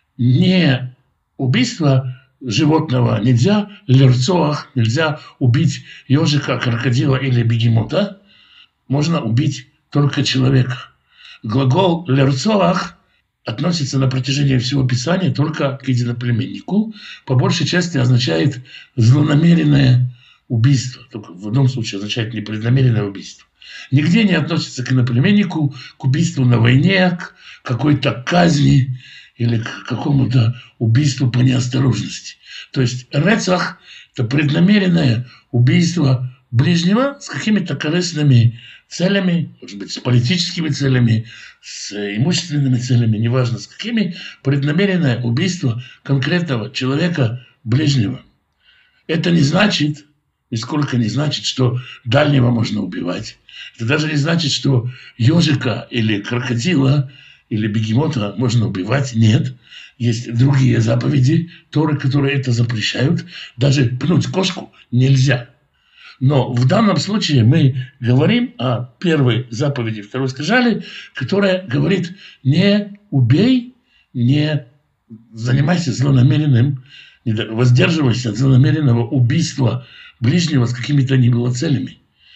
не убийство животного. Нельзя лерцоах, нельзя убить ежика, крокодила или бегемота. Можно убить только человека. Глагол лерцоах относится на протяжении всего Писания только к единоплеменнику. По большей части означает злонамеренное убийство. Только в одном случае означает непреднамеренное убийство. Нигде не относится к иноплеменнику, к убийству на войне, к какой-то казни или к какому-то убийству по неосторожности. То есть рецах – это преднамеренное убийство ближнего с какими-то корыстными целями, может быть, с политическими целями, с имущественными целями, неважно с какими, преднамеренное убийство конкретного человека ближнего. Это не значит, нисколько не значит, что дальнего можно убивать. Это даже не значит, что ежика или крокодила или бегемота можно убивать. Нет. Есть другие заповеди Торы, которые это запрещают. Даже пнуть кошку нельзя. Но в данном случае мы говорим о первой заповеди второй скрижали, которая говорит: не убей, не занимайся злонамеренным, воздерживайся от злонамеренного убийства ближнего с какими-то ни было целями.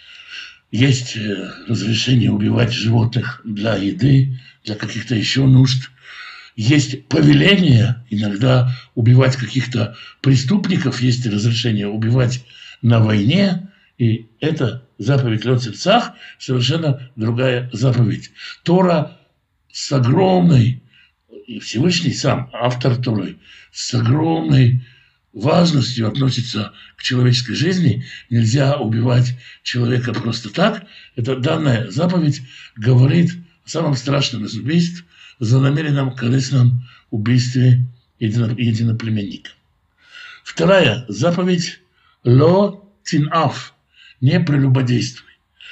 Есть разрешение убивать животных для еды, для каких-то еще нужд. Есть повеление иногда убивать каких-то преступников, есть разрешение убивать на войне. И это заповедь «ло тирцах» совершенно другая заповедь. Тора с огромной, и Всевышний сам, автор Торы, с огромной важностью относится к человеческой жизни. Нельзя убивать человека просто так. Эта данная заповедь говорит о самом страшном из убийств, злонамеренном корыстном убийстве единоплеменника. Вторая заповедь «ло тинав» – не прелюбодействуй.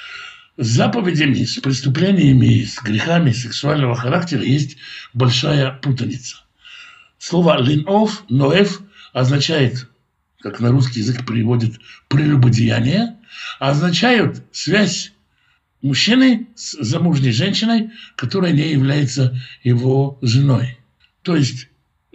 С заповедями, с преступлениями, с грехами сексуального характера есть большая путаница. Слово «линов», «ноэв» означает, как на русский язык переводит, прелюбодеяние, а означают связь мужчины с замужней женщиной, которая не является его женой. То есть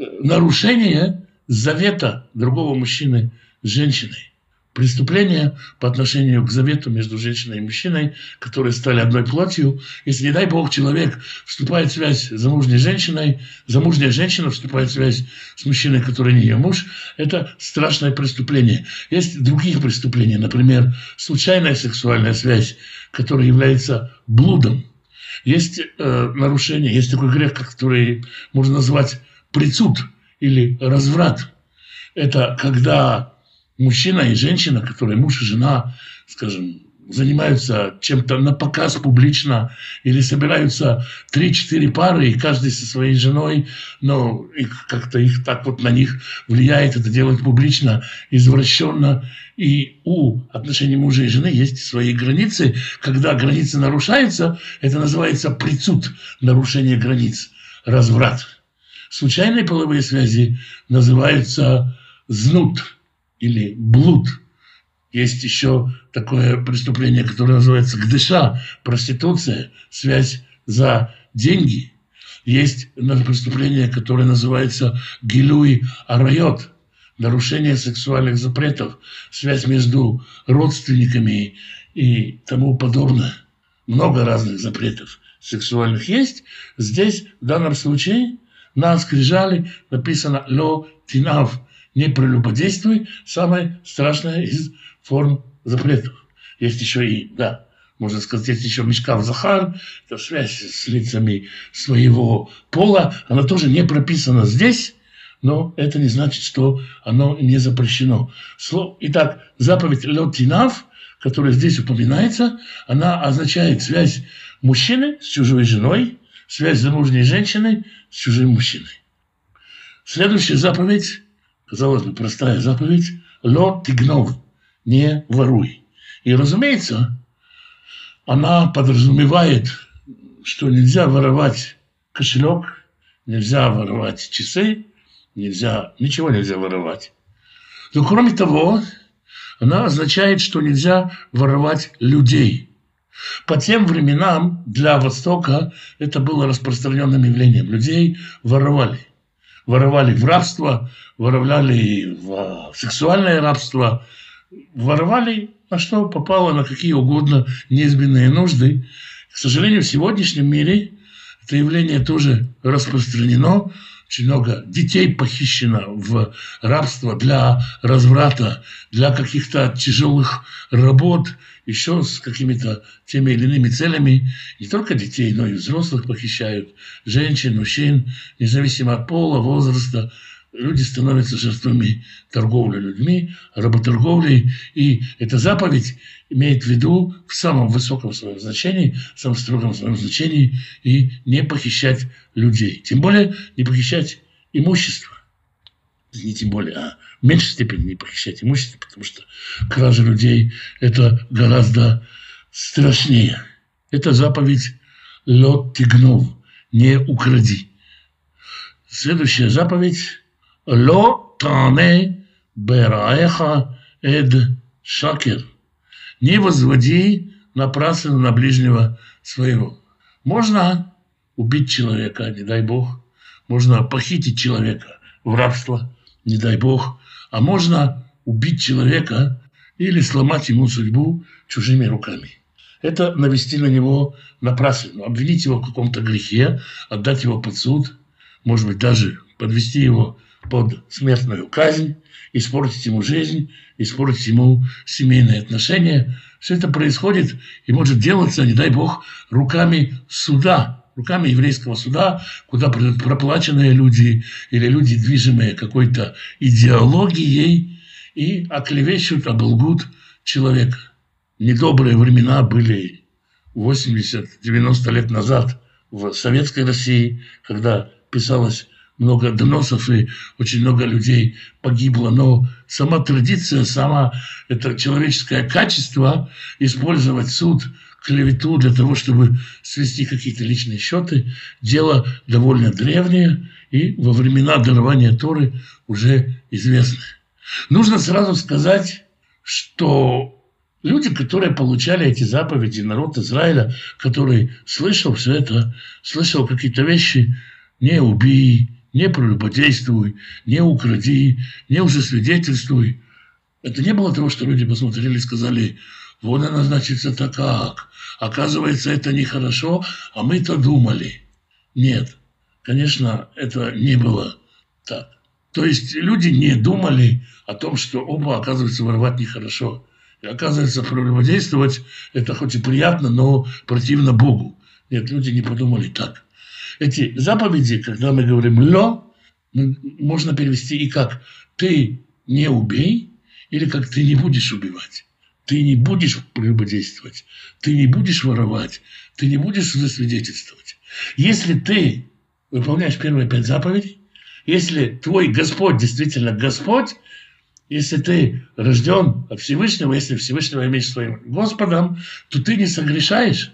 нарушение завета другого мужчины с женщиной. Преступление по отношению к завету между женщиной и мужчиной, которые стали одной плотью. Если, не дай Бог, человек вступает в связь с замужней женщиной, замужняя женщина вступает в связь с мужчиной, который не ее муж, это страшное преступление. Есть другие преступления, например, случайная сексуальная связь, которая является блудом. Есть э, нарушение, есть такой грех, который можно назвать прицуд или разврат. Это когда мужчина и женщина, которые муж и жена, скажем, занимаются чем-то на показ публично, или собираются три-четыре пары, и каждый со своей женой, но их, как-то их так вот на них влияет, это делать публично, извращенно. И у отношений мужа и жены есть свои границы. Когда границы нарушаются, это называется прицуд, нарушение границ, разврат. Случайные половые связи называются знут или блуд. Есть еще такое преступление, которое называется гдыша, проституция, связь за деньги. Есть преступление, которое называется гилуй арайот, нарушение сексуальных запретов, связь между родственниками и тому подобное. Много разных запретов сексуальных есть. Здесь, в данном случае, на скрижали написано «ло тинав», не прелюбодействуй, самая страшная из форм запретов. Есть еще и, да, можно сказать, есть еще мишкав захар, это связь с лицами своего пола, она тоже не прописана здесь, но это не значит, что оно не запрещено. Итак, заповедь «ло тинав», которая здесь упоминается, она означает связь мужчины с чужой женой, связь замужней женщины с чужим мужчиной. Следующая заповедь, казалось бы, простая заповедь, «ло тигнов», не воруй. И, разумеется, она подразумевает, что нельзя воровать кошелек, нельзя воровать часы, нельзя, ничего нельзя воровать. Но, кроме того, Она означает, что нельзя воровать людей. По тем временам для Востока это было распространенным явлением. Людей воровали. Воровали в рабство, воровали в сексуальное рабство, воровали на что попало, на какие угодно неизбежные нужды. К сожалению, в сегодняшнем мире это явление тоже распространено. Очень много детей похищено в рабство для разврата, для каких-то тяжелых работ, еще с какими-то теми или иными целями. Не только детей, но и взрослых похищают, женщин, мужчин, независимо от пола, возраста. Люди становятся жертвами торговли людьми, работорговлей. И эта заповедь имеет в виду в самом высоком своем значении, в самом строгом своем значении и не похищать людей. Тем более не похищать имущество. Не тем более, а в меньшей степени не похищать имущество, потому что кража людей – это гораздо страшнее. Это заповедь «Ло тигнов» – «не укради». Следующая заповедь «Ло тане бераэха эд шакер» – «Не возводи напрасно на ближнего своего». Можно убить человека, не дай Бог. Можно похитить человека в рабство, не дай Бог. А можно убить человека или сломать ему судьбу чужими руками. Это навести на него напраслину, обвинить его в каком-то грехе, отдать его под суд, может быть, даже подвести его под смертную казнь, испортить ему жизнь, испортить ему семейные отношения. Все это происходит и может делаться, не дай Бог, руками суда, руками еврейского суда, куда придут проплаченные люди или люди, движимые какой-то идеологией, и оклевещут, оболгут человека. Недобрые времена были восемьдесят-девяносто лет назад в Советской России, когда писалось много доносов и очень много людей погибло. Но сама традиция, сама это человеческое качество использовать суд, клевету для того, чтобы свести какие-то личные счеты, дело довольно древнее и во времена дарования Торы уже известное. Нужно сразу сказать, что люди, которые получали эти заповеди, народ Израиля, который слышал все это, слышал какие-то вещи: не убей, не прелюбодействуй, не укради, не лжесвидетельствуй. Это не было того, что люди посмотрели и сказали: вот она, значит, это как. Оказывается, это нехорошо, а мы-то думали. Нет, конечно, это не было так. То есть люди не думали о том, что оба, оказывается, воровать нехорошо. И оказывается, прелюбодействовать – это хоть и приятно, но противно Богу. Нет, люди не подумали так. Эти заповеди, когда мы говорим «ло», можно перевести и как «ты не убей» или как «ты не будешь убивать». Ты не будешь прелюбодействовать, ты не будешь воровать, ты не будешь засвидетельствовать. Если ты выполняешь первые пять заповедей, если твой Господь действительно Господь, если ты рожден от Всевышнего, если Всевышнего имеешь своим Господом, то ты не согрешаешь.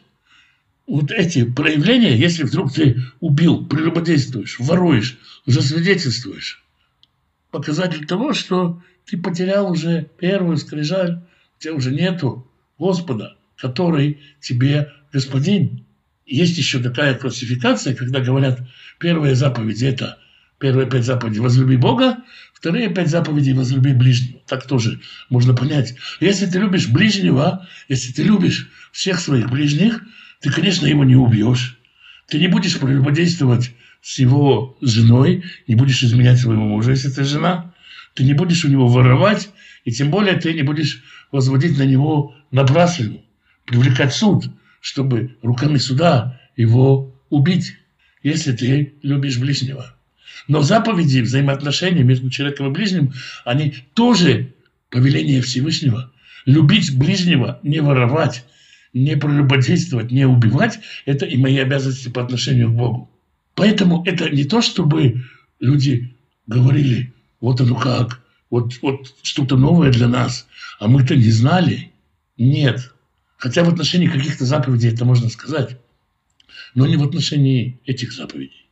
Вот эти проявления, если вдруг ты убил, прелюбодействуешь, воруешь, засвидетельствуешь, показатель того, что ты потерял уже первую скрижаль, у тебя уже нету Господа, который тебе господин. Есть еще такая классификация, когда говорят, первые заповеди – это первые пять заповедей «возлюби Бога», вторые пять заповедей «возлюби ближнего». Так тоже можно понять. Если ты любишь ближнего, если ты любишь всех своих ближних, ты, конечно, его не убьешь. Ты не будешь прелюбодействовать с его женой, не будешь изменять своему мужу, если ты жена. Ты не будешь у него воровать, и тем более ты не будешь возводить на него напраслину, привлекать суд, чтобы руками суда его убить, если ты любишь ближнего. Но заповеди, взаимоотношения между человеком и ближним, они тоже повеление Всевышнего. Любить ближнего, не воровать, не прелюбодействовать, не убивать – это и мои обязанности по отношению к Богу. Поэтому это не то, чтобы люди говорили, вот оно как, вот, вот что-то новое для нас, а мы-то не знали. Нет. Хотя в отношении каких-то заповедей это можно сказать, но не в отношении этих заповедей.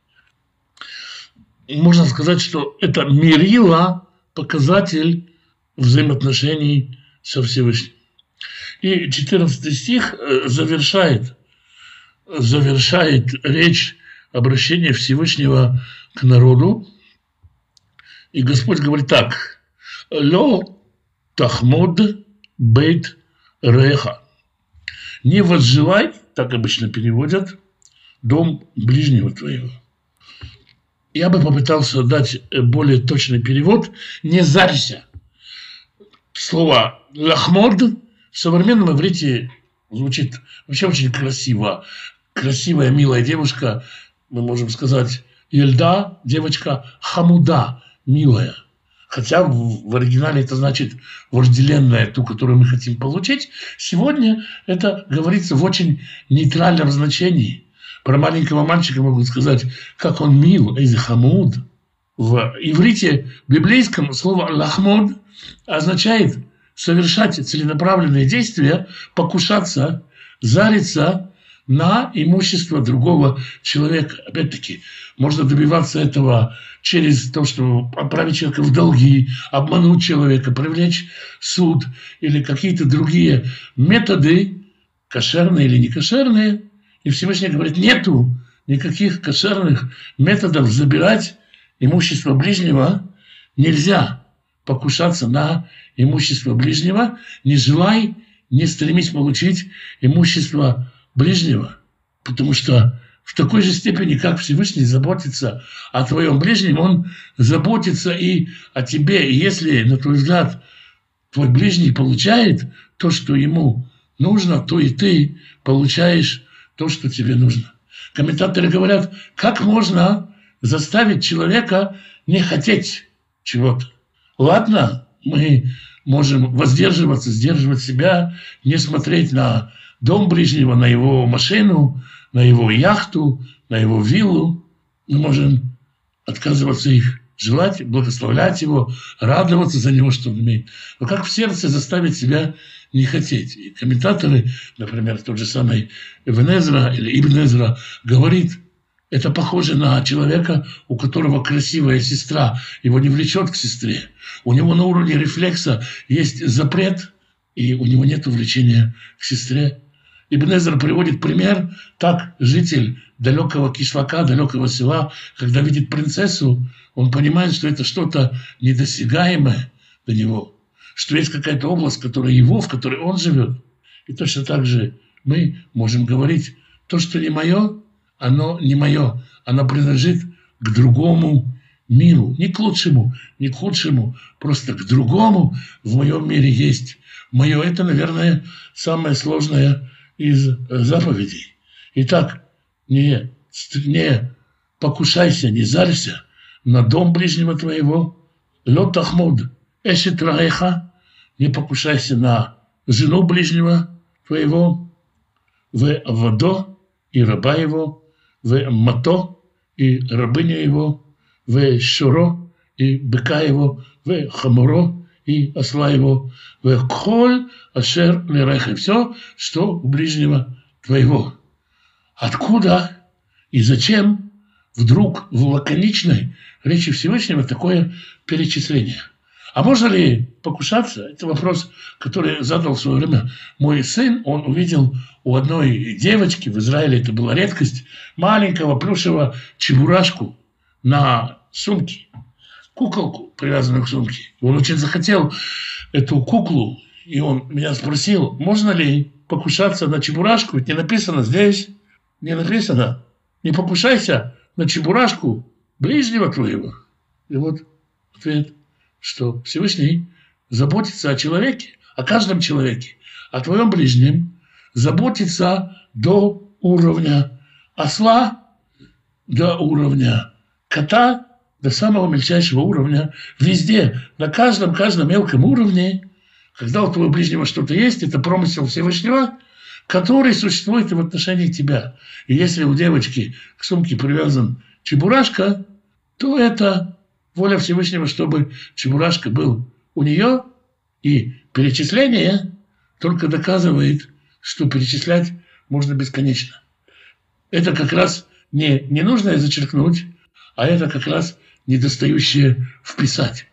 Можно сказать, что это мерило, показатель взаимоотношений со Всевышним. И четырнадцатый стих завершает, завершает речь обращения Всевышнего к народу. И Господь говорит так: «Ло тахмод бейт реха». Не возжелай, так обычно переводят, дом ближнего твоего. Я бы попытался дать более точный перевод. Не зарься. Слово «лахмод» в современном иврите звучит вообще очень красиво. Красивая, милая девушка, мы можем сказать, Ельда, девочка, хамуда, милая. Хотя в, в оригинале это значит вожделенная, ту, которую мы хотим получить. Сегодня это говорится в очень нейтральном значении. Про маленького мальчика могут сказать, как он мил, эйзи хамуд. В иврите библейском слово «лахмод» означает совершать целенаправленные действия, покушаться, зариться на имущество другого человека. Опять-таки, можно добиваться этого через то, что отправить человека в долги, обмануть человека, привлечь суд или какие-то другие методы, кошерные или некошерные. И Всевышний говорит, нету никаких кошерных методов забирать имущество ближнего. Нельзя покушаться на имущество ближнего. Не желай, не стремись получить имущество ближнего. Потому что в такой же степени, как Всевышний заботится о твоем ближнем, он заботится и о тебе. И если, на твой взгляд, твой ближний получает то, что ему нужно, то и ты получаешь то, что тебе нужно. Комментаторы говорят, как можно заставить человека не хотеть чего-то. Ладно, мы можем воздерживаться, сдерживать себя, не смотреть на дом ближнего, на его машину, на его яхту, на его виллу. Мы можем отказываться их желать, благословлять его, радоваться за него, что он имеет. Но как в сердце заставить себя не хотеть? И комментаторы, например, тот же самый Ибн Эзра или Ибн Эзра говорит, это похоже на человека, у которого красивая сестра, его не влечет к сестре. У него на уровне рефлекса есть запрет, и у него нет влечения к сестре. Ибн Эзра приводит пример, так житель далекого кишвака, далекого села, когда видит принцессу, он понимает, что это что-то недосягаемое для него, что есть какая-то область, которая его, в которой он живет. И точно так же мы можем говорить, то, что не мое, оно не мое, оно принадлежит к другому миру, не к лучшему, не к худшему, просто к другому в моем мире есть. Мое – это, наверное, самое сложное из заповедей. Итак, не, не покушайся, не зарься на дом ближнего твоего, ло тахмод эшет раэха, не покушайся на жену ближнего твоего, в авадо и раба его, в мато и рабыня его, в шуро и быка его, в хамуро и осла его, в кхоль ашер лереха, все, что у ближнего твоего. Откуда и зачем вдруг в лаконичной речи Всевышнего такое перечисление? А можно ли покушаться? Это вопрос, который задал в свое время мой сын. Он увидел у одной девочки, в Израиле это была редкость, маленького плюшевого чебурашку на сумке, куколку, привязанную к сумке. Он очень захотел эту куклу, и он меня спросил, можно ли покушаться на чебурашку? Ведь не написано здесь, не написано, не покушайся на чебурашку ближнего твоего. И вот ответ, что Всевышний заботится о человеке, о каждом человеке, о твоем ближнем, заботится до уровня осла, до уровня кота, до самого мельчайшего уровня, везде, на каждом, каждом мелком уровне, когда у твоего ближнего что-то есть, это промысел Всевышнего, который существует и в отношении тебя. И если у девочки к сумке привязан чебурашка, то это воля Всевышнего, чтобы чебурашка был у нее, и перечисление только доказывает, что перечислять можно бесконечно. Это как раз не ненужное зачеркнуть, а это как раз недостающее вписать.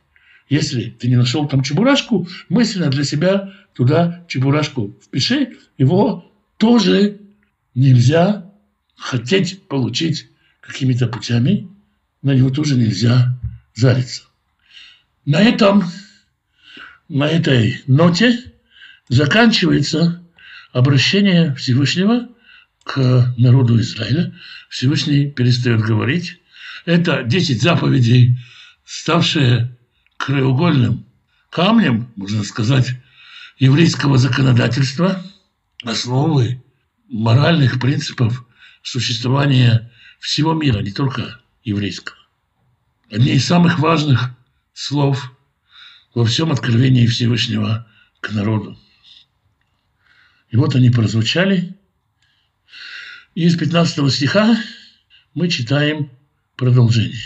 Если ты не нашел там чебурашку, мысленно для себя туда чебурашку впиши. Его тоже нельзя хотеть получить какими-то путями. На него тоже нельзя зариться. На этом, на этой ноте заканчивается обращение Всевышнего к народу Израиля. Всевышний перестает говорить. Это десять заповедей, ставшие краеугольным камнем, можно сказать, еврейского законодательства, основы моральных принципов существования всего мира, не только еврейского. Одни из самых важных слов во всем откровении Всевышнего к народу. И вот они прозвучали. И из пятнадцатого стиха мы читаем продолжение.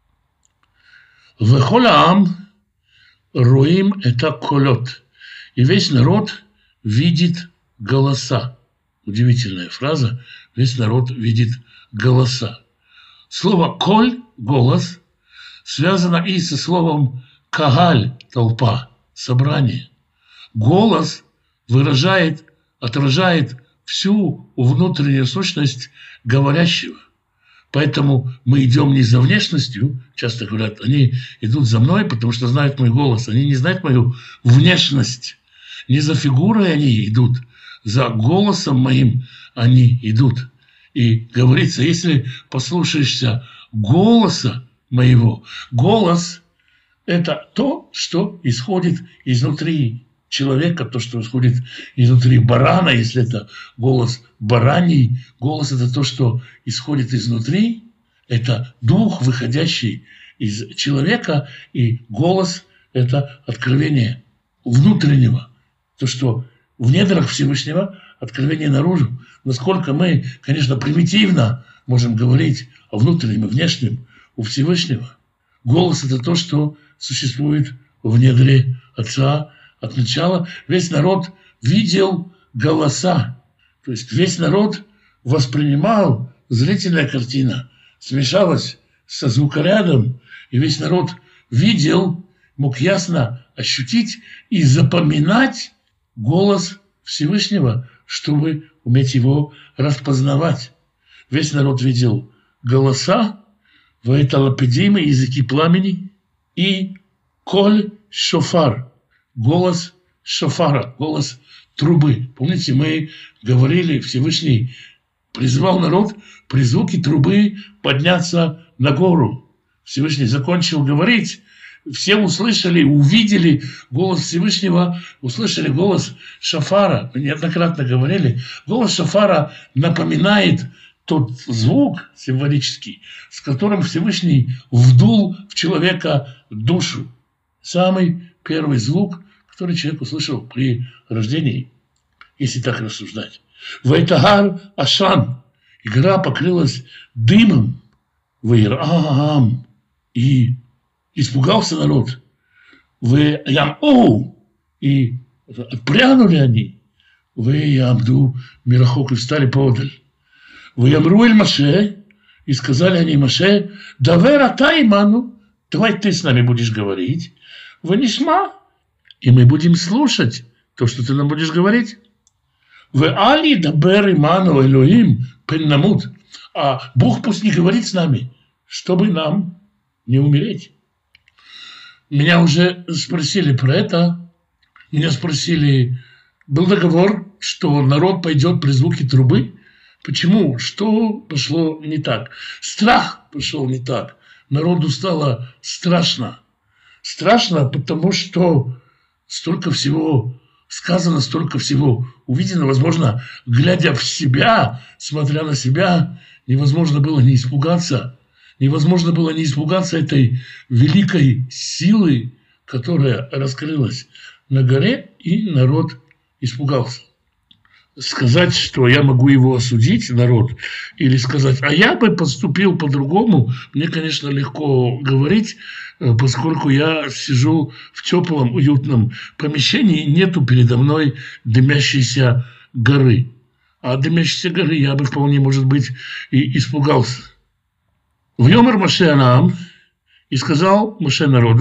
«Вехол аам роим это колот». И весь народ видит голоса. Удивительная фраза. Весь народ видит голоса. Слово «коль» – голос связано и со словом «кагаль» – толпа, собрание. Голос выражает, отражает всю внутреннюю сущность говорящего. Поэтому мы идем не за внешностью, часто говорят, они идут за мной, потому что знают мой голос. Они не знают мою внешность. Не за фигурой они идут, за голосом моим они идут. И говорится, если послушаешься голоса моего, голос – это то, что исходит изнутри человека, то, что исходит изнутри барана, если это голос бараний, голос – это то, что исходит изнутри, это дух, выходящий из человека, и голос – это откровение внутреннего, то, что в недрах Всевышнего откровение наружу. Насколько мы, конечно, примитивно можем говорить о внутреннем и внешнем у Всевышнего. Голос – это то, что существует в недре Отца от начала. Весь народ видел голоса. То есть весь народ воспринимал, зрительная картина смешалась со звукорядом, и весь народ видел, мог ясно ощутить и запоминать голос Всевышнего, чтобы уметь его распознавать. Весь народ видел голоса, ваэталапедимы, языки пламени, и коль шофар, голос шофара, голос трубы. Помните, мы говорили, Всевышний призвал народ при звуке трубы подняться на гору. Всевышний закончил говорить, все услышали, увидели голос Всевышнего, услышали голос шофара. Мы неоднократно говорили, голос шофара напоминает тот звук символический, с которым Всевышний вдул в человека душу. Самый первый звук, который человек услышал при рождении, если так рассуждать. Вайтагар Ашан. Гора покрылась дымом. Вайраам. И испугался народ. Ваяму. И отпрянули они. Ваямду мирахок и встали поодаль. Ваямру эль Маше. И сказали они Маше, давай ата иману, давай ты с нами будешь говорить. Ванишма. И мы будем слушать то, что ты нам будешь говорить. В али дабер иману элоим пеннамут. А Бог пусть не говорит с нами, чтобы нам не умереть. Меня уже спросили про это. Меня спросили, был договор, что народ пойдет при звуке трубы. Почему? Что пошло не так? Страх пошел не так. Народу стало страшно. Страшно, потому что столько всего сказано, столько всего увидено. Возможно, глядя в себя, смотря на себя, невозможно было не испугаться. Невозможно было не испугаться этой великой силы, которая раскрылась на горе, и народ испугался. Сказать, что я могу его осудить, народ, или сказать, а я бы поступил по-другому, мне, конечно, легко говорить, поскольку я сижу в теплом, уютном помещении, нету передо мной дымящейся горы. А от дымящейся горы я бы вполне, может быть, и испугался. «Вьомер Моше Анаам, и сказал Моше народу,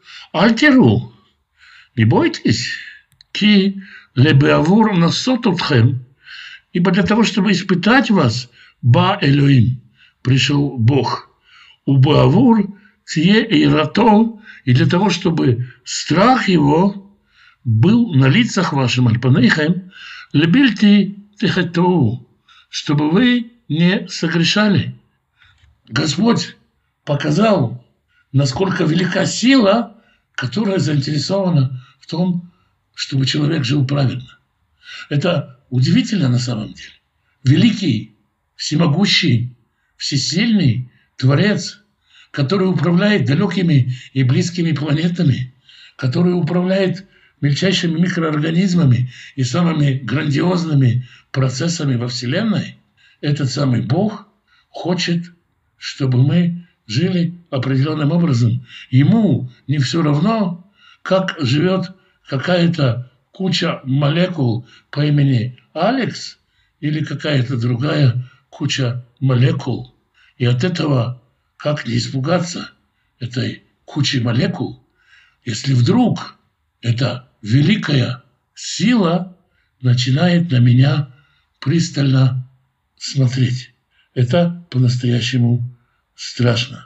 альтеру, не бойтесь, ки лебеавур насот утхем, ибо для того, чтобы испытать вас, ба Элоим, пришел Бог, у беавур тие ирато, и для того, чтобы страх его был на лицах вашим, альпанейхем, лебильти тихату, чтобы вы не согрешали. Господь показал, насколько велика сила, которая заинтересована в том, чтобы человек жил правильно. Это удивительно на самом деле. Великий, всемогущий, всесильный Творец, который управляет далекими и близкими планетами, который управляет мельчайшими микроорганизмами и самыми грандиозными процессами во Вселенной, этот самый Бог хочет, чтобы мы жили определенным образом. Ему не все равно, как живет какая-то куча молекул по имени Алекс или какая-то другая куча молекул. И от этого как не испугаться этой кучи молекул, если вдруг эта великая сила начинает на меня пристально смотреть. Это по-настоящему страшно.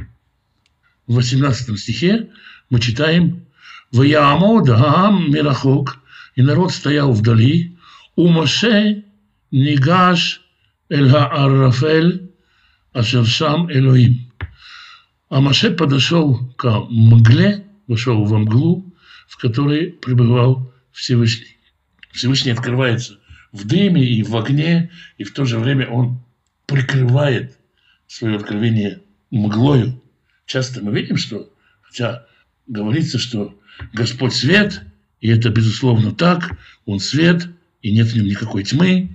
В восемнадцатом стихе мы читаем: «Ваяамод аам мирахок», и народ стоял вдали, «У Моше нигаш эль ха-аррафель ашер шам Элоим». А Моше подошел к мгле, вошел во мглу, в которой пребывал Всевышний. Всевышний открывается в дыме и в огне, и в то же время он прикрывает свое откровение мглою. Часто мы видим, что, хотя говорится, что Господь свет, и это безусловно так, Он свет, и нет в нем никакой тьмы,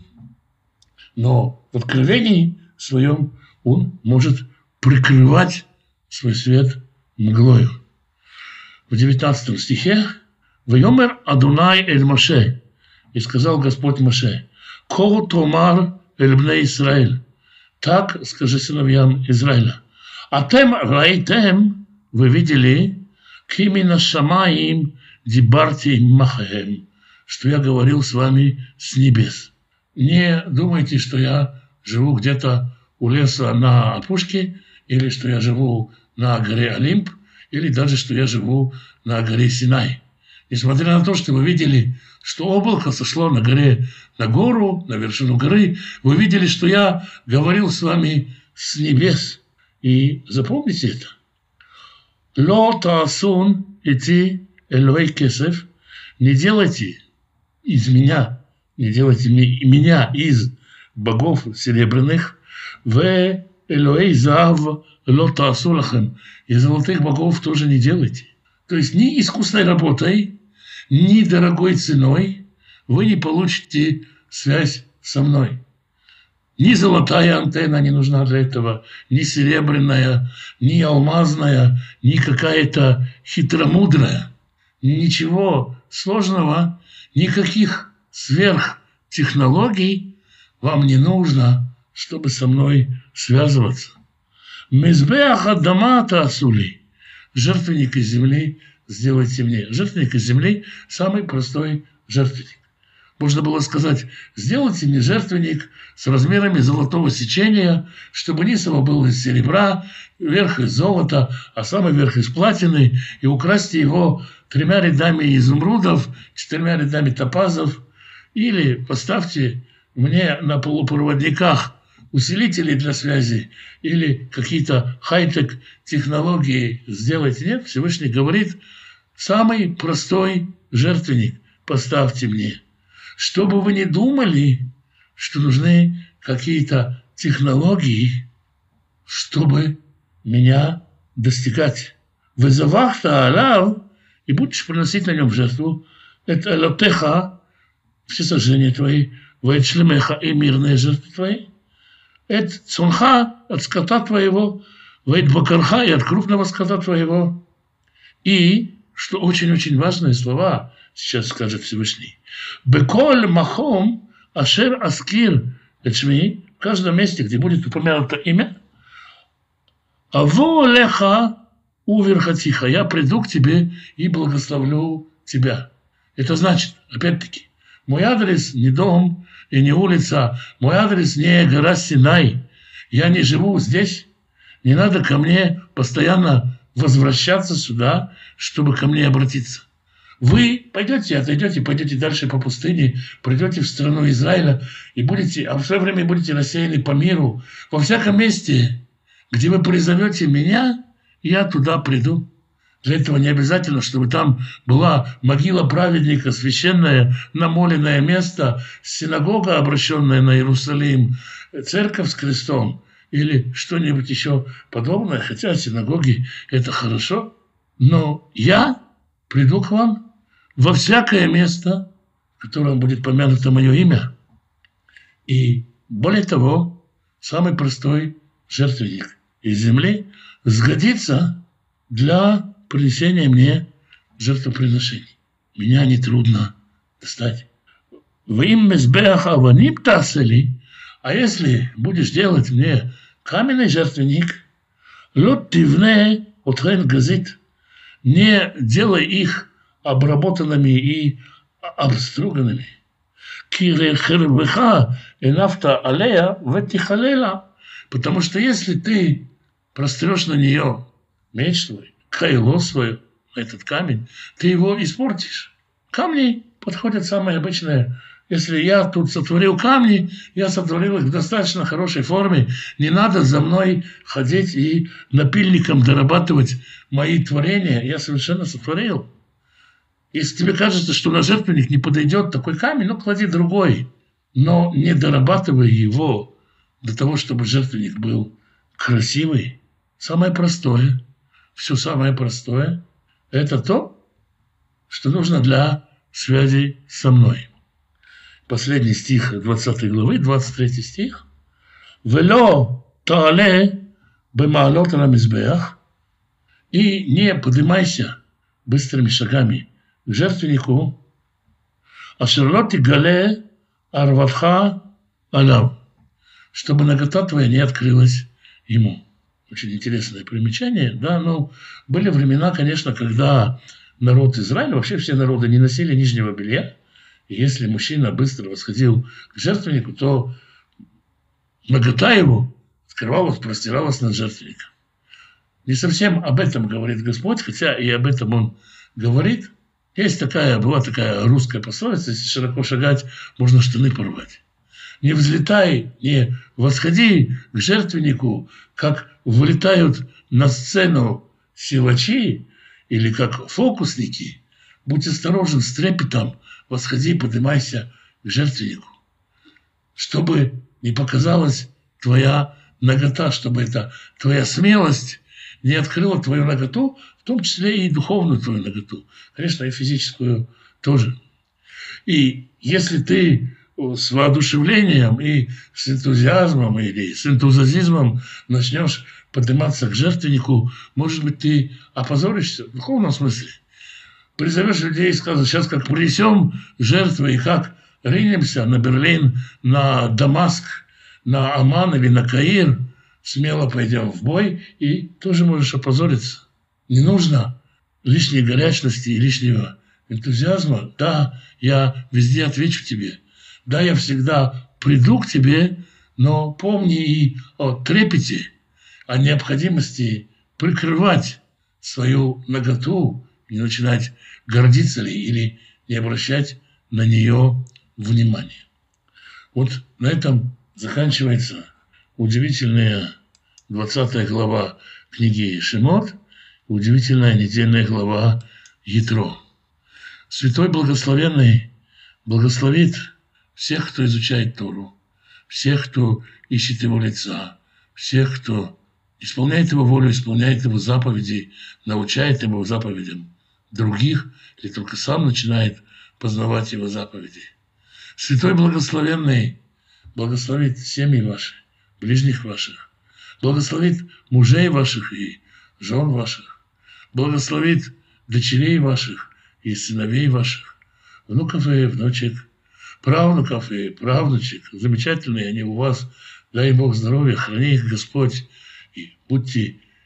но в откровении своем Он может прикрывать свой свет мглою. В девятнадцатом стихе «Вайомер Адунай эль Моше», и сказал Господь Моше: «Ко томар эль бней Исраэль», так скажи сыновьям Израиля: «Атем раитем», вы видели, «Кимина шамаим дибарти махаем», что я говорил с вами с небес. Не думайте, что я живу где-то у леса на опушке, или что я живу на горе Олимп, или даже что я живу на горе Синай. Несмотря на то, что вы видели, что облако сошло на горе, на гору, на вершину горы, вы видели, что я говорил с вами с небес. И запомните это. «Ло таасун ити элой кесев», не делайте из меня, не делайте меня из богов серебряных, в элой зав ло таасу лахем, и золотых богов тоже не делайте. То есть ни искусной работой, ни дорогой ценой вы не получите связь со мной. Ни золотая антенна не нужна для этого, ни серебряная, ни алмазная, ни какая-то хитромудрая. Ничего сложного, никаких сверхтехнологий вам не нужно, чтобы со мной связываться. Мизбеах адама таасули, жертвенник из земли сделайте мне. Жертвенник из земли – самый простой жертвенник. Можно было сказать: сделайте мне жертвенник с размерами золотого сечения, чтобы низ его был из серебра, верх из золота, а самый верх из платины, и украсьте его тремя рядами изумрудов, четырьмя рядами топазов, или поставьте мне на полупроводниках усилители для связи, или какие-то хай-тек технологии сделайте. Нет, Всевышний говорит: самый простой жертвенник поставьте мне. Чтобы вы не думали, что нужны какие-то технологии, чтобы меня достигать. Вызавахта алав, и будешь приносить на нем жертву, это элотеха, все сожжения твои, вайчлемеха, и мирные жертвы твои, это цунха, от скота твоего, вайдбакарха, и от крупного скота твоего. И, что очень-очень важные слова, сейчас скажет Всевышний: «Беколь махом ашер аскир эчми», в каждом месте, где будет упомянуто имя, «Аво леха уверхатиха, я приду к тебе и благословлю тебя. Это значит, опять-таки, мой адрес не дом и не улица, мой адрес не гора Синай. Я не живу здесь, не надо ко мне постоянно возвращаться сюда, чтобы ко мне обратиться. Вы пойдете, отойдете, пойдете дальше по пустыне, придете в страну Израиля и будете, а в свое время будете рассеяны по миру. Во всяком месте, где вы призовете меня, я туда приду. Для этого не обязательно, чтобы там была могила праведника, священное намоленное место, синагога, обращенная на Иерусалим, церковь с крестом или что-нибудь еще подобное. Хотя синагоги – это хорошо, но я приду к вам во всякое место, в котором будет помянуто мое имя. И более того, самый простой жертвенник из земли сгодится для принесения мне жертвоприношений. Меня нетрудно достать. Вы им мезбеах аваним тасели, а если будешь делать мне каменный жертвенник, лот тивне отхен газит, не делай их обработанными и обструганными. Кирехервеха и нафта алея ветихалела, потому что если ты прострешь на нее меч твой, кайло свое, этот камень, ты его испортишь. Камни подходят самое обычное. Если я тут сотворил камни, я сотворил их в достаточно хорошей форме. Не надо за мной ходить и напильником дорабатывать мои творения. Я совершенно сотворил. Если тебе кажется, что на жертвенник не подойдет такой камень, ну, клади другой. Но не дорабатывай его для того, чтобы жертвенник был красивый. Самое простое, все самое простое, это то, что нужно для связи со мной. Последний стих двадцатой главы, двадцать третий стих. «Вело таале бемаалот на мизбеах» и не поднимайся быстрыми шагами к жертвеннику, «ашерло тигале арватха алав», чтобы нагота твоя не открылась ему. Очень интересное примечание, да, но были времена, конечно, когда народ Израиля, вообще все народы не носили нижнего белья, и если мужчина быстро восходил к жертвеннику, то нагота его открывалась, простиралась над жертвенником. Не совсем об этом говорит Господь, хотя и об этом Он говорит. Есть такая, была такая русская пословица: если широко шагать, можно штаны порвать. Не взлетай, не восходи к жертвеннику, как вылетают на сцену силачи или как фокусники. Будь осторожен, с трепетом восходи, поднимайся к жертвеннику, чтобы не показалась твоя нагота, чтобы эта твоя смелость не открыла твою наготу, в том числе и духовную твою наготу, конечно, и физическую тоже. И если ты с воодушевлением и с энтузиазмом или с энтузиазмом начнешь подниматься к жертвеннику, может быть, ты опозоришься в духовном смысле. Призовешь людей и скажешь: сейчас как принесем жертвы и как ринемся на Берлин, на Дамаск, на Аман или на Каир, смело пойдем в бой, и тоже можешь опозориться. Не нужно лишней горячности и лишнего энтузиазма. Да, я везде отвечу тебе. Да, я всегда приду к тебе, но помни и о трепете, о необходимости прикрывать свою наготу, не начинать гордиться ли или не обращать на нее внимания. Вот на этом заканчивается удивительная двадцатая глава книги Шемот, удивительная недельная глава Ятро. Святой Благословенный благословит всех, кто изучает Тору, всех, кто ищет Его лица, всех, кто исполняет Его волю, исполняет Его заповеди, научает Его заповедям других, или только сам начинает познавать Его заповеди. Святой Благословенный благословит семьи ваши, ближних ваших, благословит мужей ваших и жен ваших, благословит дочерей ваших и сыновей ваших, внуков и внучек, правнуков и правнучек. Замечательные они у вас. Дай Бог здоровья, храни их Господь. И будьте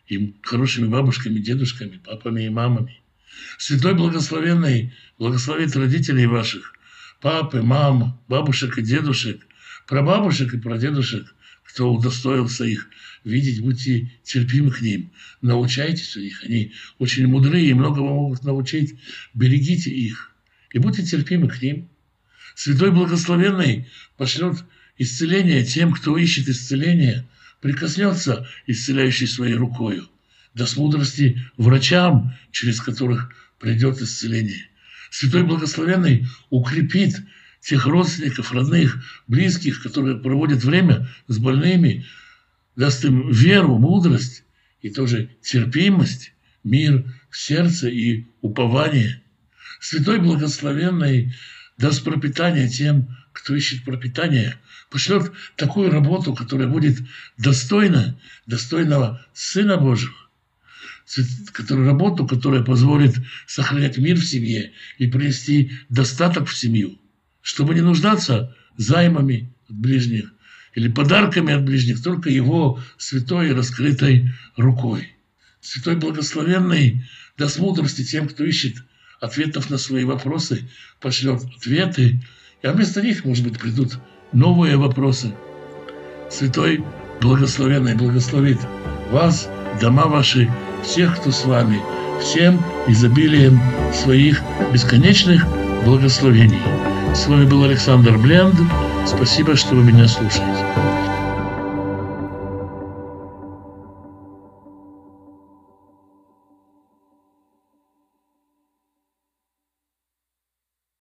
и хорошими бабушками, дедушками, папами и мамами. Святой Благословенный благословит родителей ваших, папы, мам, бабушек и дедушек, прабабушек и прадедушек, кто удостоился их видеть, будьте терпимы к ним, научайтесь у них, они очень мудрые и многого могут научить, берегите их и будьте терпимы к ним. Святой Благословенный пошлет исцеление тем, кто ищет исцеления, прикоснется исцеляющей своей рукою, даст мудрости врачам, через которых придет исцеление. Святой Благословенный укрепит тех родственников, родных, близких, которые проводят время с больными, даст им веру, мудрость и тоже терпимость, мир в сердце и упование. Святой Благословенный даст пропитание тем, кто ищет пропитание, пошлет такую работу, которая будет достойна, достойного Сына Божьего, которую работу, которая позволит сохранять мир в семье и принести достаток в семью, чтобы не нуждаться займами от ближних или подарками от ближних, только Его святой и раскрытой рукой. Святой Благословенный даст мудрости тем, кто ищет ответов на свои вопросы, пошлет ответы, а вместо них, может быть, придут новые вопросы. Святой Благословенный благословит вас, дома ваши, всех, кто с вами, всем изобилием своих бесконечных благословений. С вами был Александр Бленд. Спасибо, что вы меня слушаете.